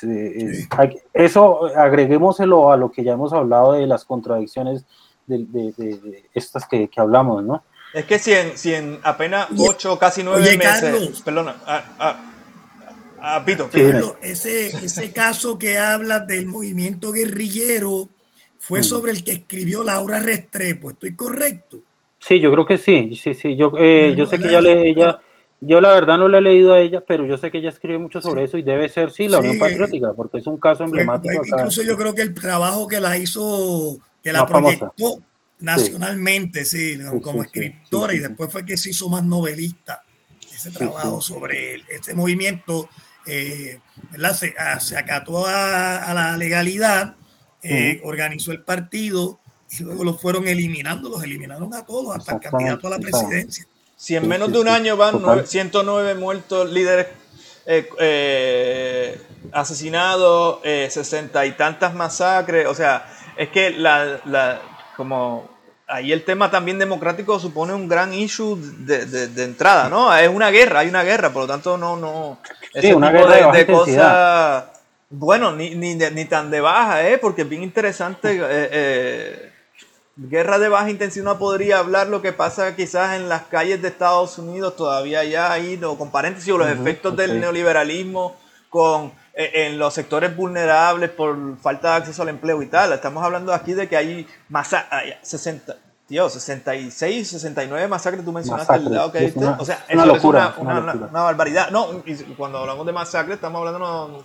eso agreguémoselo a lo que ya hemos hablado de las contradicciones de estas que hablamos, ¿no? Es que si en apenas 8, casi 9 meses, Carlos, perdona, Pito. Carlos, ese caso que habla del movimiento guerrillero fue sobre el que escribió Laura Restrepo, ¿estoy correcto? Sí, yo creo que sí. Yo sé que yo la verdad no la he leído a ella, pero yo sé que ella escribe mucho sobre eso y debe ser, la Unión Patriótica, porque es un caso emblemático acá. Incluso yo creo que el trabajo que la hizo, que la proyectó nacionalmente, como escritora, y después fue que se hizo más novelista. Ese trabajo sobre este movimiento, ¿verdad? Se acató a la legalidad, organizó el partido y luego los eliminaron a todos, hasta el candidato a la presidencia. Si en menos de un año van 109 muertos, líderes asesinados, 60 y tantas masacres, es que como ahí el tema también democrático supone un gran issue de entrada, ¿no? Es una guerra, hay una guerra, por lo tanto no ese tipo de cosas, ni tan de baja, porque es bien interesante. Guerra de baja intensidad podría hablar lo que pasa quizás en las calles de Estados Unidos, todavía ya ahí, con paréntesis, o los efectos del neoliberalismo en los sectores vulnerables por falta de acceso al empleo y tal. Estamos hablando aquí de que hay 66, 69 masacres, tú mencionaste el lado que viste. Eso es una barbaridad. No, y cuando hablamos de masacres estamos hablando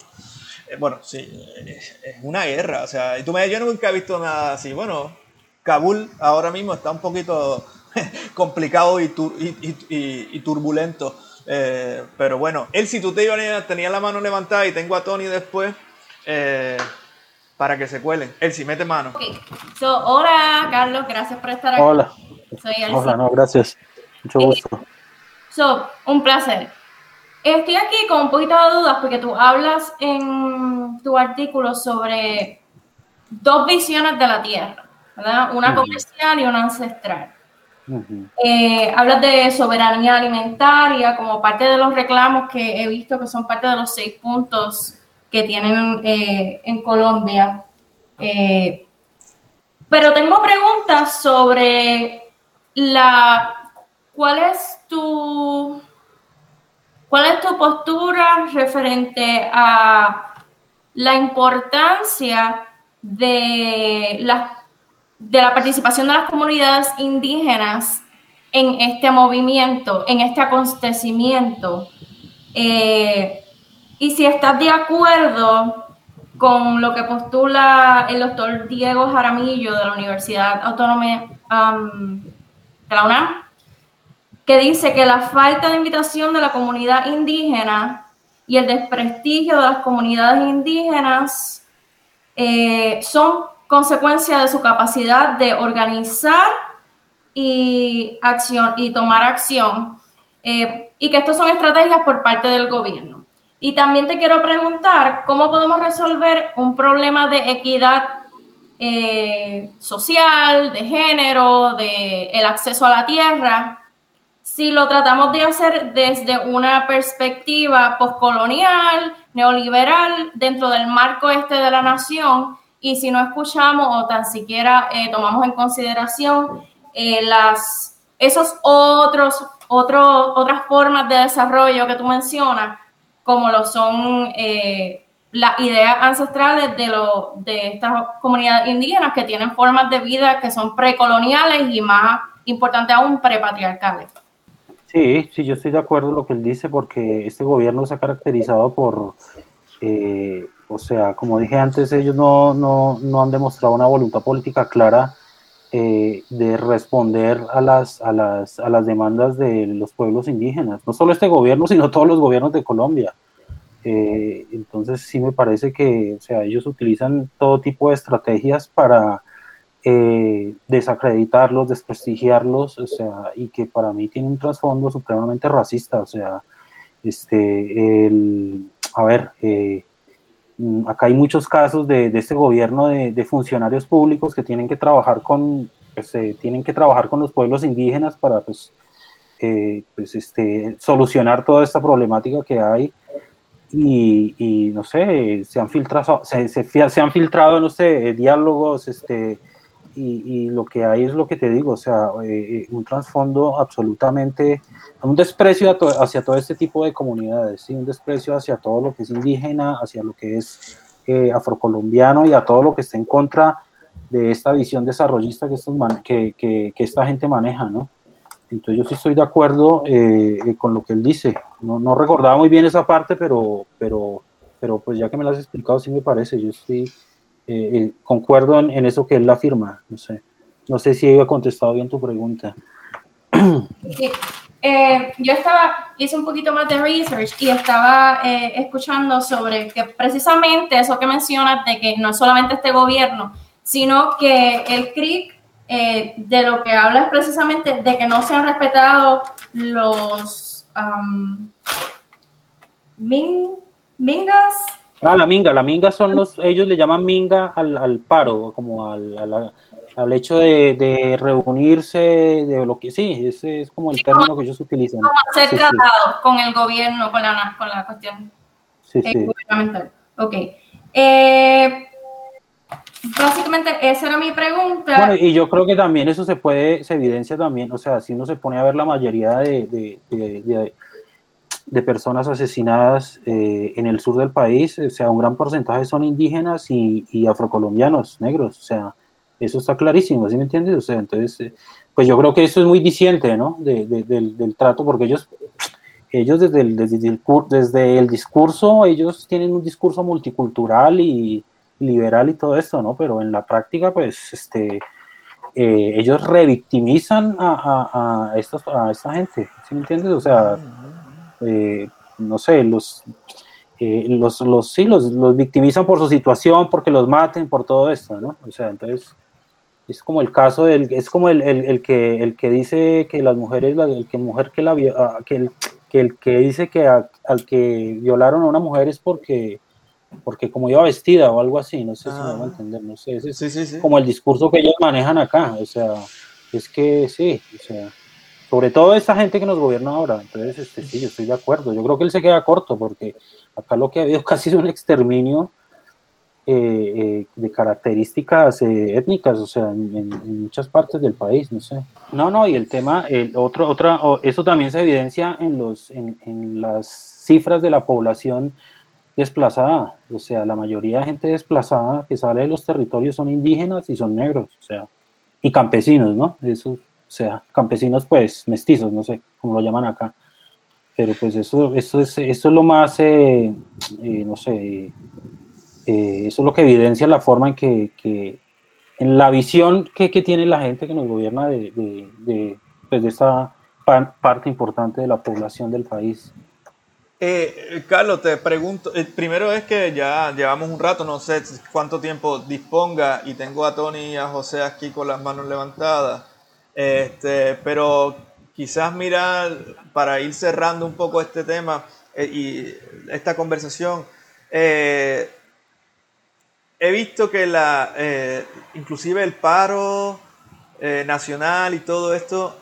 es una guerra. Yo nunca he visto nada así. Kabul ahora mismo está un poquito complicado y turbulento. Pero bueno, si tú tenía la mano levantada y tengo a Tony después para que se cuelen. Elsie, mete mano. Okay. Hola, Carlos, gracias por estar aquí. Hola. Soy Elsie. Hola, gracias. Mucho gusto. Un placer. Estoy aquí con un poquito de dudas porque tú hablas en tu artículo sobre dos visiones de la Tierra, ¿verdad? Una comercial y una ancestral. Hablas de soberanía alimentaria como parte de los reclamos que he visto que son parte de los 6 puntos que tienen en Colombia. Pero tengo preguntas sobre ¿cuál es tu postura referente a la importancia de la participación de las comunidades indígenas en este movimiento, en este acontecimiento? Y si estás de acuerdo con lo que postula el doctor Diego Jaramillo de la Universidad Autónoma de la UNAM, que dice que la falta de invitación de la comunidad indígena y el desprestigio de las comunidades indígenas son consecuencia de su capacidad de organizar y tomar acción, y que estas son estrategias por parte del gobierno. Y también te quiero preguntar cómo podemos resolver un problema de equidad social, de género, de el acceso a la tierra, si lo tratamos de hacer desde una perspectiva postcolonial, neoliberal, dentro del marco de la nación, y si no escuchamos o tan siquiera tomamos en consideración esos otras formas de desarrollo que tú mencionas, como lo son las ideas ancestrales de estas comunidades indígenas que tienen formas de vida que son precoloniales y, más importante aún, prepatriarcales. Sí, yo estoy de acuerdo en lo que él dice, porque este gobierno se ha caracterizado por, o sea, como dije antes, ellos no han demostrado una voluntad política clara de responder a las demandas de los pueblos indígenas. No solo este gobierno, sino todos los gobiernos de Colombia. Entonces sí me parece que, o sea, ellos utilizan todo tipo de estrategias para desacreditarlos, desprestigiarlos, o sea, y que para mí tiene un trasfondo supremamente racista. O sea, acá hay muchos casos de este gobierno de funcionarios públicos que tienen que trabajar con los pueblos indígenas para solucionar toda esta problemática que hay. Y no sé, se han filtrado, no sé, diálogos, y lo que hay es lo que te digo, o sea, un trasfondo absolutamente, un desprecio hacia todo este tipo de comunidades, ¿sí? Un desprecio hacia todo lo que es indígena, hacia lo que es afrocolombiano, y a todo lo que está en contra de esta visión desarrollista que esta gente maneja, ¿no? Entonces yo sí estoy de acuerdo con lo que él dice. No recordaba muy bien esa parte, pero pues ya que me lo has explicado, sí me parece. Yo sí concuerdo en eso que él afirma. No sé si he contestado bien tu pregunta. Sí. Yo hice un poquito más de research y estaba escuchando sobre que precisamente eso que mencionas, de que no es solamente este gobierno, sino que el CRIC de lo que habla es precisamente de que no se han respetado los mingas. La minga son ellos le llaman minga al paro, como al hecho de reunirse, de lo que sí, ese es como el término que ellos utilizan. Como ser tratados con el gobierno, con la cuestión gubernamental. Ok. Básicamente esa era mi pregunta. Bueno, y yo creo que también eso se evidencia también, o sea, si uno se pone a ver la mayoría de personas asesinadas en el sur del país, o sea, un gran porcentaje son indígenas y afrocolombianos, negros, o sea, eso está clarísimo, ¿sí me entiendes? O sea, entonces, pues yo creo que eso es muy diciente, ¿no? Del trato, porque ellos desde el discurso, ellos tienen un discurso multicultural y liberal y todo esto, ¿no? Pero en la práctica, pues, ellos revictimizan a esta gente, ¿sí me entiendes? O sea, no sé, los victimizan por su situación, porque los maten, por todo esto, ¿no? O sea, entonces es como el caso es como el que dice que las mujeres, el que dice que al que violaron a una mujer es porque como iba vestida o algo así, no sé si me van a entender, no sé, ese es sí. como el discurso que ellos manejan acá, o sea, es que sí, o sea, sobre todo esta gente que nos gobierna ahora. Entonces, sí, yo estoy de acuerdo. Yo creo que él se queda corto, porque acá lo que ha habido casi es un exterminio de características étnicas, o sea, en muchas partes del país, no sé. No, y el tema, eso también se evidencia en las cifras de la población desplazada. O sea, la mayoría de gente desplazada que sale de los territorios son indígenas y son negros, o sea, y campesinos, ¿no? Eso. O sea, campesinos, pues, mestizos, no sé cómo lo llaman acá. Pero pues eso es lo más, no sé, eso es lo que evidencia la forma en que en la visión que tiene la gente que nos gobierna de esta parte importante de la población del país. Carlos, te pregunto, primero es que ya llevamos un rato, no sé cuánto tiempo disponga, y tengo a Tony y a José aquí con las manos levantadas, pero quizás mirar, para ir cerrando un poco este tema y esta conversación, he visto que inclusive el paro nacional y todo esto,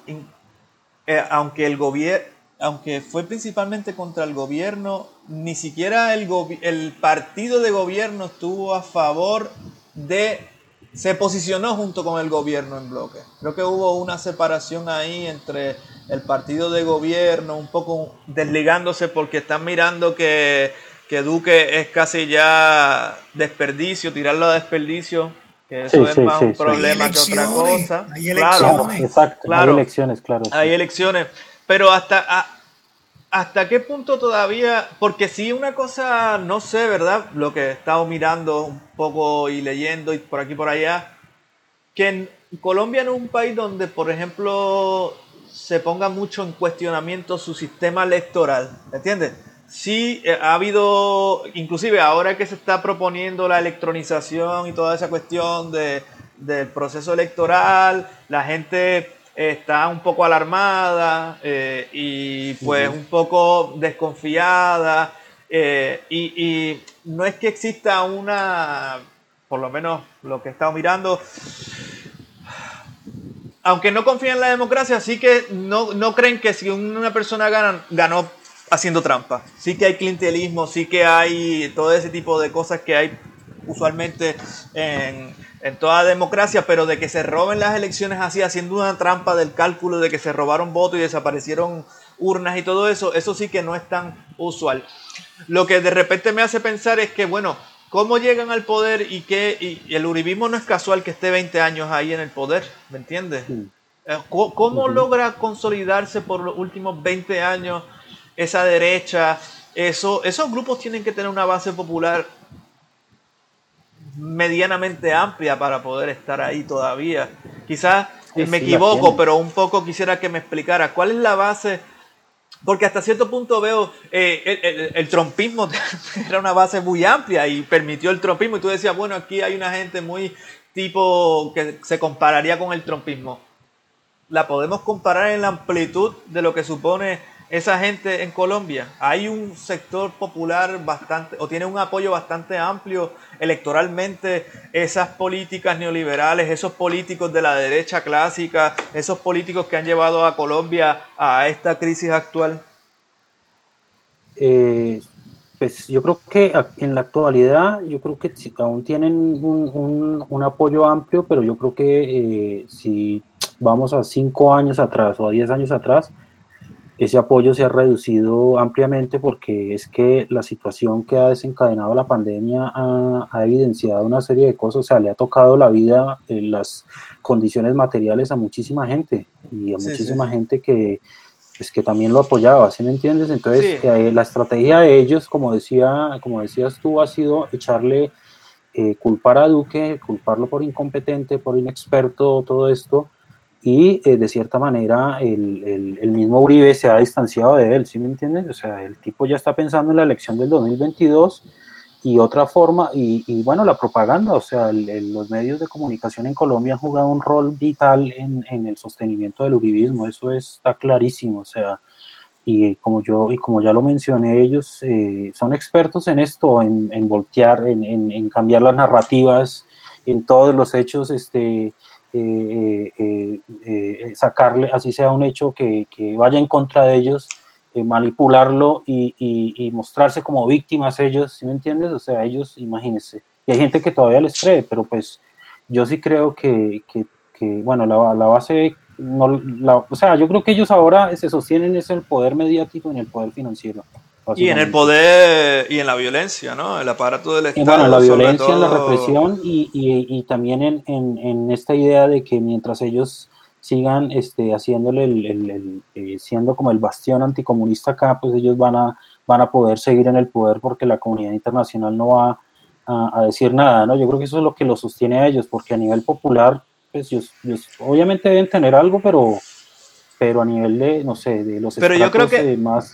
aunque fue principalmente contra el gobierno, ni siquiera el partido de gobierno estuvo a favor se posicionó junto con el gobierno en bloque. Creo que hubo una separación ahí entre el partido de gobierno, un poco desligándose porque están mirando que Duque es casi ya desperdicio, tirarlo a desperdicio, que eso es más un problema que otra cosa. Hay elecciones. Claro, exacto, claro, hay elecciones, claro. Hay elecciones, pero hasta qué punto todavía, porque sí una cosa, no sé, ¿verdad? Lo que he estado mirando un poco y leyendo y por aquí por allá, que en Colombia no es un país donde, por ejemplo, se ponga mucho en cuestionamiento su sistema electoral, ¿entiendes? Sí, ha habido, inclusive ahora que se está proponiendo la electronización y toda esa cuestión del proceso electoral, la gente está un poco alarmada y pues un poco desconfiada y no es que exista por lo menos lo que he estado mirando, aunque no confían en la democracia, sí que no creen que si una persona ganó haciendo trampa. Sí que hay clientelismo, sí que hay todo ese tipo de cosas que hay usualmente en toda democracia, pero de que se roben las elecciones así, haciendo una trampa del cálculo de que se robaron votos y desaparecieron urnas y todo eso, eso sí que no es tan usual. Lo que de repente me hace pensar es que, bueno, ¿cómo llegan al poder y el uribismo no es casual que esté 20 años ahí en el poder? ¿Me entiendes? ¿Cómo logra consolidarse por los últimos 20 años esa derecha? Esos grupos tienen que tener una base popular medianamente amplia para poder estar ahí todavía. Quizás me equivoco, pero un poco quisiera que me explicara cuál es la base, porque hasta cierto punto veo el trumpismo era una base muy amplia y permitió el trumpismo, y tú decías, bueno, aquí hay una gente muy tipo que se compararía con el trumpismo. ¿La podemos comparar en la amplitud de lo que supone esa gente en Colombia? ¿Hay un sector popular o tiene un apoyo bastante amplio electoralmente esas políticas neoliberales, esos políticos de la derecha clásica, esos políticos que han llevado a Colombia a esta crisis actual? Pues yo creo que en la actualidad, yo creo que aún tienen un apoyo amplio, pero yo creo que si vamos a 5 años atrás o a 10 años atrás, ese apoyo se ha reducido ampliamente, porque es que la situación que ha desencadenado la pandemia ha evidenciado una serie de cosas. O sea, le ha tocado la vida, las condiciones materiales a muchísima gente, y a muchísima gente que también lo apoyaba, ¿sí me entiendes? Entonces, la estrategia de ellos, como decías tú, ha sido echarle, culpar a Duque, culparlo por incompetente, por inexperto, todo esto. Y de cierta manera el mismo Uribe se ha distanciado de él, ¿sí me entiendes? O sea, el tipo ya está pensando en la elección del 2022 y otra forma, y bueno, la propaganda, o sea, los medios de comunicación en Colombia han jugado un rol vital en el sostenimiento del uribismo, eso está clarísimo. O sea, y como ya lo mencioné, ellos son expertos en esto, en voltear, en cambiar las narrativas, en todos los hechos, sacarle, así sea un hecho que vaya en contra de ellos, manipularlo y mostrarse como víctimas ellos, ¿sí me entiendes? O sea, ellos, imagínense, y hay gente que todavía les cree, pero pues yo sí creo que bueno, la base, o sea, yo creo que ellos ahora se sostienen es el poder mediático y en el poder financiero. Y en el poder y en la violencia, ¿no? El aparato del Estado. Bueno, en la violencia, en la represión y también en esta idea de que mientras ellos sigan haciéndole siendo como el bastión anticomunista acá, pues ellos van a poder seguir en el poder, porque la comunidad internacional no va a decir nada, ¿no? Yo creo que eso es lo que los sostiene a ellos, porque a nivel popular, pues ellos obviamente deben tener algo, pero a nivel de, no sé, de los pero yo creo que más...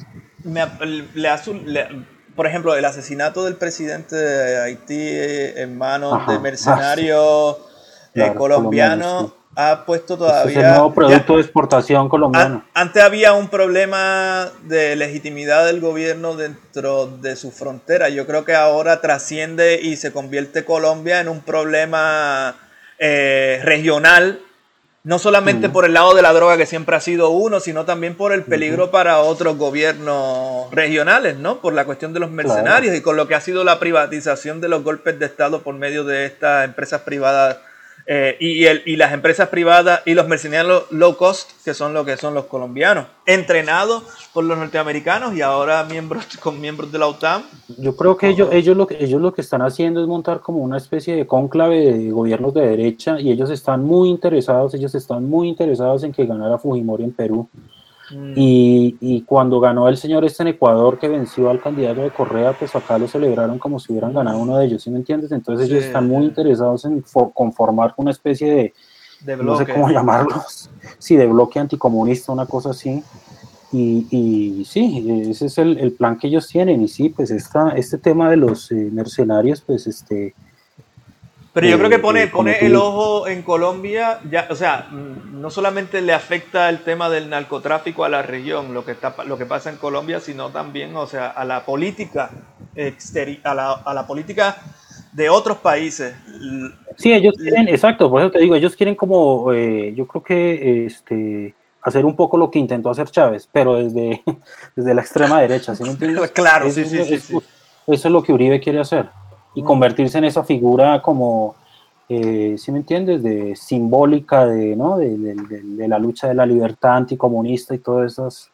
por ejemplo, el asesinato del presidente de Haití en manos de mercenarios colombianos sí. ha puesto todavía... Este es el nuevo producto de exportación colombiano. Antes había un problema de legitimidad del gobierno dentro de su frontera. Yo creo que ahora trasciende y se convierte Colombia en un problema regional, no solamente por el lado de la droga, que siempre ha sido uno, sino también por el peligro para otros gobiernos regionales, ¿no? Por la cuestión de los mercenarios y con lo que ha sido la privatización de los golpes de Estado por medio de estas empresas privadas y las empresas privadas y los mercenarios low cost, que son los colombianos, entrenados por los norteamericanos y ahora miembros de la OTAN. Yo creo que ellos lo que están haciendo es montar como una especie de cónclave de gobiernos de derecha, y ellos están muy interesados en que ganara Fujimori en Perú. Y cuando ganó el señor en Ecuador, que venció al candidato de Correa, pues acá lo celebraron como si hubieran ganado uno de ellos, ¿sí me entiendes? Entonces ellos están muy interesados en conformar una especie de bloque, no sé cómo llamarlos, sí, de bloque anticomunista, una cosa así. Y sí, ese es el plan que ellos tienen. Y sí, pues este tema de los mercenarios, pues Pero yo creo que pone el ojo en Colombia, ya, o sea, no solamente le afecta el tema del narcotráfico a la región, lo que pasa en Colombia, sino también, o sea, a la política a la política de otros países. Sí, ellos quieren, exacto, por eso te digo, ellos quieren como, yo creo que hacer un poco lo que intentó hacer Chávez, pero desde la extrema derecha, ¿sí me entiendes? Claro, sí. Eso es lo que Uribe quiere hacer. Y convertirse en esa figura como, ¿sí me entiendes?, de simbólica de la lucha de la libertad anticomunista y todo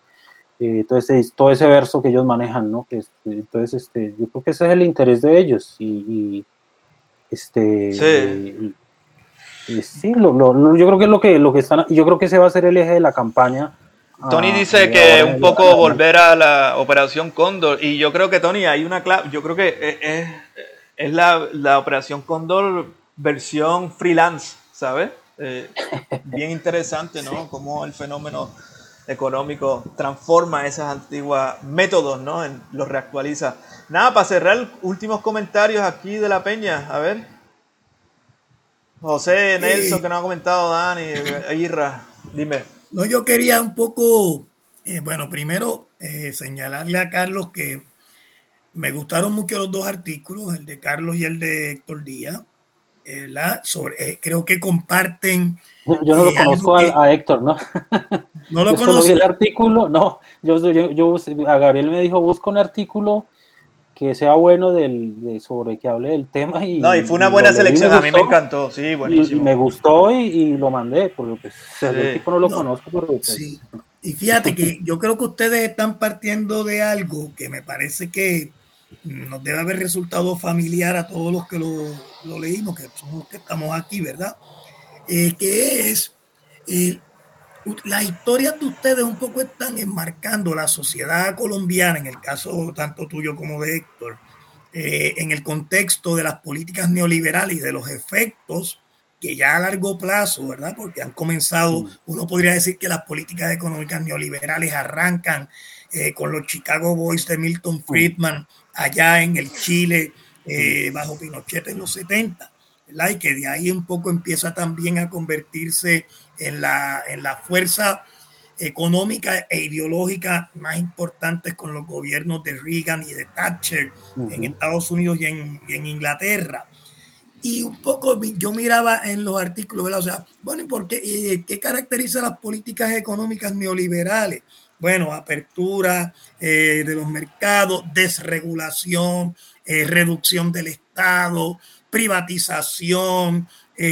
ese verso que ellos manejan, ¿no? Entonces, yo creo que ese es el interés de ellos sí, yo creo que es lo que están, yo creo que ese va a ser el eje de la campaña. Tony dice que un poco volver a la Operación Cóndor, y yo creo que, Tony, hay una clave, yo creo que es la Operación Cóndor versión freelance, ¿sabes? Bien interesante, ¿no? Cómo el fenómeno económico transforma esos antiguos métodos, ¿no? Los reactualiza. Nada, para cerrar, últimos comentarios aquí de la Peña, a ver. José, Nelson, que no ha comentado, Dani, Irra, dime. No, yo quería un poco, primero señalarle a Carlos que me gustaron mucho los dos artículos, el de Carlos y el de Héctor Díaz, creo que comparten. Yo no lo conozco a Héctor, ¿no? No lo conozco. El artículo, no. Yo a Gabriel me dijo, busca un artículo que sea bueno sobre que hable del tema. Y fue una buena selección, a mí me encantó, sí, buenísimo. Y me gustó y lo mandé, porque pues, el tipo no lo conozco, pero pues, sí. Y fíjate que yo creo que ustedes están partiendo de algo que me parece que nos debe haber resultado familiar a todos los que lo leímos, que somos los que estamos aquí, ¿verdad? Que es las historias de ustedes un poco están enmarcando la sociedad colombiana, en el caso tanto tuyo como de Héctor, en el contexto de las políticas neoliberales y de los efectos que ya a largo plazo, ¿verdad? Porque han comenzado, uno podría decir que las políticas económicas neoliberales arrancan con los Chicago Boys de Milton Friedman allá en el Chile bajo Pinochet en los 70, ¿verdad? Y que de ahí un poco empieza también a convertirse en la fuerza económica e ideológica más importantes con los gobiernos de Reagan y de Thatcher en Estados Unidos y en Inglaterra. Y un poco yo miraba en los artículos, ¿verdad? O sea, bueno, ¿y por qué? ¿Qué caracteriza las políticas económicas neoliberales? Bueno, apertura de los mercados, desregulación, reducción del Estado, privatización,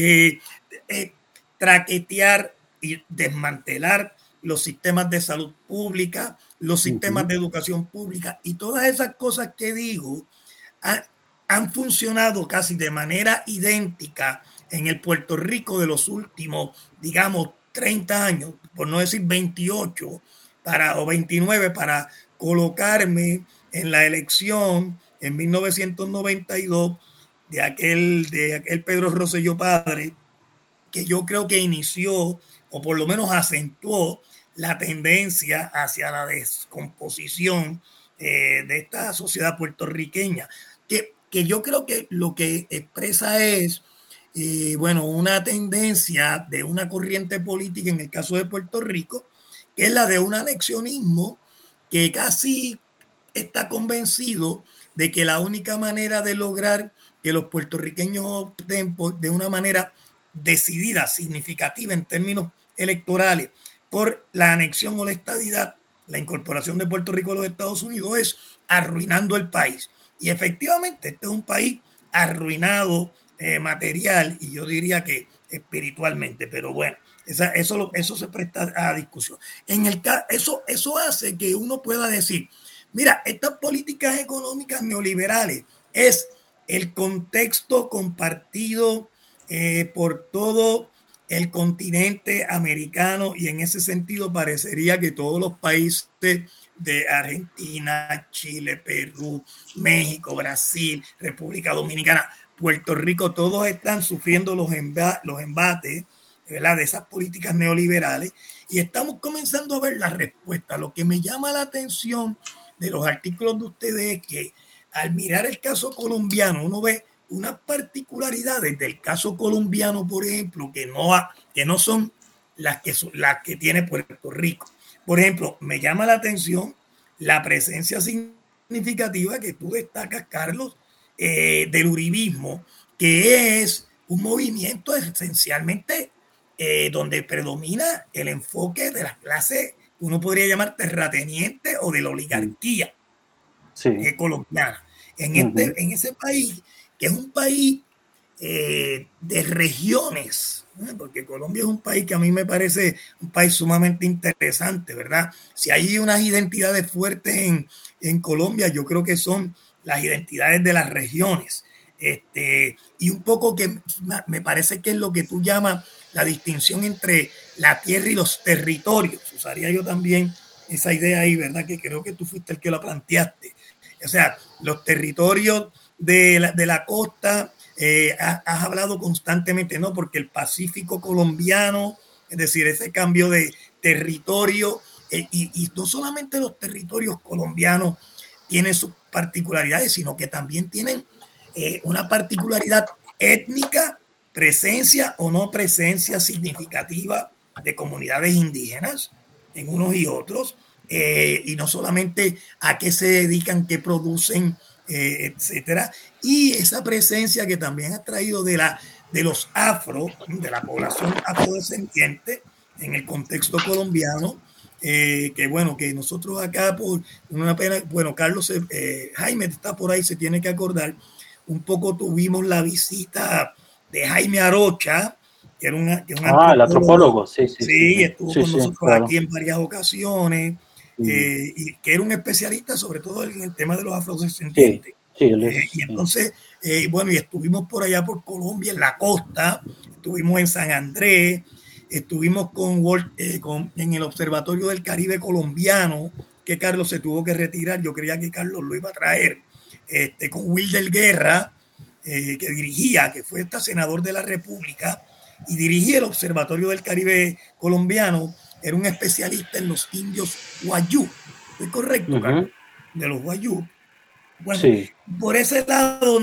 traquetear y desmantelar los sistemas de salud pública, los sistemas de educación pública, y todas esas cosas que digo han funcionado casi de manera idéntica en el Puerto Rico de los últimos, digamos, 30 años, por no decir 28 o 29, para colocarme en la elección en 1992 de aquel Pedro Rosselló padre, que yo creo que inició, o por lo menos acentuó, la tendencia hacia la descomposición de esta sociedad puertorriqueña, que yo creo que lo que expresa es, bueno, una tendencia de una corriente política en el caso de Puerto Rico, que es la de un anexionismo que casi está convencido de que la única manera de lograr que los puertorriqueños opten de una manera decidida, significativa en términos electorales, por la anexión o la estadidad, la incorporación de Puerto Rico a los Estados Unidos, es arruinando el país. Y efectivamente, este es un país arruinado material y yo diría que espiritualmente, pero bueno, eso se presta a discusión. Eso hace que uno pueda decir, mira, estas políticas económicas neoliberales es el contexto compartido por todo el continente americano, y en ese sentido parecería que todos los países de Argentina, Chile, Perú, México, Brasil, República Dominicana, Puerto Rico, todos están sufriendo los embates, ¿verdad?, de esas políticas neoliberales, y estamos comenzando a ver la respuesta. Lo que me llama la atención de los artículos de ustedes es que al mirar el caso colombiano uno ve unas particularidades del caso colombiano, por ejemplo, que no son las que tiene Puerto Rico. Por ejemplo, me llama la atención la presencia significativa que tú destacas, Carlos, del uribismo, que es un movimiento esencialmente donde predomina el enfoque de las clases, uno podría llamar terrateniente o de la oligarquía colombiana. En ese país, que es un país de regiones, porque Colombia es un país que a mí me parece un país sumamente interesante, ¿verdad? Si hay unas identidades fuertes en Colombia, yo creo que son las identidades de las regiones. Y un poco que me parece que es lo que tú llamas la distinción entre la tierra y los territorios. Usaría yo también esa idea ahí, ¿verdad? Que creo que tú fuiste el que la planteaste. O sea, los territorios de la costa, has hablado constantemente, ¿no? Porque el Pacífico colombiano, es decir, ese cambio de territorio, y no solamente los territorios colombianos tienen sus particularidades, sino que también tienen una particularidad étnica, presencia o no presencia significativa de comunidades indígenas en unos y otros, y no solamente a qué se dedican, qué producen, etcétera, y esa presencia que también ha traído de los afro, de la población afrodescendiente en el contexto colombiano, que bueno, que nosotros acá por una pena, bueno, Carlos, Jaime está por ahí, se tiene que acordar, un poco tuvimos la visita de Jaime Arocha, que era un el antropólogo, sí, estuvo con nosotros aquí en varias ocasiones, y que era un especialista sobre todo en el tema de los afrodescendientes. Y entonces, bueno, y estuvimos por allá por Colombia, en la costa, estuvimos en San Andrés, estuvimos en el Observatorio del Caribe colombiano, que Carlos se tuvo que retirar, yo creía que Carlos lo iba a traer, con Wilder Guerra, que dirigía, que fue senador de la República, y dirigía el Observatorio del Caribe colombiano, era un especialista en los indios Wayuu. ¿Es correcto, Carlos? De los Wayuu. Bueno, por ese lado,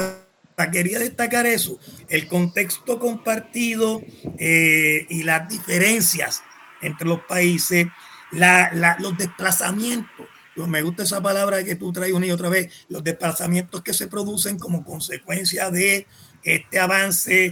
quería destacar eso, el contexto compartido y las diferencias entre los países, los desplazamientos. Me gusta esa palabra que tú traes una y otra vez, los desplazamientos que se producen como consecuencia de este avance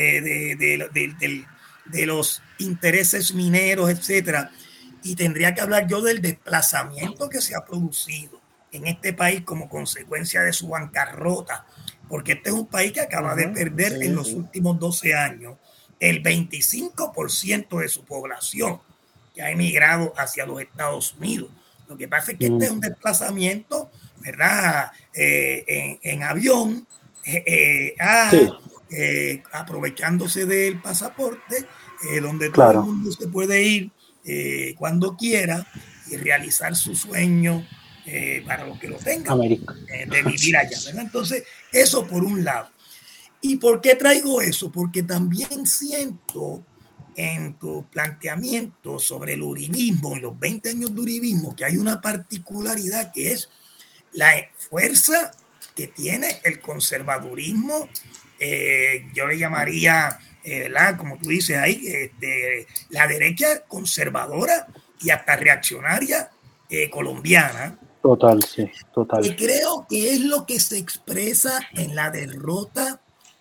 de los intereses mineros, etcétera. Y tendría que hablar yo del desplazamiento que se ha producido en este país como consecuencia de su bancarrota, porque este es un país que acaba de perder en los últimos 12 años el 25% de su población, que ha emigrado hacia los Estados Unidos. Lo que pasa es que este es un desplazamiento, ¿verdad?, en avión, aprovechándose del pasaporte, donde todo el mundo se puede ir cuando quiera y realizar su sueño para los que lo tengan, de vivir allá, ¿verdad? Entonces, eso por un lado. ¿Y por qué traigo eso? Porque también siento en tu planteamiento sobre el uribismo y los 20 años de uribismo que hay una particularidad que es la fuerza que tiene el conservadurismo, yo le llamaría, como tú dices ahí, la derecha conservadora y hasta reaccionaria colombiana. Total, sí, total. Y creo que es lo que se expresa en la derrota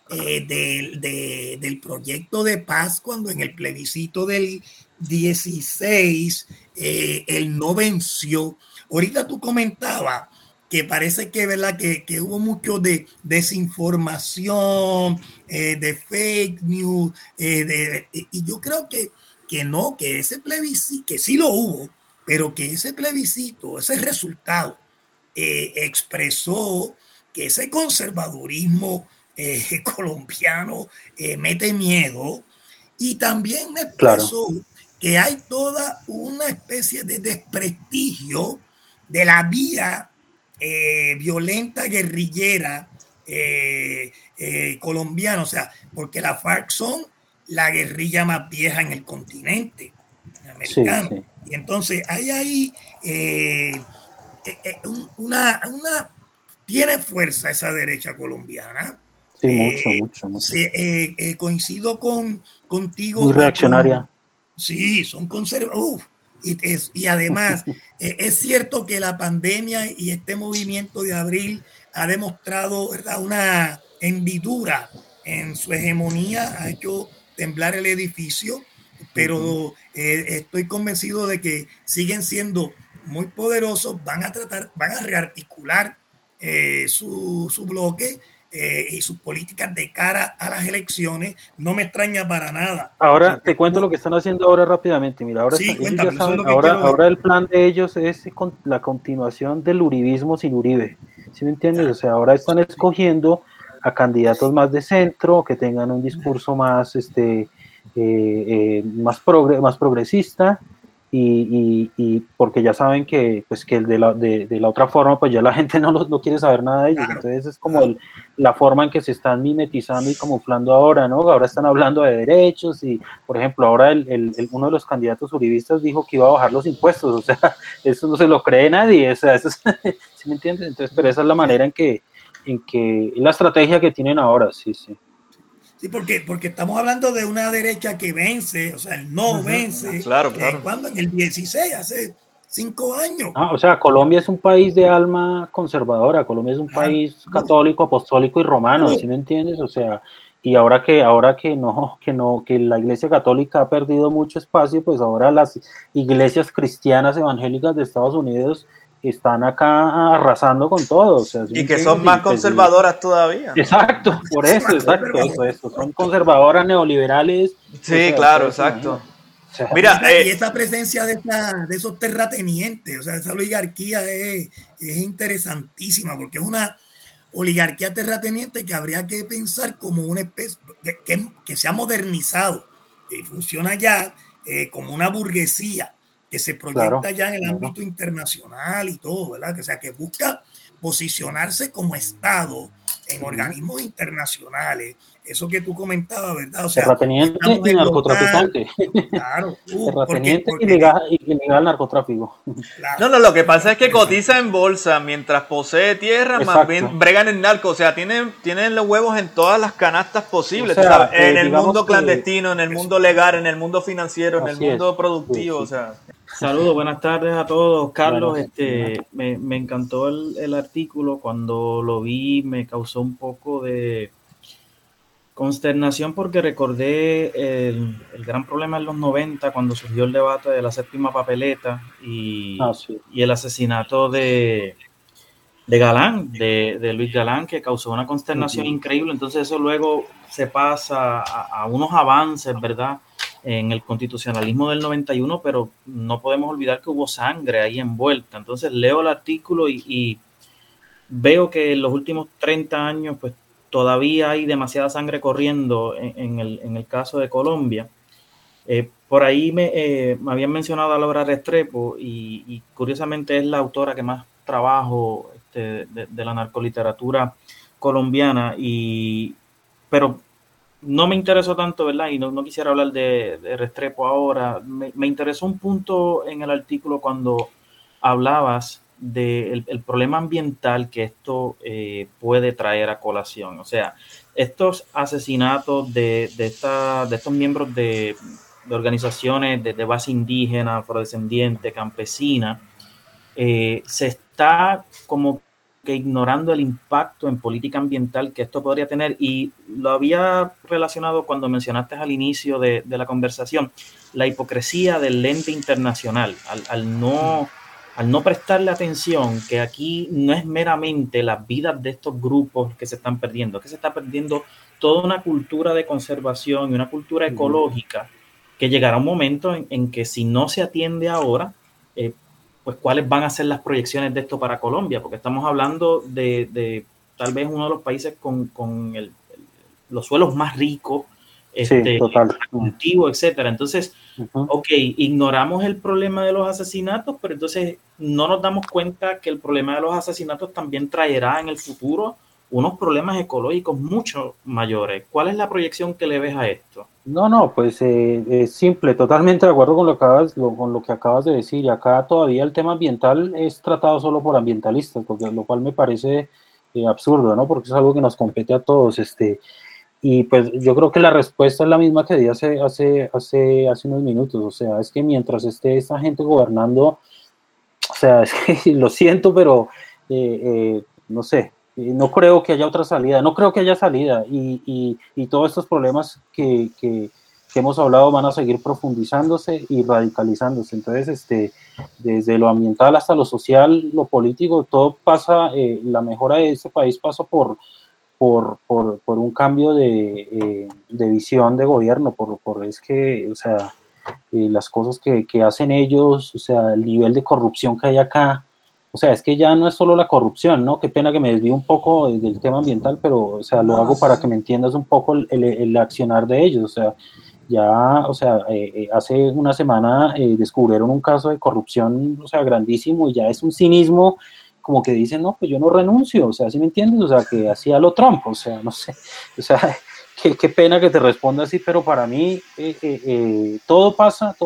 del proyecto de paz cuando en el plebiscito del 16 él no venció. Ahorita tú comentabas que parece que, ¿verdad? Que hubo mucho de desinformación, de fake news, y yo creo que no, que ese plebiscito, que sí lo hubo, pero que ese plebiscito, ese resultado, expresó que ese conservadurismo colombiano mete miedo, y también expresó que hay toda una especie de desprestigio de la vía violenta guerrillera colombiana, o sea, porque la FARC son la guerrilla más vieja en el continente americano. Sí, sí. Y entonces hay ahí tiene fuerza esa derecha colombiana. Sí, mucho. Coincido contigo. Muy reaccionaria. Sí, son conservadores. Y además, es cierto que la pandemia y este movimiento de abril ha demostrado, ¿verdad?, una hendidura en su hegemonía, ha hecho temblar el edificio, pero estoy convencido de que siguen siendo muy poderosos, van a rearticular su bloque y sus políticas de cara a las elecciones. No me extraña para nada. Ahora te cuento lo que están haciendo ahora rápidamente. Mira, ahora, sí, ahora el plan de ellos es la continuación del uribismo sin Uribe. ¿Sí me entiendes? O sea, ahora están escogiendo a candidatos más de centro, que tengan un discurso más más progresista, y porque ya saben que pues que de la otra forma pues ya la gente no quiere saber nada de ellos. Entonces es como la forma en que se están mimetizando y camuflando ahora, ¿no? Ahora están hablando de derechos, y por ejemplo ahora uno de los candidatos uribistas dijo que iba a bajar los impuestos. O sea, eso no se lo cree nadie, o sea, eso es, ¿sí me entiendes? Entonces, pero esa es la manera en que la estrategia que tienen ahora. Sí. Sí, porque estamos hablando de una derecha que vence, o sea, el no vence. Claro. Cuando en el 16, hace 5 años. O sea, Colombia es un país de alma conservadora, Colombia es un país católico, apostólico y romano, ¿sí me entiendes? O sea, y ahora que la Iglesia Católica ha perdido mucho espacio, pues ahora las iglesias cristianas evangélicas de Estados Unidos están acá arrasando con todo. O sea, y que son más conservadoras todavía. Exacto, por eso, eso. Son conservadoras, neoliberales. Sí, claro, exacto. O sea, mira, y esa presencia de esos terratenientes, o sea, esa oligarquía es interesantísima, porque es una oligarquía terrateniente que habría que pensar como una especie que se ha modernizado y funciona ya como una burguesía que se proyecta ya en el ámbito internacional y todo, ¿verdad? O sea, que busca posicionarse como Estado en organismos internacionales. Eso que tú comentabas, ¿verdad? O sea, terrateniente y narcotraficante. Claro. Terrateniente y legal narcotráfico. Claro. No, lo que pasa es que cotiza en bolsa mientras posee tierra, más bien bregan en narco. O sea, tienen los huevos en todas las canastas posibles. O sea, ¿sabes? En el mundo clandestino, en el mundo legal, en el mundo financiero, en el mundo productivo. O sea. Saludos, buenas tardes a todos. Carlos, me encantó el artículo. Cuando lo vi me causó un poco de consternación porque recordé el gran problema en los 90 cuando surgió el debate de la séptima papeleta y el asesinato de Galán, de Luis Galán, que causó una consternación increíble. Entonces eso luego se pasa a unos avances, ¿verdad?, en el constitucionalismo del 91, pero no podemos olvidar que hubo sangre ahí envuelta. Entonces leo el artículo y veo que en los últimos 30 años pues todavía hay demasiada sangre corriendo en el caso de Colombia. Por ahí me habían mencionado a Laura Restrepo y curiosamente es la autora que más trabajo de la narcoliteratura colombiana, pero no me interesó tanto, ¿verdad? Y no quisiera hablar de Restrepo ahora. Me interesó un punto en el artículo cuando hablabas del el problema ambiental que esto puede traer a colación. O sea, estos asesinatos de estos miembros de organizaciones de base indígena, afrodescendiente, campesina, se está como que ignorando el impacto en política ambiental que esto podría tener, y lo había relacionado cuando mencionaste al inicio de la conversación, la hipocresía del lente internacional, al no prestarle atención que aquí no es meramente las vidas de estos grupos que se están perdiendo, que se está perdiendo toda una cultura de conservación y una cultura ecológica que llegará un momento en que si no se atiende ahora, pues cuáles van a ser las proyecciones de esto para Colombia, porque estamos hablando de tal vez uno de los países con los suelos más ricos, cultivo, etcétera. Entonces, ok, ignoramos el problema de los asesinatos, pero entonces no nos damos cuenta que el problema de los asesinatos también traerá en el futuro unos problemas ecológicos mucho mayores. ¿Cuál es la proyección que le ves a esto? No, pues es simple, totalmente de acuerdo con lo que acabas de decir. Y acá todavía el tema ambiental es tratado solo por ambientalistas, porque, lo cual me parece absurdo, ¿no? Porque es algo que nos compete a todos. Y pues yo creo que la respuesta es la misma que di hace unos minutos. O sea, es que mientras esté esta gente gobernando, o sea, es que lo siento, pero no sé. No creo que haya otra salida, no creo que haya salida, y todos estos problemas que hemos hablado van a seguir profundizándose y radicalizándose. Entonces, desde lo ambiental hasta lo social, lo político, todo pasa, la mejora de este país pasa por un cambio de visión de gobierno, es que, o sea, las cosas que hacen ellos, o sea, el nivel de corrupción que hay acá. O sea, es que ya no es solo la corrupción, ¿no? Qué pena que me desvíe un poco del tema ambiental, pero, o sea, lo hago para que me entiendas un poco el accionar de ellos. O sea, ya, o sea, hace una semana descubrieron un caso de corrupción, o sea, grandísimo, y ya es un cinismo como que dicen, no, pues yo no renuncio, o sea, ¿sí me entiendes? O sea, que hacía lo Trump, o sea, no sé, o sea, qué pena que te responda así, pero para mí todo pasa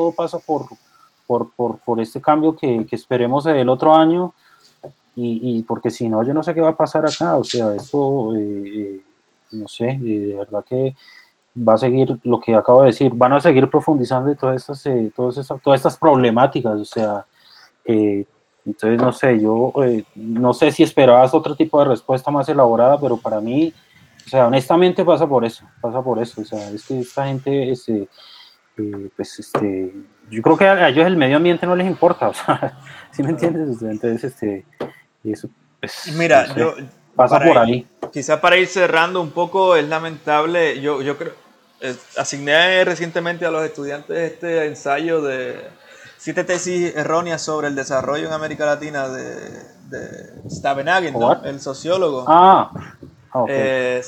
por este cambio que esperemos el otro año, y porque si no, yo no sé qué va a pasar acá. O sea, eso, no sé, de verdad que va a seguir lo que acabo de decir, van a seguir profundizando en todas estas problemáticas. O sea, entonces no sé, yo no sé si esperabas otro tipo de respuesta más elaborada, pero para mí, o sea, honestamente pasa por eso, o sea, es que esta gente, pues, yo creo que a ellos el medio ambiente no les importa, o sea, ¿sí me entiendes? Entonces, eso, pues, mira, no sé, pasa por ahí. Quizás para ir cerrando un poco, es lamentable, yo creo, asigné recientemente a los estudiantes este ensayo de 7 tesis erróneas sobre el desarrollo en América Latina de Stavenhagen, ¿no? El sociólogo. Okay.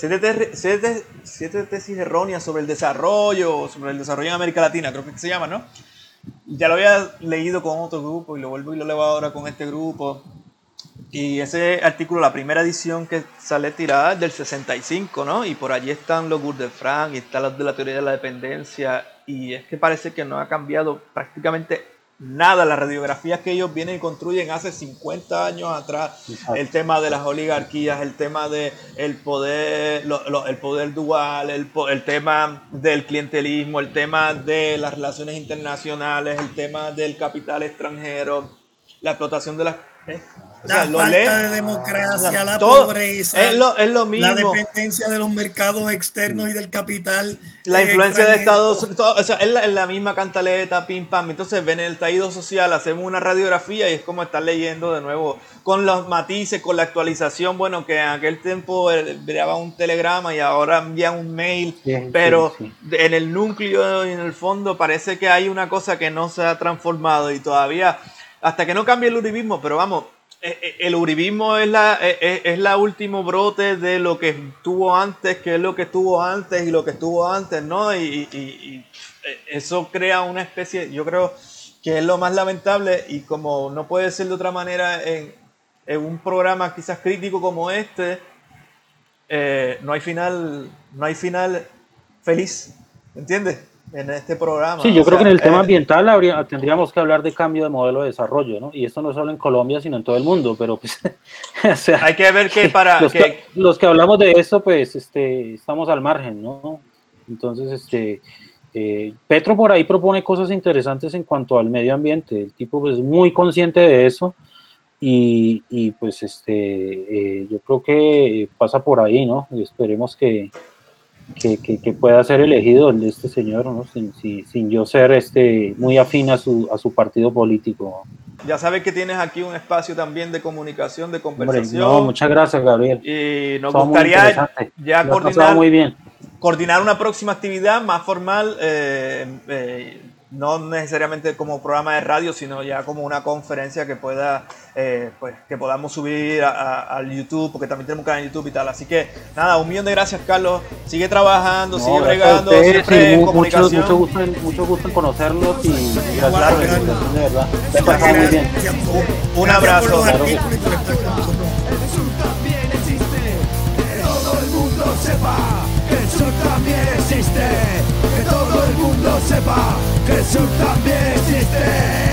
7 tesis erróneas sobre el desarrollo en América Latina, creo que se llama, ¿no? Ya lo había leído con otro grupo y lo vuelvo y lo leo ahora con este grupo. Y ese artículo, la primera edición que sale tirada es del 65, ¿no? Y por allí están los Gurdes de Frank y están los de la teoría de la dependencia. Y es que parece que no ha cambiado prácticamente nada. Las radiografías que ellos vienen y construyen hace 50 años atrás. Exacto. El tema de las oligarquías, el tema del poder, el poder dual, el tema del clientelismo, el tema de las relaciones internacionales, el tema del capital extranjero, la explotación de las... La falta de democracia, la pobreza, es lo mismo. La dependencia de los mercados externos y del capital. La influencia de Estados Unidos, o sea, es la misma cantaleta, pim pam. Entonces ven el estallido social, hacemos una radiografía y es como estar leyendo de nuevo, con los matices, con la actualización. Bueno, que en aquel tiempo enviaba un telegrama y ahora envían un mail, pero en el núcleo y en el fondo parece que hay una cosa que no se ha transformado y todavía, hasta que no cambie el uribismo, pero vamos, el uribismo es la último brote de lo que estuvo antes, que es lo que estuvo antes y lo que estuvo antes, ¿no? Y eso crea una especie, yo creo que es lo más lamentable, y como no puede ser de otra manera en un programa quizás crítico como este, no hay final feliz, ¿entiendes? En este programa. Sí, yo creo que en el tema ambiental tendríamos que hablar de cambio de modelo de desarrollo, ¿no? Y esto no solo en Colombia, sino en todo el mundo, pero pues, o sea, hay que ver que para los que hablamos de esto, pues, estamos al margen, ¿no? Entonces, Petro por ahí propone cosas interesantes en cuanto al medio ambiente. El tipo, pues, es muy consciente de eso y pues, yo creo que pasa por ahí, ¿no? Y esperemos que pueda ser elegido este señor, ¿no? Sin yo ser muy afín a su partido político. Ya sabes que tienes aquí un espacio también de comunicación, de conversación. Hombre, no, muchas gracias, Gabriel. Y nos gustaría ya coordinar una próxima actividad más formal, no necesariamente como programa de radio, sino ya como una conferencia que pueda, pues, que podamos subir al YouTube, porque también tenemos un canal en YouTube y tal. Así que nada, 1.000.000 de gracias, Carlos. Sigue trabajando, sigue bregando, siempre en comunicación. Mucho gusto en conocerlos y gracias claro, por la invitación, de verdad. Me pasó muy bien. Un abrazo. Que todo el mundo sepa que el sur también existe. Que todo el mundo sepa que el sur también existe.